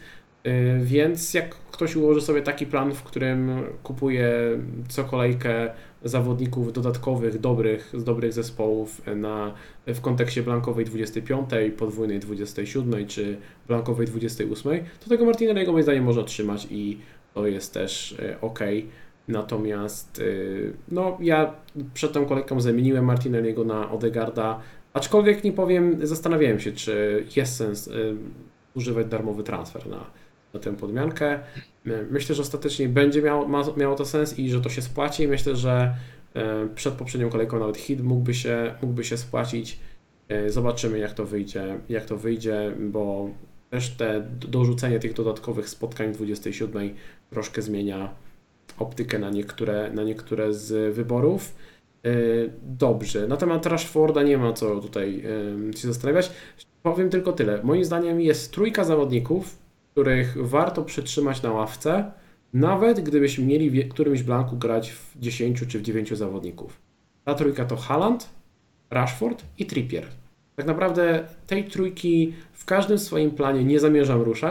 Więc jak ktoś ułoży sobie taki plan, w którym kupuje co kolejkę zawodników dodatkowych, dobrych, z dobrych zespołów na, w kontekście blankowej dwudziestej piątej, podwójnej dwudziestej siódmej czy blankowej dwudziestej ósmej, to tego Martinelliego moim zdaniem można trzymać i to jest też ok. Natomiast no, ja przed tą kolejką zamieniłem Martinelliego na Odegaarda, aczkolwiek nie powiem, zastanawiałem się, czy jest sens używać darmowy transfer na na tę podmiankę. Myślę, że ostatecznie będzie miało, ma, miało to sens i że to się spłaci. Myślę, że przed poprzednią kolejką nawet hit mógłby się, mógłby się spłacić. Zobaczymy, jak to wyjdzie, jak to wyjdzie, bo też te dorzucenie tych dodatkowych spotkań dwudziestej siódmej troszkę zmienia optykę na niektóre, na niektóre z wyborów. Dobrze, na temat Rashforda nie ma co tutaj się zastanawiać. Powiem tylko tyle. Moim zdaniem jest trójka zawodników, których warto przytrzymać na ławce, nawet gdybyśmy mieli w którymś blanku grać w dziesięciu czy w dziewięciu zawodników. Ta trójka to Haaland, Rashford i Trippier. Tak naprawdę tej trójki w każdym swoim planie nie zamierzam ruszać,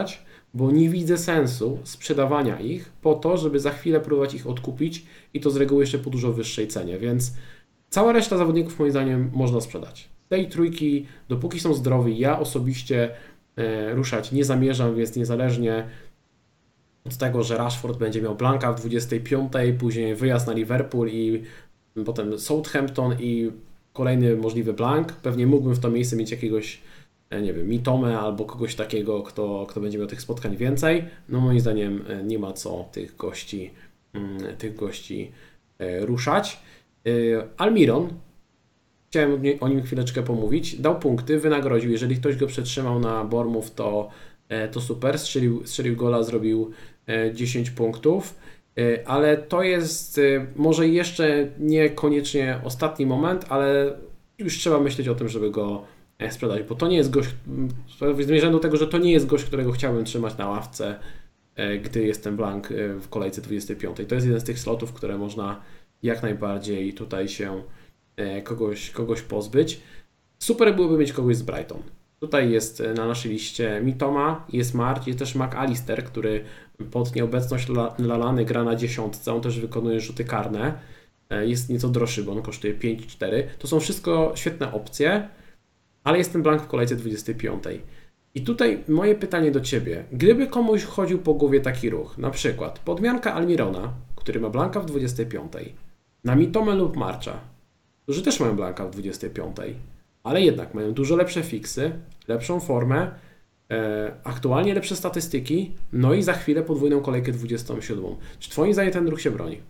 bo nie widzę sensu sprzedawania ich po to, żeby za chwilę próbować ich odkupić i to z reguły jeszcze po dużo wyższej cenie, więc cała reszta zawodników moim zdaniem można sprzedać. Tej trójki, dopóki są zdrowi, ja osobiście e, ruszać nie zamierzam, więc niezależnie od tego, że Rashford będzie miał blanka w dwudziestej piątej, później wyjazd na Liverpool i potem Southampton i kolejny możliwy blank, pewnie mógłbym w to miejsce mieć jakiegoś, nie wiem, Mitomę albo kogoś takiego, kto, kto będzie miał tych spotkań więcej. No moim zdaniem nie ma co tych gości, tych gości ruszać. Almiron, chciałem o nim chwileczkę pomówić, dał punkty, wynagrodził, jeżeli ktoś go przetrzymał na Bournemouth, to, to super, strzelił, strzelił gola, zrobił dziesięć punktów, ale to jest może jeszcze niekoniecznie ostatni moment, ale już trzeba myśleć o tym, żeby go sprzedać, bo to nie jest gość, zmierzam do tego, że to nie jest gość, którego chciałbym trzymać na ławce, gdy jestem blank w kolejce dwudziestej piątej. To jest jeden z tych slotów, które można jak najbardziej tutaj się kogoś, kogoś pozbyć. Super byłoby mieć kogoś z Brighton. Tutaj jest na naszej liście Mitoma, jest March, jest też McAllister, który pod nieobecność Lalany gra na dziesiątce, on też wykonuje rzuty karne. Jest nieco droższy, bo on kosztuje pięć cztery. To są wszystko świetne opcje, ale jest ten blank w kolejce dwudziestej piątej. I tutaj moje pytanie do Ciebie. Gdyby komuś chodził po głowie taki ruch, na przykład podmianka Almirona, który ma blanka w dwudziestej piątej, na Mitomę lub Marcha, którzy też mają blanka w dwudziestej piątej, ale jednak mają dużo lepsze fiksy, lepszą formę, e, aktualnie lepsze statystyki, no i za chwilę podwójną kolejkę dwudziestą siódmą. Czy Twoim zdaniem ten ruch się broni?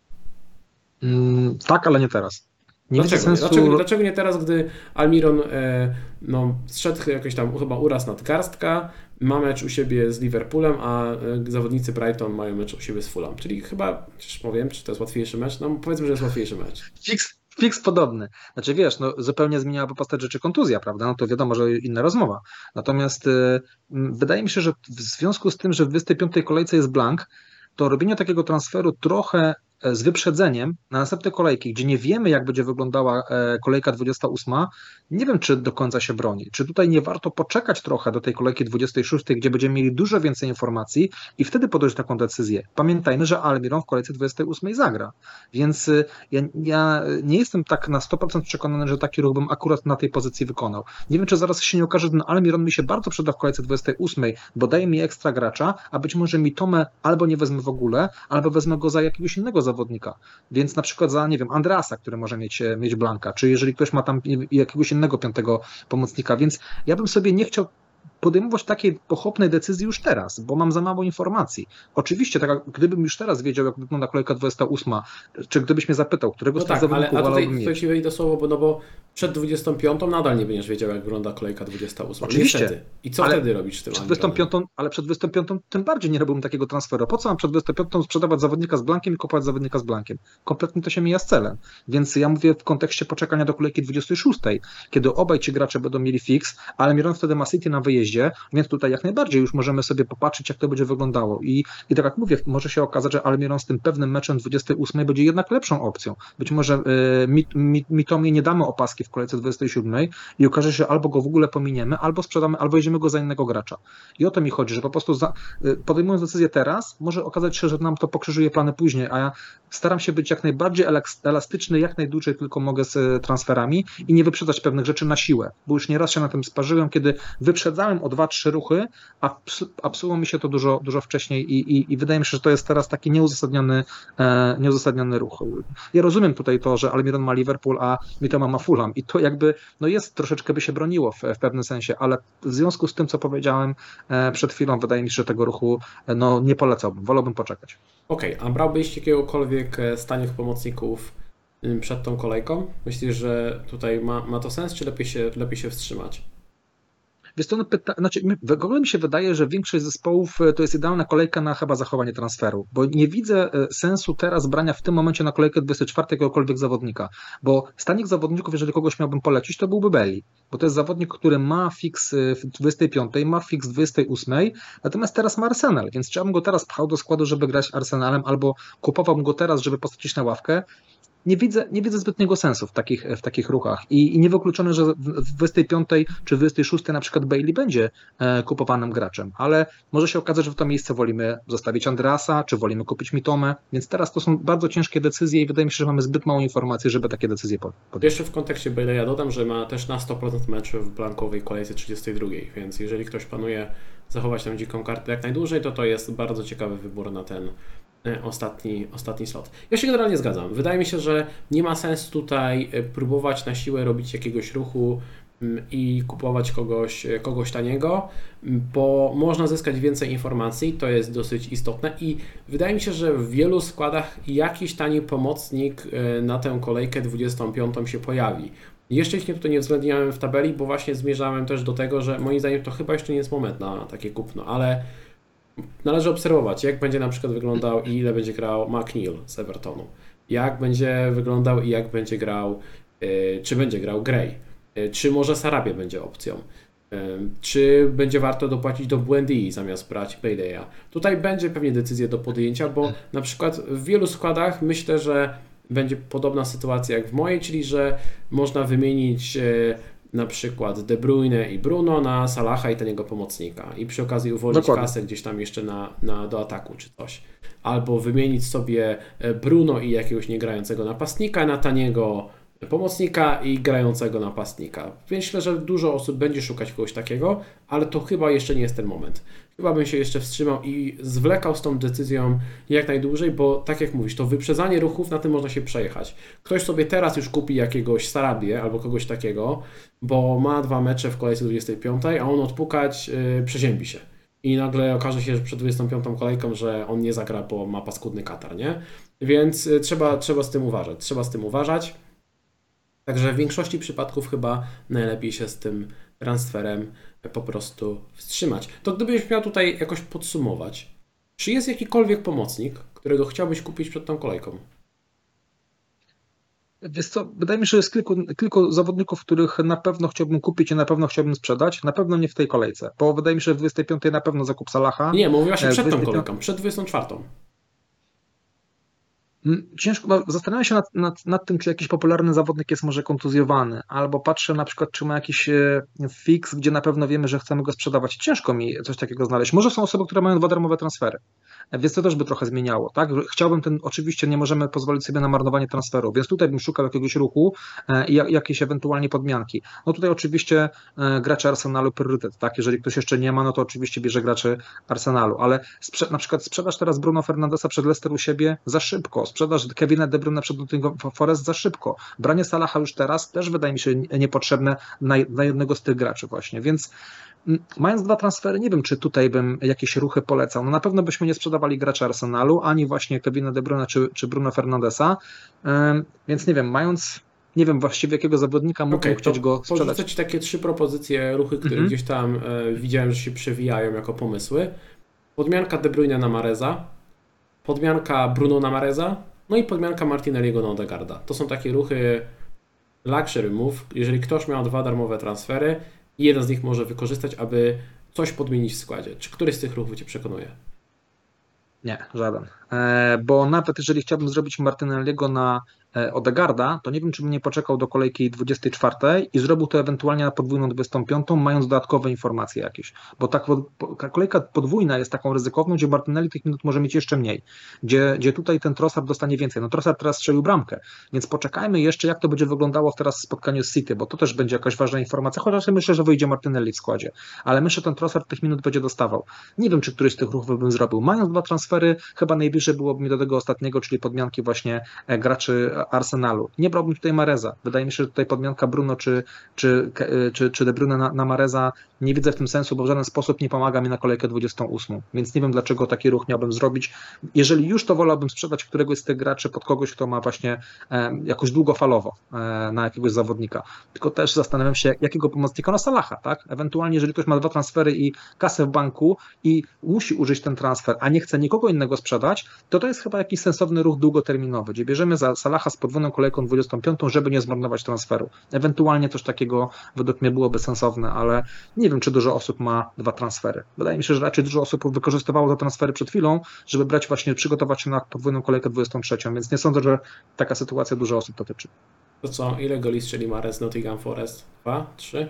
Mm, tak, ale nie teraz. Nie Dlaczego, widzę sensu... dlaczego, dlaczego nie teraz, gdy Almiron e, no, zszedł jakoś tam chyba uraz nadgarstka, ma mecz u siebie z Liverpoolem, a e, zawodnicy Brighton mają mecz u siebie z Fulham. Czyli chyba, czyż powiem, czy to jest łatwiejszy mecz? No powiedzmy, że jest łatwiejszy mecz. Fix, fix podobny. Znaczy wiesz, no, zupełnie zmieniała postać rzeczy kontuzja, prawda? No to wiadomo, że inna rozmowa. Natomiast y, wydaje mi się, że w związku z tym, że w dwudziestej piątej kolejce jest blank, to robienie takiego transferu trochę z wyprzedzeniem na następne kolejki, gdzie nie wiemy, jak będzie wyglądała kolejka dwudziesta ósma, nie wiem, czy do końca się broni. Czy tutaj nie warto poczekać trochę do tej kolejki dwudziestej szóstej, gdzie będziemy mieli dużo więcej informacji i wtedy podjąć taką decyzję. Pamiętajmy, że Almiron w kolejce dwudziestej ósmej zagra. Więc ja, ja nie jestem tak na sto procent przekonany, że taki ruch bym akurat na tej pozycji wykonał. Nie wiem, czy zaraz się nie okaże, że ten Almiron mi się bardzo przyda w kolejce dwudziestej ósmej, bo daje mi ekstra gracza, a być może mi Tomę albo nie wezmę w ogóle, albo wezmę go za jakiegoś innego zawodnika. Więc na przykład za, nie wiem, Andreasa, który może mieć, mieć blanka, czy jeżeli ktoś ma tam jakiegoś innego piątego pomocnika, więc ja bym sobie nie chciał podejmować takiej pochopnej decyzji już teraz, bo mam za mało informacji. Oczywiście, tak, gdybym już teraz wiedział, jak wygląda kolejka dwudziesta ósma, czy gdybyś mnie zapytał, którego no z tych tak, zawodników ale, a tutaj, wolałbym tutaj ci wejdę słowo, bo, no bo przed dwudziestą piątą nadal nie będziesz wiedział, jak wygląda kolejka dwudziesta ósma. Oczywiście. Niestety. I co ale wtedy robisz z tym? Przed dwudziestą piątą, ale przed dwudziestą piątą tym bardziej nie robiłbym takiego transferu. Po co mam przed dwudziestą piątą sprzedawać zawodnika z blankiem i kupować zawodnika z blankiem? Kompletnie to się mija z celem. Więc ja mówię w kontekście poczekania do kolejki dwudziestej szóstej, kiedy obaj ci gracze będą mieli fix, ale Almiron wtedy ma City na wyjeździe, więc tutaj jak najbardziej już możemy sobie popatrzeć, jak to będzie wyglądało. I, i tak jak mówię, może się okazać, że Almiron z tym pewnym meczem dwudziestej ósmej będzie jednak lepszą opcją. Być może y, mit, mit, Mitomie nie damy opaski w kolejce dwudziestej siódmej i okaże się, że albo go w ogóle pominiemy, albo sprzedamy, albo jedziemy go za innego gracza. I o to mi chodzi, że po prostu za, podejmując decyzję teraz, może okazać się, że nam to pokrzyżuje plany później, a ja staram się być jak najbardziej elastyczny, jak najdłużej tylko mogę z transferami i nie wyprzedzać pewnych rzeczy na siłę, bo już nieraz się na tym sparzyłem, kiedy wyprzedzałem o dwa, trzy ruchy, a psuło mi się to dużo, dużo wcześniej i, i, i wydaje mi się, że to jest teraz taki nieuzasadniony, e, nieuzasadniony ruch. Ja rozumiem tutaj to, że Almiron ma Liverpool, a Mitoma ma Fulham i to jakby no jest troszeczkę by się broniło w, w pewnym sensie, ale w związku z tym, co powiedziałem e, przed chwilą, wydaje mi się, że tego ruchu e, no, nie polecałbym, wolałbym poczekać. Okej, okay, a brałbyś jakiegokolwiek z tanich pomocników przed tą kolejką? Myślisz, że tutaj ma, ma to sens, czy lepiej się, lepiej się wstrzymać? Wiesz co, no pyta, znaczy, w ogóle mi się wydaje, że większość zespołów to jest idealna kolejka na chyba zachowanie transferu, bo nie widzę sensu teraz brania w tym momencie na kolejkę dwudziestej czwartej jakiegokolwiek zawodnika, bo z tanich zawodników, jeżeli kogoś miałbym polecić, to byłby Belly, bo to jest zawodnik, który ma fix w dwudziestej piątej, ma fix w dwudziestej ósmej, natomiast teraz ma Arsenal, więc czy ja bym go teraz pchał do składu, żeby grać Arsenalem, albo kupowałbym go teraz, żeby postawić na ławkę. nie widzę, nie widzę zbytniego sensu w takich, w takich ruchach i, i niewykluczone, że w dwudziestej piątej czy dwudziestej szóstej na przykład Bailey będzie e, kupowanym graczem, ale może się okazać, że w to miejsce wolimy zostawić Andreasa, czy wolimy kupić Mitomę, więc teraz to są bardzo ciężkie decyzje i wydaje mi się, że mamy zbyt mało informacji, żeby takie decyzje podjąć. Jeszcze w kontekście Baileya dodam, że ma też na sto procent meczów w blankowej kolejce trzydziestej drugiej, więc jeżeli ktoś planuje zachować tam dziką kartę jak najdłużej, to to jest bardzo ciekawy wybór na ten Ostatni, ostatni slot. Ja się generalnie zgadzam. Wydaje mi się, że nie ma sensu tutaj próbować na siłę robić jakiegoś ruchu i kupować kogoś, kogoś taniego, bo można zyskać więcej informacji, to jest dosyć istotne i wydaje mi się, że w wielu składach jakiś tani pomocnik na tę kolejkę dwudziestą piątą się pojawi. Jeszcze ich tutaj nie uwzględniałem w tabeli, bo właśnie zmierzałem też do tego, że moim zdaniem to chyba jeszcze nie jest moment na takie kupno, ale należy obserwować, jak będzie na przykład wyglądał i ile będzie grał McNeil z Evertonu. Jak będzie wyglądał i jak będzie grał, yy, czy będzie grał Gray. Yy, czy może Sarabia będzie opcją. Yy, czy będzie warto dopłacić do Buendii zamiast brać Baileya. Tutaj będzie pewnie decyzja do podjęcia, bo na przykład w wielu składach myślę, że będzie podobna sytuacja jak w mojej, czyli że można wymienić yy, na przykład De Bruyne i Bruno na Salaha i taniego pomocnika i przy okazji uwolnić Dokładnie. kasę gdzieś tam jeszcze na, na, do ataku czy coś. Albo wymienić sobie Bruno i jakiegoś niegrającego napastnika na taniego pomocnika i grającego napastnika. Myślę, że dużo osób będzie szukać kogoś takiego, ale to chyba jeszcze nie jest ten moment. Chyba bym się jeszcze wstrzymał i zwlekał z tą decyzją jak najdłużej, bo tak jak mówisz, to wyprzedzanie ruchów, na tym można się przejechać. Ktoś sobie teraz już kupi jakiegoś Sarabię albo kogoś takiego, bo ma dwa mecze w kolejce dwudziestej piątej, a on odpukać yy, przeziębi się. I nagle okaże się, że przed dwudziestą piątą kolejką, że on nie zagra, bo ma paskudny katar, nie? Więc yy, trzeba, trzeba z tym uważać. Trzeba z tym uważać. Także w większości przypadków chyba najlepiej się z tym transferem po prostu wstrzymać. To gdybyś miał tutaj jakoś podsumować, czy jest jakikolwiek pomocnik, którego chciałbyś kupić przed tą kolejką? Wiesz co, wydaje mi się, że jest kilku, kilku zawodników, których na pewno chciałbym kupić i na pewno chciałbym sprzedać, na pewno nie w tej kolejce, bo wydaje mi się, że w dwudziestej piątej na pewno zakup Salaha. Nie, mówiła się przed tą dwudziestej kolejką, przed dwudziestą czwartą. Ciężko, bo zastanawiam się nad, nad, nad tym, czy jakiś popularny zawodnik jest może kontuzjowany, albo patrzę na przykład, czy ma jakiś e, fix, gdzie na pewno wiemy, że chcemy go sprzedawać. Ciężko mi coś takiego znaleźć. Może są osoby, które mają dwa darmowe transfery, więc to też by trochę zmieniało, tak? Chciałbym ten, oczywiście nie możemy pozwolić sobie na marnowanie transferu, więc tutaj bym szukał jakiegoś ruchu e, i jakieś ewentualnie podmianki. No tutaj oczywiście e, gracze Arsenalu priorytet, tak? Jeżeli ktoś jeszcze nie ma, no to oczywiście bierze graczy Arsenalu, ale sprze- na przykład sprzedaż teraz Bruno Fernandesa przed Leicester u siebie za szybko, sprzedaż Kevina De Bruyne przed Nottingham Forest za szybko. Branie Salaha już teraz też wydaje mi się niepotrzebne na, na jednego z tych graczy właśnie, więc mając dwa transfery, nie wiem, czy tutaj bym jakieś ruchy polecał. No na pewno byśmy nie sprzedawali graczy Arsenalu, ani właśnie Kevina De Bruyne czy, czy Bruno Fernandesa, Ym, więc nie wiem, mając nie wiem właściwie jakiego zawodnika mógłbym okay, chcieć go sprzedać. Porzucę Ci takie trzy propozycje, ruchy, które mm-hmm. gdzieś tam e, widziałem, że się przewijają jako pomysły. Podmianka De Bruyne na Mareza, podmianka Bruno na Mareza, no i podmianka Martinelliego na Odegaarda. To są takie ruchy luxury move. Jeżeli ktoś miał dwa darmowe transfery, jeden z nich może wykorzystać, aby coś podmienić w składzie. Czy któryś z tych ruchów Cię przekonuje? Nie, żaden. E, bo nawet jeżeli chciałbym zrobić Martinelliego na Odegaarda, to nie wiem, czy bym nie poczekał do kolejki dwudziestej czwartej i zrobił to ewentualnie na podwójną dwudziestą piątą, mając dodatkowe informacje jakieś. Bo ta kolejka podwójna jest taką ryzykowną, gdzie Martinelli tych minut może mieć jeszcze mniej. Gdzie, gdzie tutaj ten Trossard dostanie więcej. No Trossard teraz strzelił bramkę, więc poczekajmy jeszcze, jak to będzie wyglądało teraz w spotkaniu z City, bo to też będzie jakaś ważna informacja, chociaż myślę, że wyjdzie Martinelli w składzie. Ale myślę, że ten Trossard tych minut będzie dostawał. Nie wiem, czy któryś z tych ruchów bym zrobił. Mając dwa transfery, chyba najbliżej byłoby mi do tego ostatniego, czyli podmianki właśnie graczy Arsenalu. Nie brałbym tutaj Mareza. Wydaje mi się, że tutaj podmianka Bruno czy, czy, czy, czy De Bruyne na, na Mareza nie widzę w tym sensu, bo w żaden sposób nie pomaga mi na kolejkę dwudziestą ósmą, więc nie wiem, dlaczego taki ruch miałbym zrobić. Jeżeli już, to wolałbym sprzedać któregoś z tych graczy pod kogoś, kto ma właśnie e, jakoś długofalowo e, na jakiegoś zawodnika. Tylko też zastanawiam się, jakiego pomocnika na Salaha, tak? Ewentualnie, jeżeli ktoś ma dwa transfery i kasę w banku i musi użyć ten transfer, a nie chce nikogo innego sprzedać, to to jest chyba jakiś sensowny ruch długoterminowy, gdzie bierzemy za Salaha Salaha z podwójną kolejką dwudziestą piątą, żeby nie zmarnować transferu. Ewentualnie coś takiego według mnie byłoby sensowne, ale nie wiem, czy dużo osób ma dwa transfery. Wydaje mi się, że raczej dużo osób wykorzystywało te transfery przed chwilą, żeby brać właśnie, przygotować się na podwójną kolejkę dwudziestą trzecią, więc nie sądzę, że taka sytuacja dużo osób dotyczy. To co, ile goli strzeli Mahrez z Nottingham Forest? Dwa? Trzy?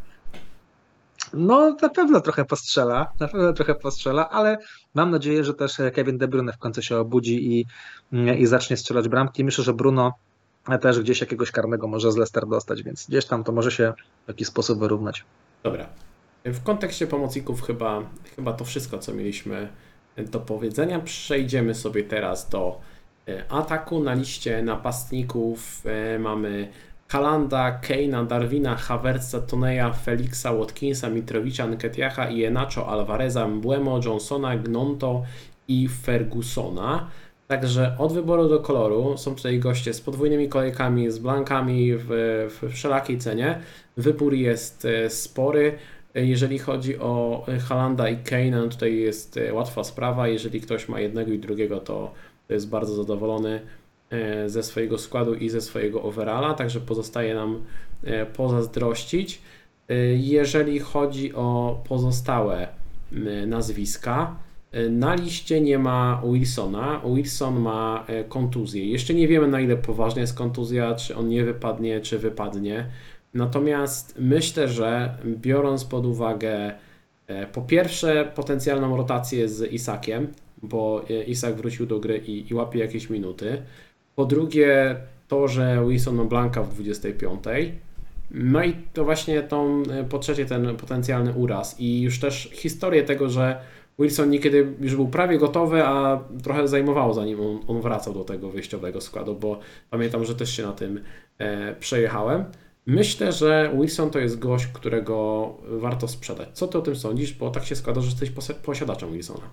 No, na pewno trochę postrzela, na pewno trochę postrzela, ale mam nadzieję, że też Kevin De Bruyne w końcu się obudzi i, i zacznie strzelać bramki. Myślę, że Bruno też gdzieś jakiegoś karnego może z Leicester dostać, więc gdzieś tam to może się w jakiś sposób wyrównać. Dobra. W kontekście pomocników chyba, chyba to wszystko, co mieliśmy do powiedzenia. Przejdziemy sobie teraz do ataku. Na liście napastników mamy Haalanda, Kane'a, Darwina, Havertza, Toneja, Felixa, Watkinsa, Mitrowicza, Nketiaha, Iheanacho, Alvareza, Mbeumo, Johnsona, Gnonto i Fergusona. Także od wyboru do koloru są tutaj goście z podwójnymi kolejkami, z blankami w, w wszelakiej cenie. Wybór jest spory. Jeżeli chodzi o Haalanda i Kane'a, tutaj jest łatwa sprawa. Jeżeli ktoś ma jednego i drugiego, to, to jest bardzo zadowolony ze swojego składu i ze swojego overalla, także pozostaje nam pozazdrościć. Jeżeli chodzi o pozostałe nazwiska, na liście nie ma Wilsona. Wilson ma kontuzję. Jeszcze nie wiemy, na ile poważna jest kontuzja, czy on nie wypadnie, czy wypadnie. Natomiast myślę, że biorąc pod uwagę po pierwsze potencjalną rotację z Isakiem, bo Isak wrócił do gry i, i łapie jakieś minuty. Po drugie to, że Wilson ma blanka w dwudziestej piątej. No i to właśnie tą, po trzecie ten potencjalny uraz i już też historię tego, że Wilson niekiedy już był prawie gotowy, a trochę zajmowało zanim on, on wracał do tego wyjściowego składu, bo pamiętam, że też się na tym e, przejechałem. Myślę, że Wilson to jest gość, którego warto sprzedać. Co ty o tym sądzisz? Bo tak się składa, że jesteś posiadaczem Wilsona.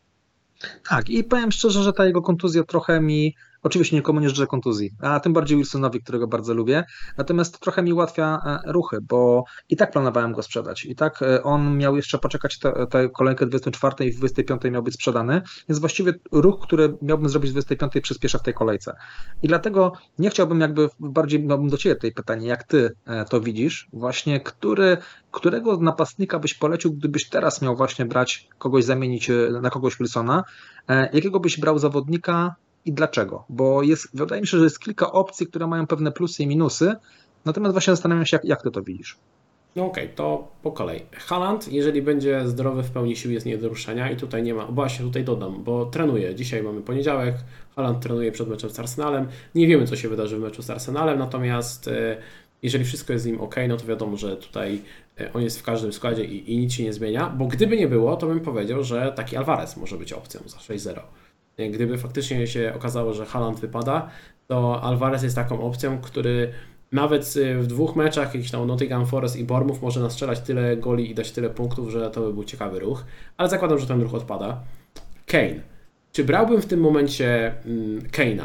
Tak, i powiem szczerze, że ta jego kontuzja trochę mi, oczywiście nikomu nie życzę kontuzji, a tym bardziej Wilsonowi, którego bardzo lubię, natomiast trochę mi ułatwia ruchy, bo i tak planowałem go sprzedać, i tak on miał jeszcze poczekać tę kolejkę dwudziestą czwartą i w dwudziestej piątej miał być sprzedany, więc właściwie ruch, który miałbym zrobić w dwudziestej piątej przyspiesza w tej kolejce. I dlatego nie chciałbym jakby, bardziej miałbym do Ciebie tutaj pytanie, jak Ty to widzisz, właśnie który, którego napastnika byś polecił, gdybyś teraz miał właśnie brać kogoś, zamienić na kogoś Wilsona, jakiego byś brał zawodnika i dlaczego? Bo jest, wydaje mi się, że jest kilka opcji, które mają pewne plusy i minusy, natomiast właśnie zastanawiam się, jak, jak ty to widzisz. No okej, okay, to po kolei. Haaland, jeżeli będzie zdrowy, w pełni sił, jest nie do ruszenia i tutaj nie ma, właśnie tutaj dodam, bo trenuje. Dzisiaj mamy poniedziałek, Haaland trenuje przed meczem z Arsenalem. Nie wiemy, co się wydarzy w meczu z Arsenalem, natomiast jeżeli wszystko jest z nim ok, no to wiadomo, że tutaj on jest w każdym składzie i, i nic się nie zmienia, bo gdyby nie było, to bym powiedział, że taki Alvarez może być opcją za sześć zero. Gdyby faktycznie się okazało, że Haaland wypada, to Alvarez jest taką opcją, który nawet w dwóch meczach, jakiś tam Nottingham Forest i Bournemouth, może nastrzelać tyle goli i dać tyle punktów, że to by był ciekawy ruch, ale zakładam, że ten ruch odpada. Kane. Czy brałbym w tym momencie Kane'a?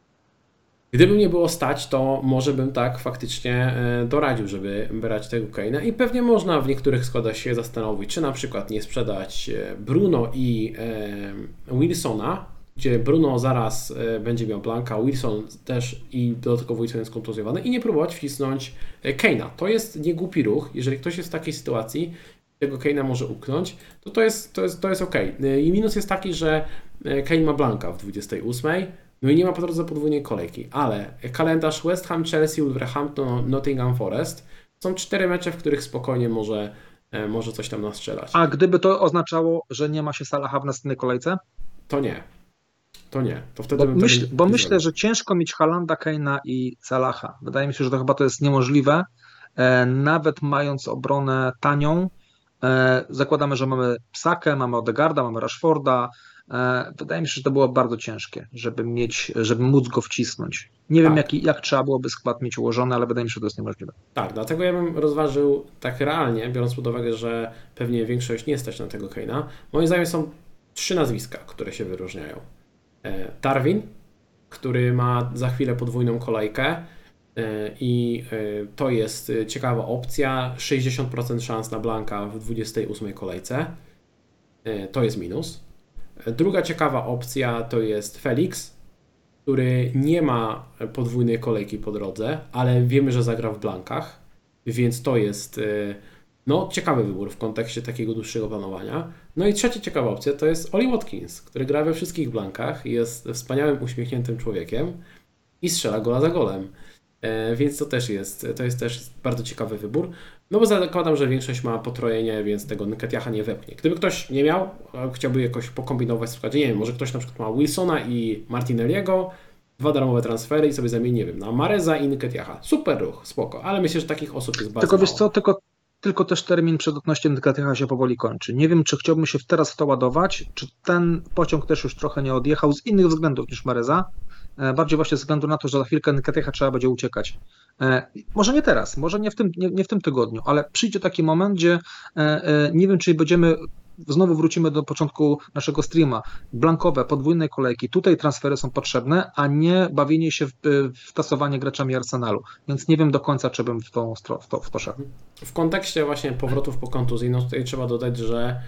Gdyby mnie było stać, to może bym tak faktycznie doradził, żeby brać tego Kane'a i pewnie można w niektórych składach się zastanowić, czy na przykład nie sprzedać Bruno i Wilsona, gdzie Bruno zaraz będzie miał blanka, Wilson też i dodatkowo Wilson jest kontuzjowany i nie próbować wcisnąć Kane'a. To jest niegłupi ruch, jeżeli ktoś jest w takiej sytuacji, tego Kane'a może uknąć, to to jest, to jest, to jest ok. I minus jest taki, że Kane ma blanka w dwudziestej ósmej, no i nie ma po drodze podwójnej kolejki, ale kalendarz West Ham, Chelsea, Wolverhampton, Nottingham Forest są cztery mecze, w których spokojnie może, może coś tam nastrzelać. A gdyby to oznaczało, że nie ma się Salaha w następnej kolejce? To nie. To nie. To wtedy bo bym myśl, bo nie myślę, zrobił. że ciężko mieć Haalanda, Kane'a i Salaha. Wydaje mi się, że to chyba to jest niemożliwe. E, nawet mając obronę tanią, e, zakładamy, że mamy Sakę, mamy Odegaarda, mamy Rashforda. E, wydaje mi się, że to było bardzo ciężkie, żeby mieć, żeby móc go wcisnąć. Nie Tak. wiem, jaki, jak trzeba byłoby skład mieć ułożony, ale wydaje mi się, że to jest niemożliwe. Tak, dlatego ja bym rozważył tak realnie, biorąc pod uwagę, że pewnie większość nie stać na tego Kane'a. Moim zdaniem są trzy nazwiska, które się wyróżniają. Darwin, który ma za chwilę podwójną kolejkę i to jest ciekawa opcja, sześćdziesiąt procent szans na blanka w dwudziestej ósmej kolejce, to jest minus. Druga ciekawa opcja to jest Felix, który nie ma podwójnej kolejki po drodze, ale wiemy, że zagra w blankach, więc to jest no, ciekawy wybór w kontekście takiego dłuższego planowania. No i trzecia ciekawa opcja to jest Ollie Watkins, który gra we wszystkich blankach, jest wspaniałym, uśmiechniętym człowiekiem i strzela gola za golem. E, więc to też jest, to jest też bardzo ciekawy wybór. No bo zakładam, że większość ma potrojenie, więc tego Nketiaha nie wepchnie. Gdyby ktoś nie miał, chciałby jakoś pokombinować w składzie, nie wiem, może ktoś na przykład ma Wilsona i Martinelliego, dwa darmowe transfery i sobie zamieni, nie wiem, na Mareza i Nketiaha. Super ruch, spoko, ale myślę, że takich osób jest bardzo Tylko wiesz mało. co, tylko, tylko też termin przydatności Nketiaha się powoli kończy. Nie wiem, czy chciałbym się teraz w to ładować, czy ten pociąg też już trochę nie odjechał z innych względów niż Mareza. Bardziej właśnie ze względu na to, że za chwilkę Nketiaha trzeba będzie uciekać. Może nie teraz, może nie w tym, nie, nie w tym tygodniu, ale przyjdzie taki moment, gdzie nie wiem, czy będziemy, znowu wrócimy do początku naszego streama, blankowe, podwójne kolejki, tutaj transfery są potrzebne, a nie bawienie się w, w tasowanie graczami Arsenalu, więc nie wiem do końca, czy bym w, tą, w, to, w to szedł. W kontekście właśnie powrotów po kontuzji, no tutaj trzeba dodać, że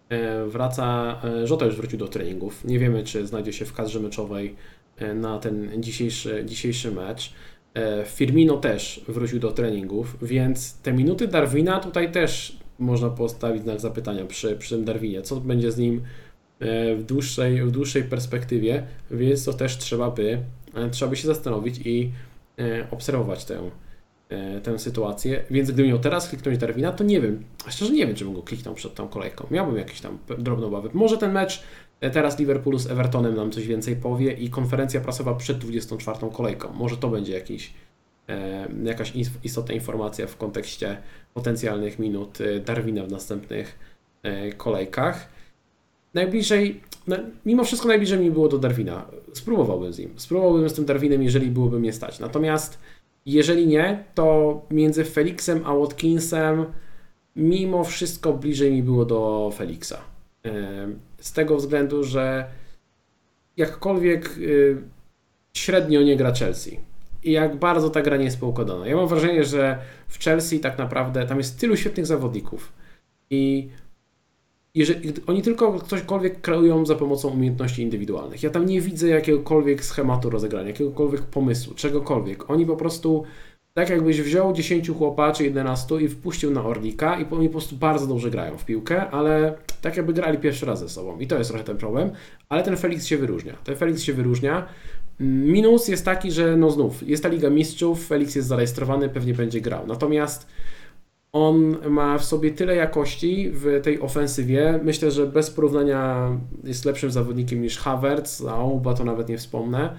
wraca, Jota już wrócił do treningów, nie wiemy, czy znajdzie się w kadrze meczowej na ten dzisiejszy, dzisiejszy mecz. Firmino też wrócił do treningów, więc te minuty Darwina tutaj też można postawić znak zapytania przy, przy tym Darwinie. Co będzie z nim w dłuższej, w dłuższej perspektywie, więc to też trzeba by, trzeba by się zastanowić i obserwować tę, tę sytuację. Więc gdybym miał teraz kliknąć Darwina, to nie wiem, a szczerze nie wiem, czy bym go kliknął przed tą kolejką. Miałbym jakieś tam drobne obawy. Może ten mecz teraz Liverpoolu z Evertonem nam coś więcej powie i konferencja prasowa przed dwudziestą czwartą kolejką. Może to będzie jakiś, e, jakaś istotna informacja w kontekście potencjalnych minut Darwina w następnych e, kolejkach. Najbliżej, no, mimo wszystko najbliżej mi było do Darwina. Spróbowałbym z nim. Spróbowałbym z tym Darwinem, jeżeli byłoby mnie stać. Natomiast jeżeli nie, to między Felixem a Watkinsem mimo wszystko bliżej mi było do Felixa. Z tego względu, że jakkolwiek średnio nie gra Chelsea i jak bardzo ta gra nie jest poukładana. Ja mam wrażenie, że w Chelsea tak naprawdę tam jest tylu świetnych zawodników i jeżeli oni tylko cośkolwiek kreują za pomocą umiejętności indywidualnych. Ja tam nie widzę jakiegokolwiek schematu rozegrania, jakiegokolwiek pomysłu, czegokolwiek. Oni po prostu tak jakbyś wziął dziesięciu chłopa czy jedenastu i wpuścił na Orlika i oni po prostu bardzo dobrze grają w piłkę, ale tak jakby grali pierwszy raz ze sobą i to jest trochę ten problem, ale ten Felix się wyróżnia. Ten Felix się wyróżnia. Minus jest taki, że no znów jest ta Liga Mistrzów, Felix jest zarejestrowany, pewnie będzie grał. Natomiast on ma w sobie tyle jakości w tej ofensywie. Myślę, że bez porównania jest lepszym zawodnikiem niż Havertz, a Auba to nawet nie wspomnę.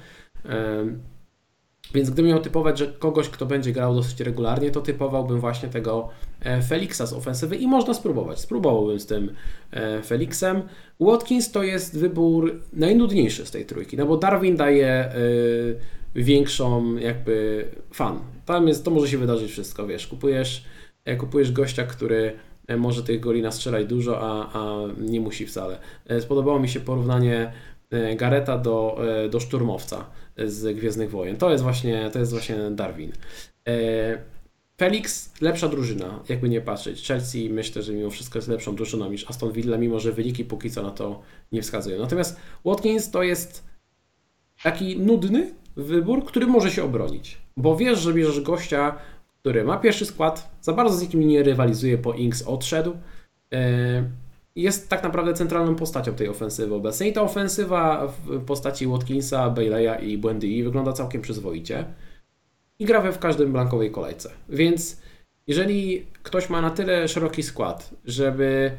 Więc gdybym miał typować, że kogoś, kto będzie grał dosyć regularnie, to typowałbym właśnie tego Felixa z ofensywy i można spróbować. Spróbowałbym z tym Felixem. Watkins to jest wybór najnudniejszy z tej trójki, no bo Darwin daje y, większą jakby fan. Tam jest, to może się wydarzyć wszystko, wiesz, kupujesz, kupujesz gościa, który może tych goli nastrzelać dużo, a, a nie musi wcale. Spodobało mi się porównanie Gareta do, do szturmowca z Gwiezdnych Wojen. To jest właśnie, to jest właśnie Darwin. Felix, lepsza drużyna, jakby nie patrzeć. Chelsea myślę, że mimo wszystko jest lepszą drużyną niż Aston Villa, mimo że wyniki póki co na to nie wskazują. Natomiast Watkins to jest taki nudny wybór, który może się obronić. Bo wiesz, że bierzesz gościa, który ma pierwszy skład, za bardzo z nikim nie rywalizuje, bo Ings odszedł. Jest tak naprawdę centralną postacią tej ofensywy obecnej. I ta ofensywa w postaci Watkinsa, Bayleya i Buendii wygląda całkiem przyzwoicie. I gra we w każdym blankowej kolejce. Więc jeżeli ktoś ma na tyle szeroki skład, żeby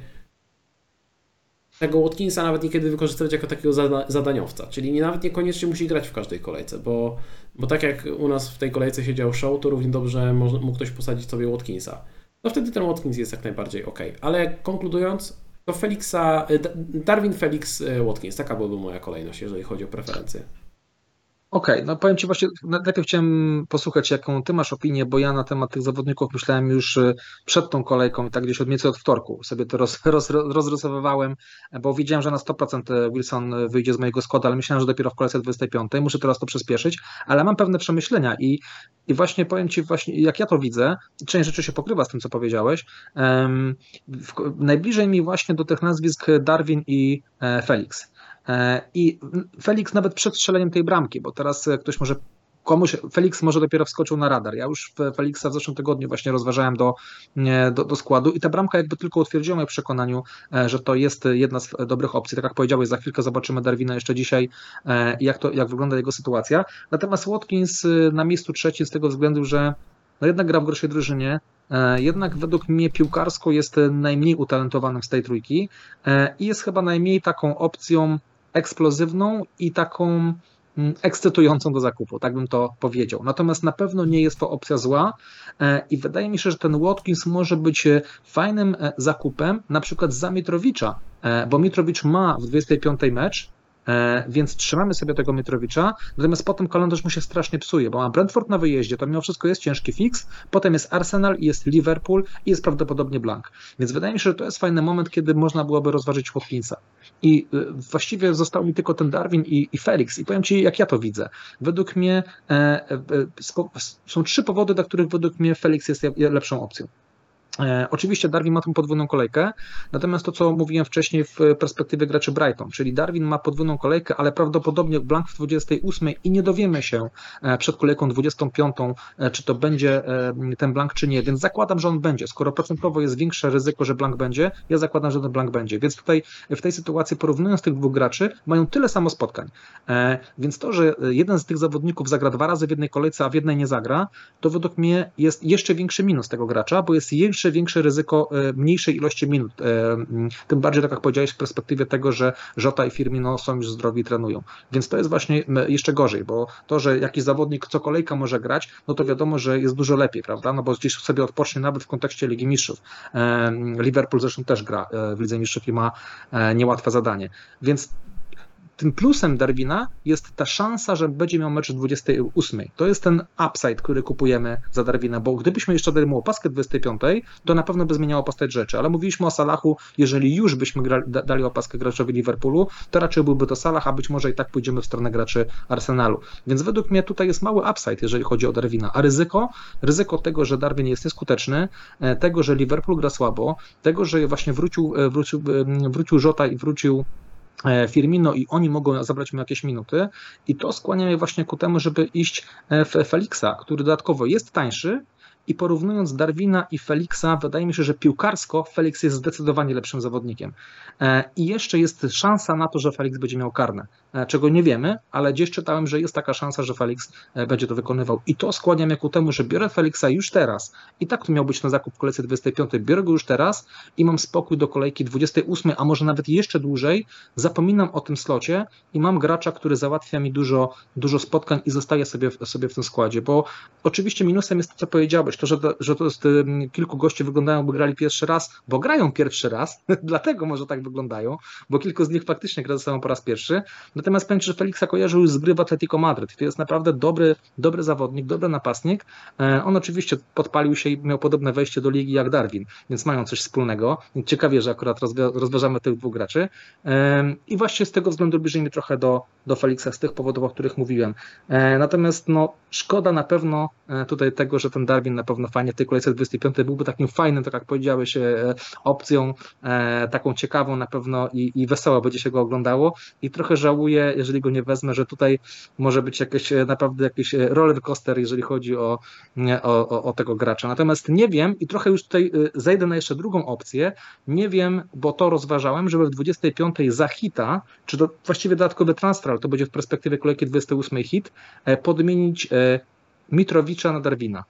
tego Watkinsa nawet niekiedy wykorzystywać jako takiego zadaniowca, czyli nie, nawet niekoniecznie musi grać w każdej kolejce, bo, bo tak jak u nas w tej kolejce siedział Shaw, to równie dobrze mógł ktoś posadzić sobie Watkinsa. No wtedy ten Watkins jest jak najbardziej ok. Ale konkludując, to Felixa, Darwin, Felix, Watkins. Taka byłaby moja kolejność, jeżeli chodzi o preferencje. Okej, okay, no powiem Ci właśnie, najpierw chciałem posłuchać, jaką Ty masz opinię, bo ja na temat tych zawodników myślałem już przed tą kolejką i tak gdzieś od nieco od wtorku sobie to roz, roz, rozrysowywałem, bo wiedziałem, że na sto procent Wilson wyjdzie z mojego składu, ale myślałem, że dopiero w kolejce dwudziestej piątej. Muszę teraz to przyspieszyć, ale mam pewne przemyślenia i, i właśnie powiem Ci, właśnie jak ja to widzę, część rzeczy się pokrywa z tym, co powiedziałeś. Um, w, najbliżej mi właśnie do tych nazwisk Darwin i e, Felix. I Felix nawet przed strzeleniem tej bramki, bo teraz ktoś może komuś, Felix może dopiero wskoczył na radar. Ja już Felixa w zeszłym tygodniu właśnie rozważałem do, do, do składu i ta bramka jakby tylko utwierdziła mnie w przekonaniu, że to jest jedna z dobrych opcji. Tak jak powiedziałeś, za chwilkę zobaczymy Darwina jeszcze dzisiaj, jak, to, jak wygląda jego sytuacja. Natomiast Watkins na miejscu trzecim z tego względu, że no jednak gra w gorszej drużynie, jednak według mnie piłkarsko jest najmniej utalentowanym z tej trójki i jest chyba najmniej taką opcją eksplozywną i taką ekscytującą do zakupu, tak bym to powiedział. Natomiast na pewno nie jest to opcja zła i wydaje mi się, że ten Watkins może być fajnym zakupem na przykład za Mitrowicza, bo Mitrowicz ma w dwudziestej piątej mecz, więc trzymamy sobie tego Mitrowicza, natomiast potem kalendarz mu się strasznie psuje, bo ma Brentford na wyjeździe, to mimo wszystko jest ciężki fix, potem jest Arsenal, jest Liverpool i jest prawdopodobnie Blank. Więc wydaje mi się, że to jest fajny moment, kiedy można byłoby rozważyć Watkinsa. I właściwie został mi tylko ten Darwin i, i Felix. I powiem Ci, jak ja to widzę. Według mnie e, e, są trzy powody, dla których według mnie Felix jest lepszą opcją. E, oczywiście Darwin ma tą podwójną kolejkę, natomiast to, co mówiłem wcześniej w perspektywie graczy Brighton, czyli Darwin ma podwójną kolejkę, ale prawdopodobnie Blank w dwudziestej ósmej i nie dowiemy się przed kolejką dwudziestą piątą, czy to będzie ten Blank, czy nie, więc zakładam, że on będzie. Skoro procentowo jest większe ryzyko, że Blank będzie, ja zakładam, że ten Blank będzie, więc tutaj w tej sytuacji, porównując tych dwóch graczy, mają tyle samo spotkań, e, więc to, że jeden z tych zawodników zagra dwa razy w jednej kolejce, a w jednej nie zagra, to według mnie jest jeszcze większy minus tego gracza, bo jest jeszcze większe ryzyko mniejszej ilości minut. Tym bardziej, tak jak powiedziałeś, w perspektywie tego, że Jota i Firmino są już zdrowi i trenują. Więc to jest właśnie jeszcze gorzej, bo to, że jakiś zawodnik co kolejka może grać, no to wiadomo, że jest dużo lepiej, prawda? No bo gdzieś sobie odpocznie nawet w kontekście Ligi Mistrzów. Liverpool zresztą też gra w Lidze Mistrzów i ma niełatwe zadanie. Więc tym plusem Darwina jest ta szansa, że będzie miał mecz w dwudziestej ósmej. To jest ten upside, który kupujemy za Darwina, bo gdybyśmy jeszcze dali mu opaskę dwudziestej piątej, to na pewno by zmieniało postać rzeczy, ale mówiliśmy o Salachu, jeżeli już byśmy grali, dali opaskę graczowi Liverpoolu, to raczej byłby to Salah, a być może i tak pójdziemy w stronę graczy Arsenalu. Więc według mnie tutaj jest mały upside, jeżeli chodzi o Darwina, a ryzyko, ryzyko tego, że Darwin jest nieskuteczny, tego, że Liverpool gra słabo, tego, że właśnie wrócił, wrócił, wrócił Jota i wrócił Firmino i oni mogą zabrać mu jakieś minuty i to skłania mnie właśnie ku temu, żeby iść w Felixa, który dodatkowo jest tańszy i porównując Darwina i Felixa, wydaje mi się, że piłkarsko Felix jest zdecydowanie lepszym zawodnikiem. I jeszcze jest szansa na to, że Felix będzie miał karne, czego nie wiemy, ale gdzieś czytałem, że jest taka szansa, że Felix będzie to wykonywał i to skłania mnie ku temu, że biorę Felixa już teraz i tak to miał być na zakup w kolejce dwudziestej piątej, biorę go już teraz i mam spokój do kolejki dwudziestej ósmej, a może nawet jeszcze dłużej, zapominam o tym slocie i mam gracza, który załatwia mi dużo, dużo spotkań i zostaje sobie, sobie w tym składzie, bo oczywiście minusem jest to, co powiedziałeś, to, że to, że to jest, kilku gości wyglądają, bo grali pierwszy raz, bo grają pierwszy raz, dlatego może tak wyglądają, bo kilku z nich faktycznie gra ze sobą po raz pierwszy. Natomiast powiem Ci, że Felixa kojarzył już z gry w Atletico Madryt. To jest naprawdę dobry, dobry zawodnik, dobry napastnik. On oczywiście podpalił się i miał podobne wejście do ligi jak Darwin, więc mają coś wspólnego. Ciekawie, że akurat rozważamy tych dwóch graczy. I właśnie z tego względu bliżej mi trochę do, do Felixa, z tych powodów, o których mówiłem. Natomiast no, szkoda na pewno tutaj tego, że ten Darwin na pewno fajnie w tej kolejce dwudziestej piątej byłby takim fajnym, tak jak powiedziałeś, opcją, taką ciekawą na pewno i, i wesoło będzie się go oglądało i trochę żałuję, jeżeli go nie wezmę, że tutaj może być jakieś naprawdę jakiś roller coaster, jeżeli chodzi o, o, o, o tego gracza. Natomiast nie wiem i trochę już tutaj zejdę na jeszcze drugą opcję, nie wiem, bo to rozważałem, żeby w dwudziestej piątej za hita, czy to właściwie dodatkowy transfer, ale to będzie w perspektywie kolejki dwudziestej ósmej hit, podmienić Mitrowicza na Darwina.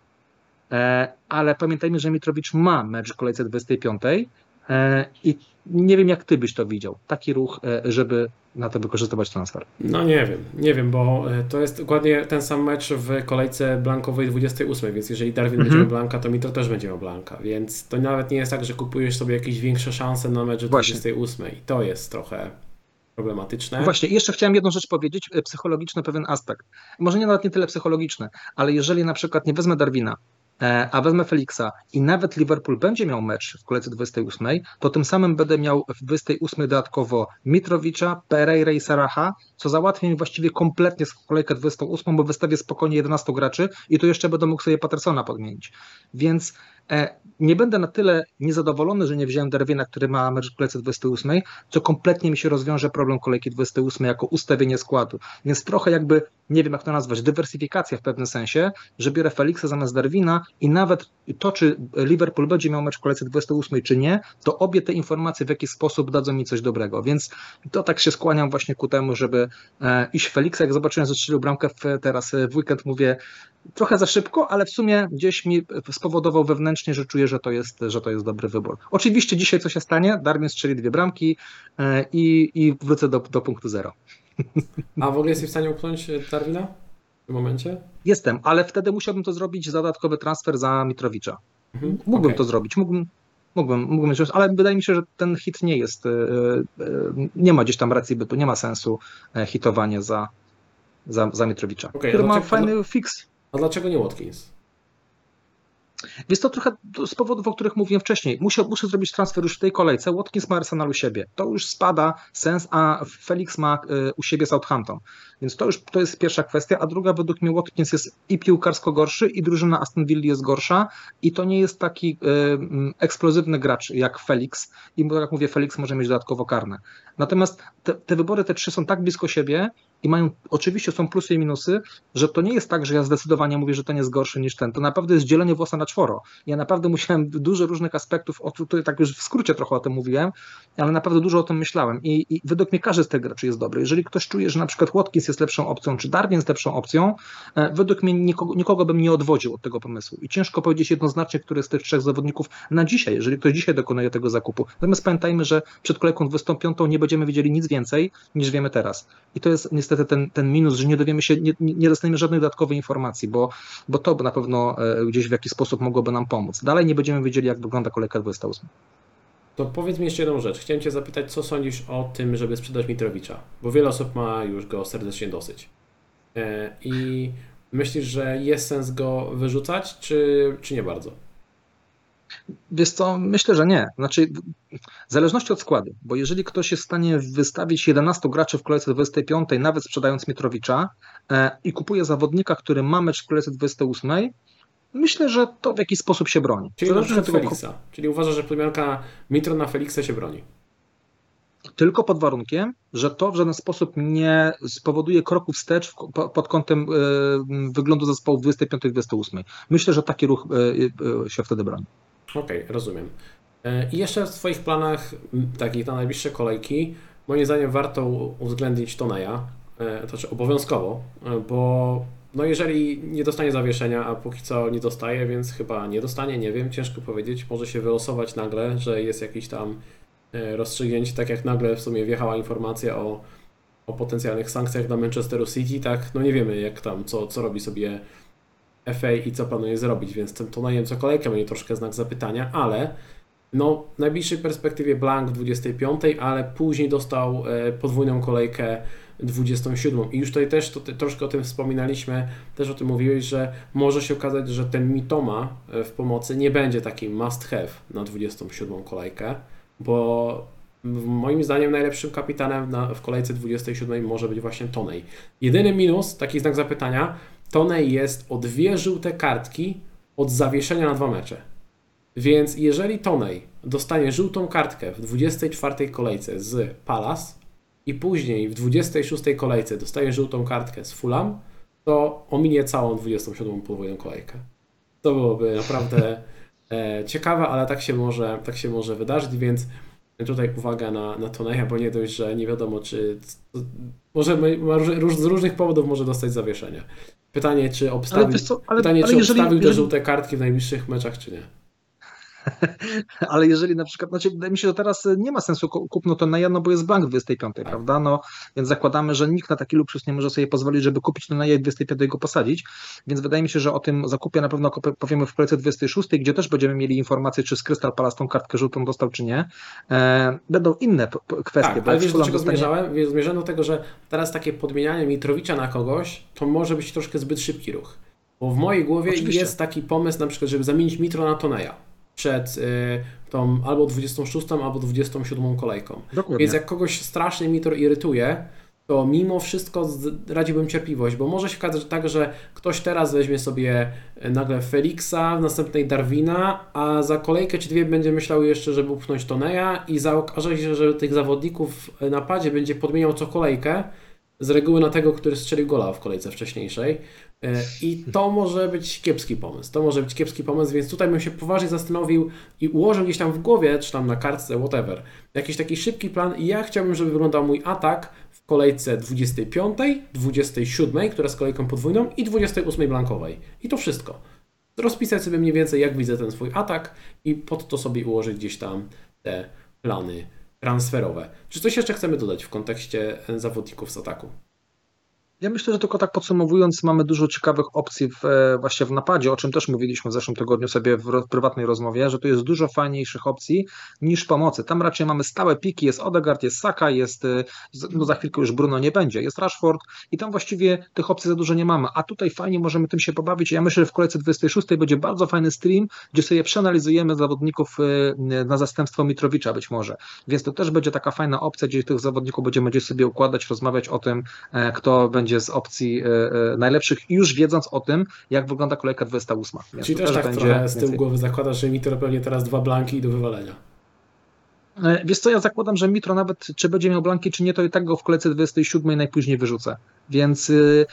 Ale pamiętajmy, że Mitrowicz ma mecz w kolejce dwudziestej piątej i nie wiem, jak ty byś to widział. Taki ruch, żeby na to wykorzystywać transfer. No nie wiem, nie wiem, bo to jest dokładnie ten sam mecz w kolejce blankowej dwudziestej ósmej, więc jeżeli Darwin mhm. będzie miał blanka, to Mitro też będzie miał blanka, więc to nawet nie jest tak, że kupujesz sobie jakieś większe szanse na mecz w dwudziestej ósmej. To jest trochę problematyczne. Właśnie, jeszcze chciałem jedną rzecz powiedzieć, psychologiczny pewien aspekt. Może nie nawet nie tyle psychologiczny, ale jeżeli na przykład nie wezmę Darwina, a wezmę Felixa i nawet Liverpool będzie miał mecz w kolejce dwudziestej ósmej, to tym samym będę miał w dwudziestej ósmej dodatkowo Mitrowicza, Pereira i Saraha, co załatwi mi właściwie kompletnie kolejkę dwudziestą ósmą, bo wystawię spokojnie jedenastu graczy i tu jeszcze będę mógł sobie Pattersona podmienić. Więc Nie będę na tyle niezadowolony, że nie wziąłem Darwina, który ma mecz w kolejce dwudziestej ósmej, co kompletnie mi się rozwiąże problem kolejki dwudziestej ósmej jako ustawienie składu. Więc trochę jakby, nie wiem jak to nazwać, dywersyfikacja w pewnym sensie, że biorę Felixa zamiast Darwina i nawet to, czy Liverpool będzie miał mecz w kolejce dwudziestej ósmej, czy nie, to obie te informacje w jakiś sposób dadzą mi coś dobrego. Więc to tak się skłaniam właśnie ku temu, żeby iść Felixa. Jak zobaczyłem, że strzelił bramkę w, teraz w weekend, mówię, trochę za szybko, ale w sumie gdzieś mi spowodował wewnętrznie, że czuję, że to jest, że to jest dobry wybór. Oczywiście dzisiaj co się stanie? Darwin strzeli dwie bramki i, i wrócę do, do punktu zero. A w ogóle jesteś w stanie upchnąć Darwina w tym momencie? Jestem, ale wtedy musiałbym to zrobić za dodatkowy transfer za Mitrowicza. Mhm, mógłbym okay. to zrobić, mógłbym, mógłbym, mógłbym, ale wydaje mi się, że ten hit nie jest, nie ma gdzieś tam racji bytu, nie ma sensu hitowanie za, za, za Mitrowicza, okay, który ma dlaczego, fajny fix. A dlaczego nie Watkins? Jest to trochę z powodów, o których mówiłem wcześniej. Muszę, muszę zrobić transfer już w tej kolejce. Watkins ma Arsenal u siebie. To już spada sens, a Felix ma u siebie Southampton. Więc to już to jest pierwsza kwestia. A druga, według mnie Watkins jest i piłkarsko gorszy, i drużyna Aston Villa jest gorsza. I to nie jest taki y, eksplozywny gracz jak Felix. I jak mówię, Felix może mieć dodatkowo karne. Natomiast te, te wybory, te trzy są tak blisko siebie i mają, oczywiście są plusy i minusy, że to nie jest tak, że ja zdecydowanie mówię, że ten jest gorszy niż ten. To naprawdę jest dzielenie włosa na czworo. Ja naprawdę musiałem dużo różnych aspektów, o, tutaj tak już w skrócie trochę o tym mówiłem, ale naprawdę dużo o tym myślałem i, i według mnie każdy z tych graczy jest dobry. Jeżeli ktoś czuje, że na przykład Watkins jest lepszą opcją, czy Darwin jest lepszą opcją, e, według mnie nikogo, nikogo bym nie odwodził od tego pomysłu. I ciężko powiedzieć jednoznacznie, który z tych trzech zawodników na dzisiaj, jeżeli ktoś dzisiaj dokonuje tego zakupu. Natomiast pamiętajmy, że przed kolejką dwudziestą piątą nie będziemy wiedzieli nic więcej, niż wiemy teraz. I to jest niestety ten, ten minus, że nie dowiemy się, nie, nie dostaniemy żadnej dodatkowej informacji, bo, bo to na pewno gdzieś w jakiś sposób mogłoby nam pomóc. Dalej nie będziemy wiedzieli, jak wygląda kolejka dwudziesta ósma. To powiedz mi jeszcze jedną rzecz. Chciałem Cię zapytać, co sądzisz o tym, żeby sprzedać Mitrowicza? Bo wiele osób ma już go serdecznie dosyć. I myślisz, że jest sens go wyrzucać, czy, czy nie bardzo? Wiesz co, myślę, że nie. Znaczy, w zależności od składu, bo jeżeli ktoś jest w stanie wystawić jedenastu graczy w kolejce dwudziestej piątej, nawet sprzedając Mitrowicza e, i kupuje zawodnika, który ma mecz w kolejce dwudziestej ósmej, myślę, że to w jakiś sposób się broni. Czyli na przykład tego... Felixa. Czyli uważasz, że podmianka Mitro na Felixa się broni? Tylko pod warunkiem, że to w żaden sposób nie spowoduje kroku wstecz pod kątem wyglądu zespołu dwudziestej piątej dwudziestej ósmej. Myślę, że taki ruch się wtedy broni. Okej, okay, rozumiem. I jeszcze w Twoich planach takich na najbliższe kolejki, moim zdaniem warto uwzględnić Toneja, to znaczy obowiązkowo, bo no jeżeli nie dostanie zawieszenia, a póki co nie dostaje, więc chyba nie dostanie, nie wiem, ciężko powiedzieć, może się wylosować nagle, że jest jakiś tam rozstrzygnięcie, tak jak nagle w sumie wjechała informacja o, o potencjalnych sankcjach dla Manchesteru City, tak, no nie wiemy jak tam, co, co robi sobie F A i co planuje zrobić, więc tym Tonejem co kolejkę będzie troszkę znak zapytania, ale no w najbliższej perspektywie blank dwudziestej piątej, ale później dostał podwójną kolejkę dwudziestą siódmą i już tutaj też to, troszkę o tym wspominaliśmy, też o tym mówiłeś, że może się okazać, że ten Mitoma w pomocy nie będzie taki must have na dwudziestą siódmą kolejkę, bo moim zdaniem najlepszym kapitanem na, w kolejce dwudziestej siódmej może być właśnie Tonej. Jedyny minus, taki znak zapytania, Tonej jest o dwie żółte kartki od zawieszenia na dwa mecze. Więc jeżeli Tonej dostanie żółtą kartkę w dwudziestej czwartej kolejce z Palace i później w dwudziestej szóstej kolejce dostaje żółtą kartkę z Fulham, to ominie całą dwudziestą siódmą podwójną kolejkę. To byłoby naprawdę e, ciekawe, ale tak się może, tak się może wydarzyć, więc tutaj uwaga na, na Toneja, bo nie dość, że nie wiadomo, czy może ma, z różnych powodów może dostać zawieszenie. Pytanie, czy obstawi, co, ale, pytanie, ale czy jeżeli, obstawił jeżeli... te żółte kartki w najbliższych meczach, czy nie. Ale jeżeli na przykład, znaczy wydaje mi się, że teraz nie ma sensu kupno Toneja, no bo jest bank dwudziestej piątej, tak, prawda? No, więc zakładamy, że nikt na taki luksus nie może sobie pozwolić, żeby kupić Toneja i dwudziestej piątej go posadzić, więc wydaje mi się, że o tym zakupie na pewno powiemy w kolejce dwudziestej szóstej, gdzie też będziemy mieli informację, czy z Crystal Palace tą kartkę żółtą dostał, czy nie. E, będą inne kwestie. Tak, ale wiesz, do czego dostanie... zmierzałem? Zmierzałem do tego, że teraz takie podmienianie Mitrowicza na kogoś, to może być troszkę zbyt szybki ruch. Bo w mojej głowie Oczywiście. jest taki pomysł na przykład, żeby zamienić Mitro na Toneja przed y, tą albo dwudziestą szóstą, albo dwudziestą siódmą kolejką. Dokładnie. Więc jak kogoś strasznie Mitro irytuje, to mimo wszystko radziłbym cierpliwość, bo może się okazać tak, że ktoś teraz weźmie sobie nagle Felixa, w następnej Darwina, a za kolejkę czy dwie będzie myślał jeszcze, żeby upchnąć Toneja i okaże się, że tych zawodników w napadzie będzie podmieniał co kolejkę, z reguły na tego, który strzelił gola w kolejce wcześniejszej. I to może być kiepski pomysł. To może być kiepski pomysł, więc tutaj bym się poważnie zastanowił i ułożył gdzieś tam w głowie, czy tam na kartce, whatever, jakiś taki szybki plan i ja chciałbym, żeby wyglądał mój atak w kolejce dwudziestej piątej, dwudziestej siódmej, która jest kolejką podwójną i dwudziestej ósmej blankowej. I to wszystko. Rozpisać sobie mniej więcej, jak widzę ten swój atak i pod to sobie ułożyć gdzieś tam te plany transferowe. Czy coś jeszcze chcemy dodać w kontekście zawodników z ataku? Ja myślę, że tylko tak podsumowując, mamy dużo ciekawych opcji w, właśnie w napadzie, o czym też mówiliśmy w zeszłym tygodniu sobie w, w prywatnej rozmowie, że tu jest dużo fajniejszych opcji niż pomocy. Tam raczej mamy stałe piki, jest Odegaard, jest Saka, jest, no za chwilkę już Bruno nie będzie, jest Rashford i tam właściwie tych opcji za dużo nie mamy, a tutaj fajnie możemy tym się pobawić. Ja myślę, że w kolejce dwudziestej szóstej będzie bardzo fajny stream, gdzie sobie przeanalizujemy zawodników na zastępstwo Mitrowicza być może, więc to też będzie taka fajna opcja, gdzie tych zawodników będziemy gdzieś sobie układać, rozmawiać o tym, kto będzie z opcji najlepszych, już wiedząc o tym, jak wygląda kolejka dwudziesta ósma. Więc czyli też, też tak będzie trochę z tyłu głowy zakładasz, że Mitro pewnie teraz dwa blanki i do wywalenia. Wiesz co, ja zakładam, że Mitro nawet czy będzie miał blanki, czy nie, to i tak go w kolejce dwudziestej siódmej najpóźniej wyrzucę. Więc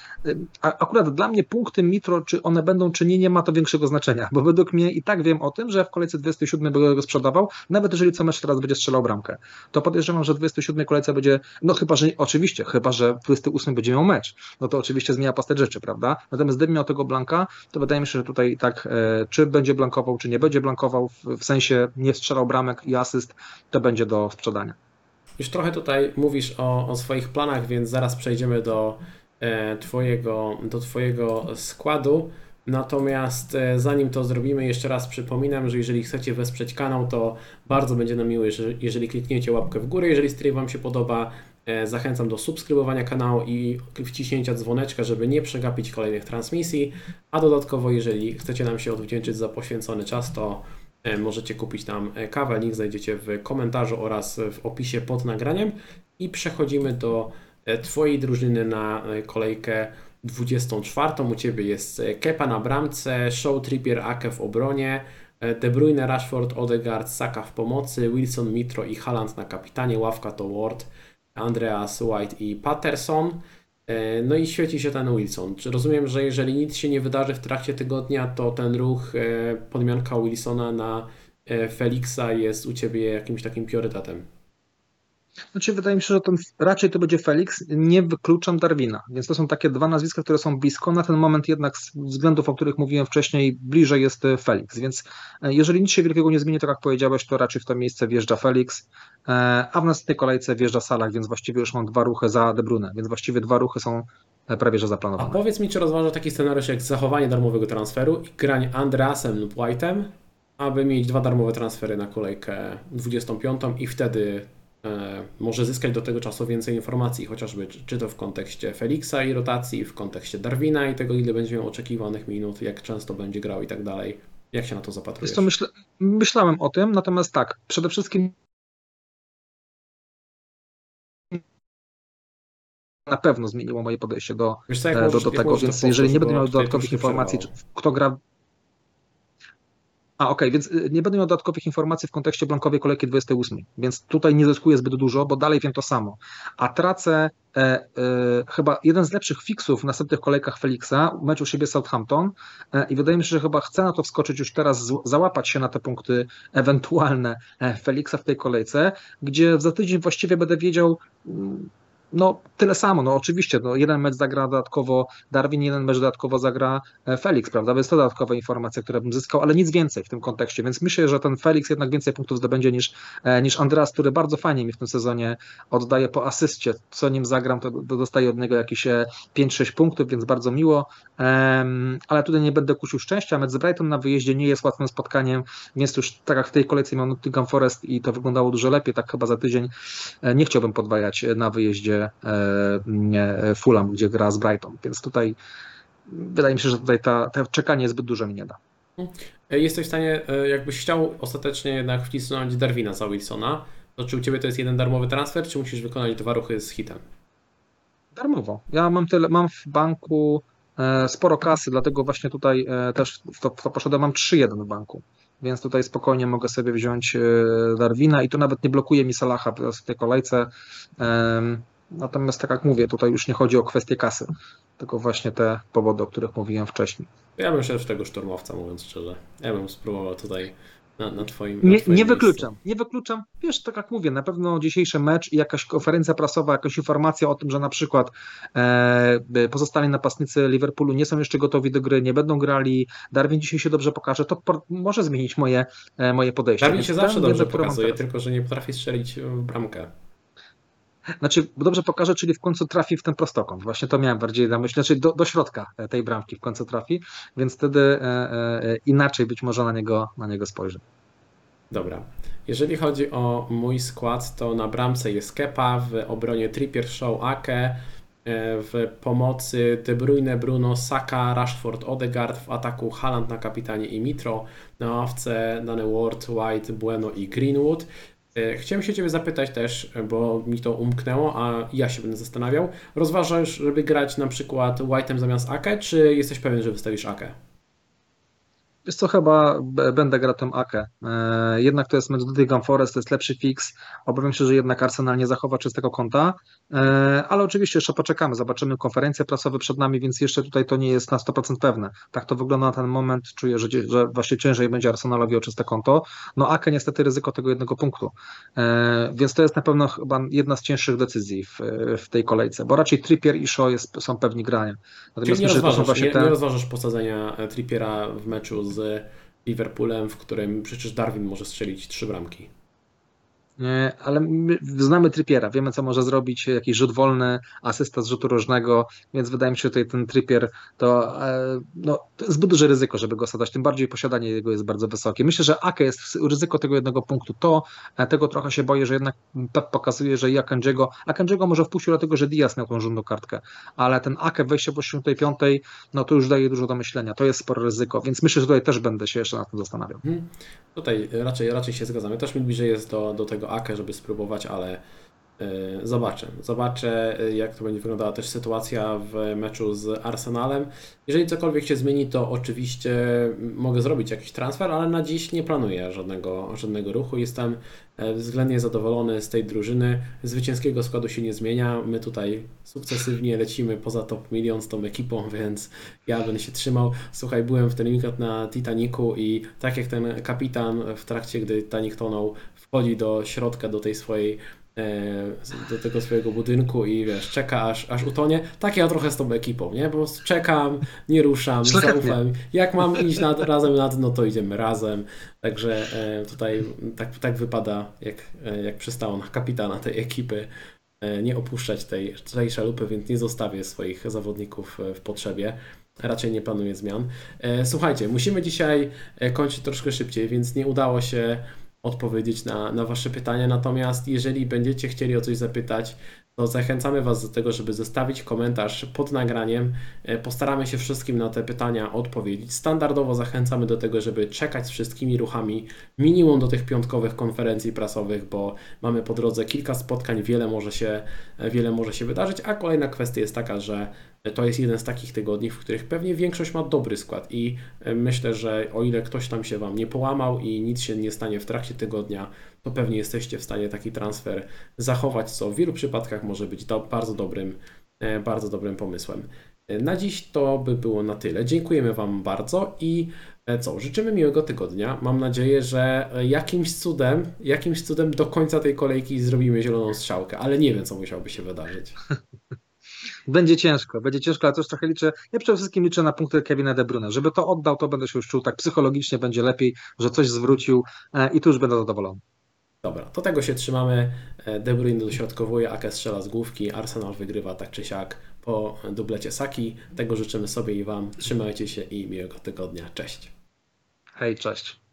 a, akurat dla mnie punkty Mitro, czy one będą, czy nie, nie ma to większego znaczenia, bo według mnie i tak wiem o tym, że w kolejce dwudziestej siódmej będę go sprzedawał, nawet jeżeli co mecz teraz będzie strzelał bramkę. To podejrzewam, że w dwudziestej siódmej kolejce będzie, no chyba, że oczywiście, chyba, że w dwudziestej ósmej będzie miał mecz, no to oczywiście zmienia postać rzeczy, prawda? Natomiast gdyby miał tego blanka, to wydaje mi się, że tutaj tak, e, czy będzie blankował, czy nie będzie blankował, w, w sensie nie strzelał bramek i asyst, to będzie do sprzedania. Już trochę tutaj mówisz o, o swoich planach, więc zaraz przejdziemy do e, twojego, do twojego składu. Natomiast e, zanim to zrobimy, jeszcze raz przypominam, że jeżeli chcecie wesprzeć kanał, to bardzo będzie nam miło, jeżeli, jeżeli klikniecie łapkę w górę, jeżeli stream Wam się podoba. E, zachęcam do subskrybowania kanału i wciśnięcia dzwoneczka, żeby nie przegapić kolejnych transmisji. A dodatkowo, jeżeli chcecie nam się odwdzięczyć za poświęcony czas, to możecie kupić tam kawę, link znajdziecie w komentarzu oraz w opisie pod nagraniem i przechodzimy do Twojej drużyny na kolejkę dwudziestą czwartą. U Ciebie jest Kepa na bramce, Shaw, Trippier, Ake w obronie, De Bruyne, Rashford, Odegaard, Saka w pomocy, Wilson, Mitro i Haaland na kapitanie, ławka to Ward, Andreas, White i Patterson. No i świeci się ten Wilson. Czy rozumiem, że jeżeli nic się nie wydarzy w trakcie tygodnia, to ten ruch, podmianka Wilsona na Felixa jest u Ciebie jakimś takim priorytetem? Znaczy, wydaje mi się, że ten, raczej to będzie Felix, nie wykluczam Darwina, więc to są takie dwa nazwiska, które są blisko, na ten moment jednak z względów, o których mówiłem wcześniej, bliżej jest Felix, więc jeżeli nic się wielkiego nie zmieni, to jak powiedziałeś, to raczej w to miejsce wjeżdża Felix, a w następnej kolejce wjeżdża Salah, więc właściwie już mam dwa ruchy za De Bruyne, więc właściwie dwa ruchy są prawie że zaplanowane. A powiedz mi, czy rozważa taki scenariusz jak zachowanie darmowego transferu i granie Andreasem lub White'em, aby mieć dwa darmowe transfery na kolejkę dwudziestą piątą i wtedy może zyskać do tego czasu więcej informacji, chociażby czy to w kontekście Felixa i rotacji, w kontekście Darwina i tego, ile będzie miał oczekiwanych minut, jak często będzie grał i tak dalej. Jak się na to zapatrujesz? To myśl, myślałem o tym, natomiast tak, przede wszystkim na pewno zmieniło moje podejście do, Wiesz co, jak do, możesz, do jak tego, możesz więc to jeżeli nie powtórz, będę miał bo tutaj dodatkowych troszkę informacji, czy, przerwało. kto gra. A okej, więc nie będę miał dodatkowych informacji w kontekście blankowej kolejki dwudziestej ósmej, więc tutaj nie zyskuję zbyt dużo, bo dalej wiem to samo. A tracę e, e, chyba jeden z lepszych fixów w następnych kolejkach Felixa, mecz u siebie Southampton e, i wydaje mi się, że chyba chcę na to wskoczyć już teraz, z, załapać się na te punkty ewentualne Felixa w tej kolejce, gdzie za tydzień właściwie będę wiedział, no tyle samo, no oczywiście, no, jeden mecz zagra dodatkowo Darwin, jeden mecz dodatkowo zagra Felix, prawda, więc to dodatkowa informacja, które bym zyskał, ale nic więcej w tym kontekście, więc myślę, że ten Felix jednak więcej punktów zdobędzie niż, niż Andreas, który bardzo fajnie mi w tym sezonie oddaje po asyście, co nim zagram, to, to dostaję od niego jakieś pięć sześć punktów, więc bardzo miło, um, ale tutaj nie będę kusił szczęścia, mecz z Brighton na wyjeździe nie jest łatwym spotkaniem, więc już tak jak w tej kolejce miał Nottingham Forest i to wyglądało dużo lepiej, tak chyba za tydzień nie chciałbym podwajać na wyjeździe Fulham, gdzie gra z Brighton, więc tutaj wydaje mi się, że tutaj ta, to czekanie zbyt dużo mi nie da. Jesteś w stanie, jakbyś chciał ostatecznie jednak wcisnąć Darwina za Wilsona, to czy u Ciebie to jest jeden darmowy transfer, czy musisz wykonać dwa ruchy z hitem? Darmowo. Ja mam tyle, mam w banku e, sporo kasy, dlatego właśnie tutaj e, też w to, w to poszedłem. Mam trzy jeden w banku, więc tutaj spokojnie mogę sobie wziąć e, Darwina i tu nawet nie blokuje mi Salaha w tej kolejce. Em, Natomiast tak jak mówię, tutaj już nie chodzi o kwestię kasy, tylko właśnie te powody, o których mówiłem wcześniej. Ja bym szedł w tego szturmowca, mówiąc szczerze. Ja bym spróbował tutaj na, na twoim, na Nie, twoim nie miejscu. wykluczam, nie wykluczam. Wiesz, tak jak mówię, na pewno dzisiejszy mecz i jakaś konferencja prasowa, jakaś informacja o tym, że na przykład e, pozostali napastnicy Liverpoolu nie są jeszcze gotowi do gry, nie będą grali, Darwin dzisiaj się dobrze pokaże, to por- może zmienić moje, e, moje podejście. Darwin Więc się zawsze tę wiedzę, dobrze którą mam pokazuje, teraz. tylko że nie potrafi strzelić w bramkę. Znaczy, dobrze pokaże, czyli w końcu trafi w ten prostokąt. Właśnie to miałem bardziej na myśli, znaczy do, do środka tej bramki w końcu trafi, więc wtedy e, e, inaczej być może na niego, na niego spojrzę. Dobra. Jeżeli chodzi o mój skład, to na bramce jest Kepa, w obronie Trippier, Shaw, Ake, w pomocy De Bruyne, Bruno, Saka, Rashford, Odegaard, w ataku Haaland na kapitanie i Mitro, na ławce dane Ward, White, Bueno i Greenwood. Chciałem się Ciebie zapytać też, bo mi to umknęło, a ja się będę zastanawiał. Rozważasz, żeby grać na przykład White'em zamiast Ake, czy jesteś pewien, że wystawisz Ake? Wiesz co, chyba b- będę grał tym Akę. E, jednak to jest mecz Nottingham Forest, to jest lepszy fix. Obawiam się, że jednak Arsenal nie zachowa czystego konta, e, ale oczywiście jeszcze poczekamy, zobaczymy konferencje prasowe przed nami, więc jeszcze tutaj to nie jest na sto procent pewne. Tak to wygląda na ten moment, czuję, że, dzie- że właśnie ciężej będzie Arsenalowi o czyste konto. No Akę niestety ryzyko tego jednego punktu, e, więc to jest na pewno chyba jedna z cięższych decyzji w, w tej kolejce, bo raczej Trippier i Shaw jest, są pewni grania. Czyli Natomiast nie myślę, że to są rozważasz, właśnie nie, nie te... rozważasz posadzenia Trippiera w meczu z Liverpoolem, w którym przecież Darwin może strzelić trzy bramki. Nie, ale my znamy Trippiera, wiemy co może zrobić, jakiś rzut wolny, asysta z rzutu rożnego, więc wydaje mi się, że tutaj ten Trippier to, e, no, to jest zbyt duże ryzyko, żeby go sadać, tym bardziej posiadanie jego jest bardzo wysokie. Myślę, że Ake jest ryzyko tego jednego punktu, to e, tego trochę się boję, że jednak Pep pokazuje, że i Akanjiego, Akanjiego może wpuścił dlatego, że Diaz miał tą żółtą kartkę, ale ten Ake wejście po osiemdziesiątej piątej, no to już daje dużo do myślenia, to jest spore ryzyko, więc myślę, że tutaj też będę się jeszcze nad tym zastanawiał. Mhm. Tutaj raczej, raczej się zgadzamy. Też mi bliżej jest do, do tego Ake, żeby spróbować, ale yy, zobaczę. Zobaczę, yy, jak to będzie wyglądała też sytuacja w meczu z Arsenalem. Jeżeli cokolwiek się zmieni, to oczywiście mogę zrobić jakiś transfer, ale na dziś nie planuję żadnego, żadnego ruchu. Jestem yy, względnie zadowolony z tej drużyny. Zwycięskiego składu się nie zmienia. My tutaj sukcesywnie lecimy poza top milion z tą ekipą, więc ja będę się trzymał. Słuchaj, byłem w ten weekend na Titanicu i tak jak ten kapitan w trakcie, gdy Titanic tonął, wchodzi do środka, do tej swojej e, do tego swojego budynku i wiesz, czeka aż, aż utonie. Tak ja trochę z tą ekipą, nie? Po prostu czekam, nie ruszam, Szlachetnie. zaufam. Jak mam iść nad, razem na dno, to idziemy razem. Także e, tutaj tak, tak wypada, jak, e, jak przystało na kapitana tej ekipy, e, nie opuszczać tej, tej szalupy, więc nie zostawię swoich zawodników w potrzebie. Raczej nie planuję zmian. E, Słuchajcie, musimy dzisiaj e, kończyć troszkę szybciej, więc nie udało się odpowiedzieć na, na Wasze pytania. Natomiast jeżeli będziecie chcieli o coś zapytać, to zachęcamy Was do tego, żeby zostawić komentarz pod nagraniem. E, Postaramy się wszystkim na te pytania odpowiedzieć. Standardowo zachęcamy do tego, żeby czekać z wszystkimi ruchami minimum do tych piątkowych konferencji prasowych, bo mamy po drodze kilka spotkań, wiele może się, wiele może się wydarzyć, a kolejna kwestia jest taka, że to jest jeden z takich tygodni, w których pewnie większość ma dobry skład i myślę, że o ile ktoś tam się Wam nie połamał i nic się nie stanie w trakcie tygodnia, to pewnie jesteście w stanie taki transfer zachować, co w wielu przypadkach może być do, bardzo dobrym, bardzo dobrym pomysłem. Na dziś to by było na tyle. Dziękujemy Wam bardzo i co, życzymy miłego tygodnia. Mam nadzieję, że jakimś cudem, jakimś cudem do końca tej kolejki zrobimy zieloną strzałkę, ale nie wiem, co musiałoby się wydarzyć. Będzie ciężko, będzie ciężko, ale też trochę liczę, ja przede wszystkim liczę na punkty Kevina De Bruyne. Żeby to oddał, to będę się już czuł tak psychologicznie, będzie lepiej, że coś zwrócił e, i tu już będę zadowolony. Dobra, to tego się trzymamy. De Bruyne dośrodkowuje, Ake strzela z główki, Arsenal wygrywa tak czy siak po dublecie Saki. Tego życzymy sobie i Wam. Trzymajcie się i miłego tygodnia. Cześć. Hej, cześć.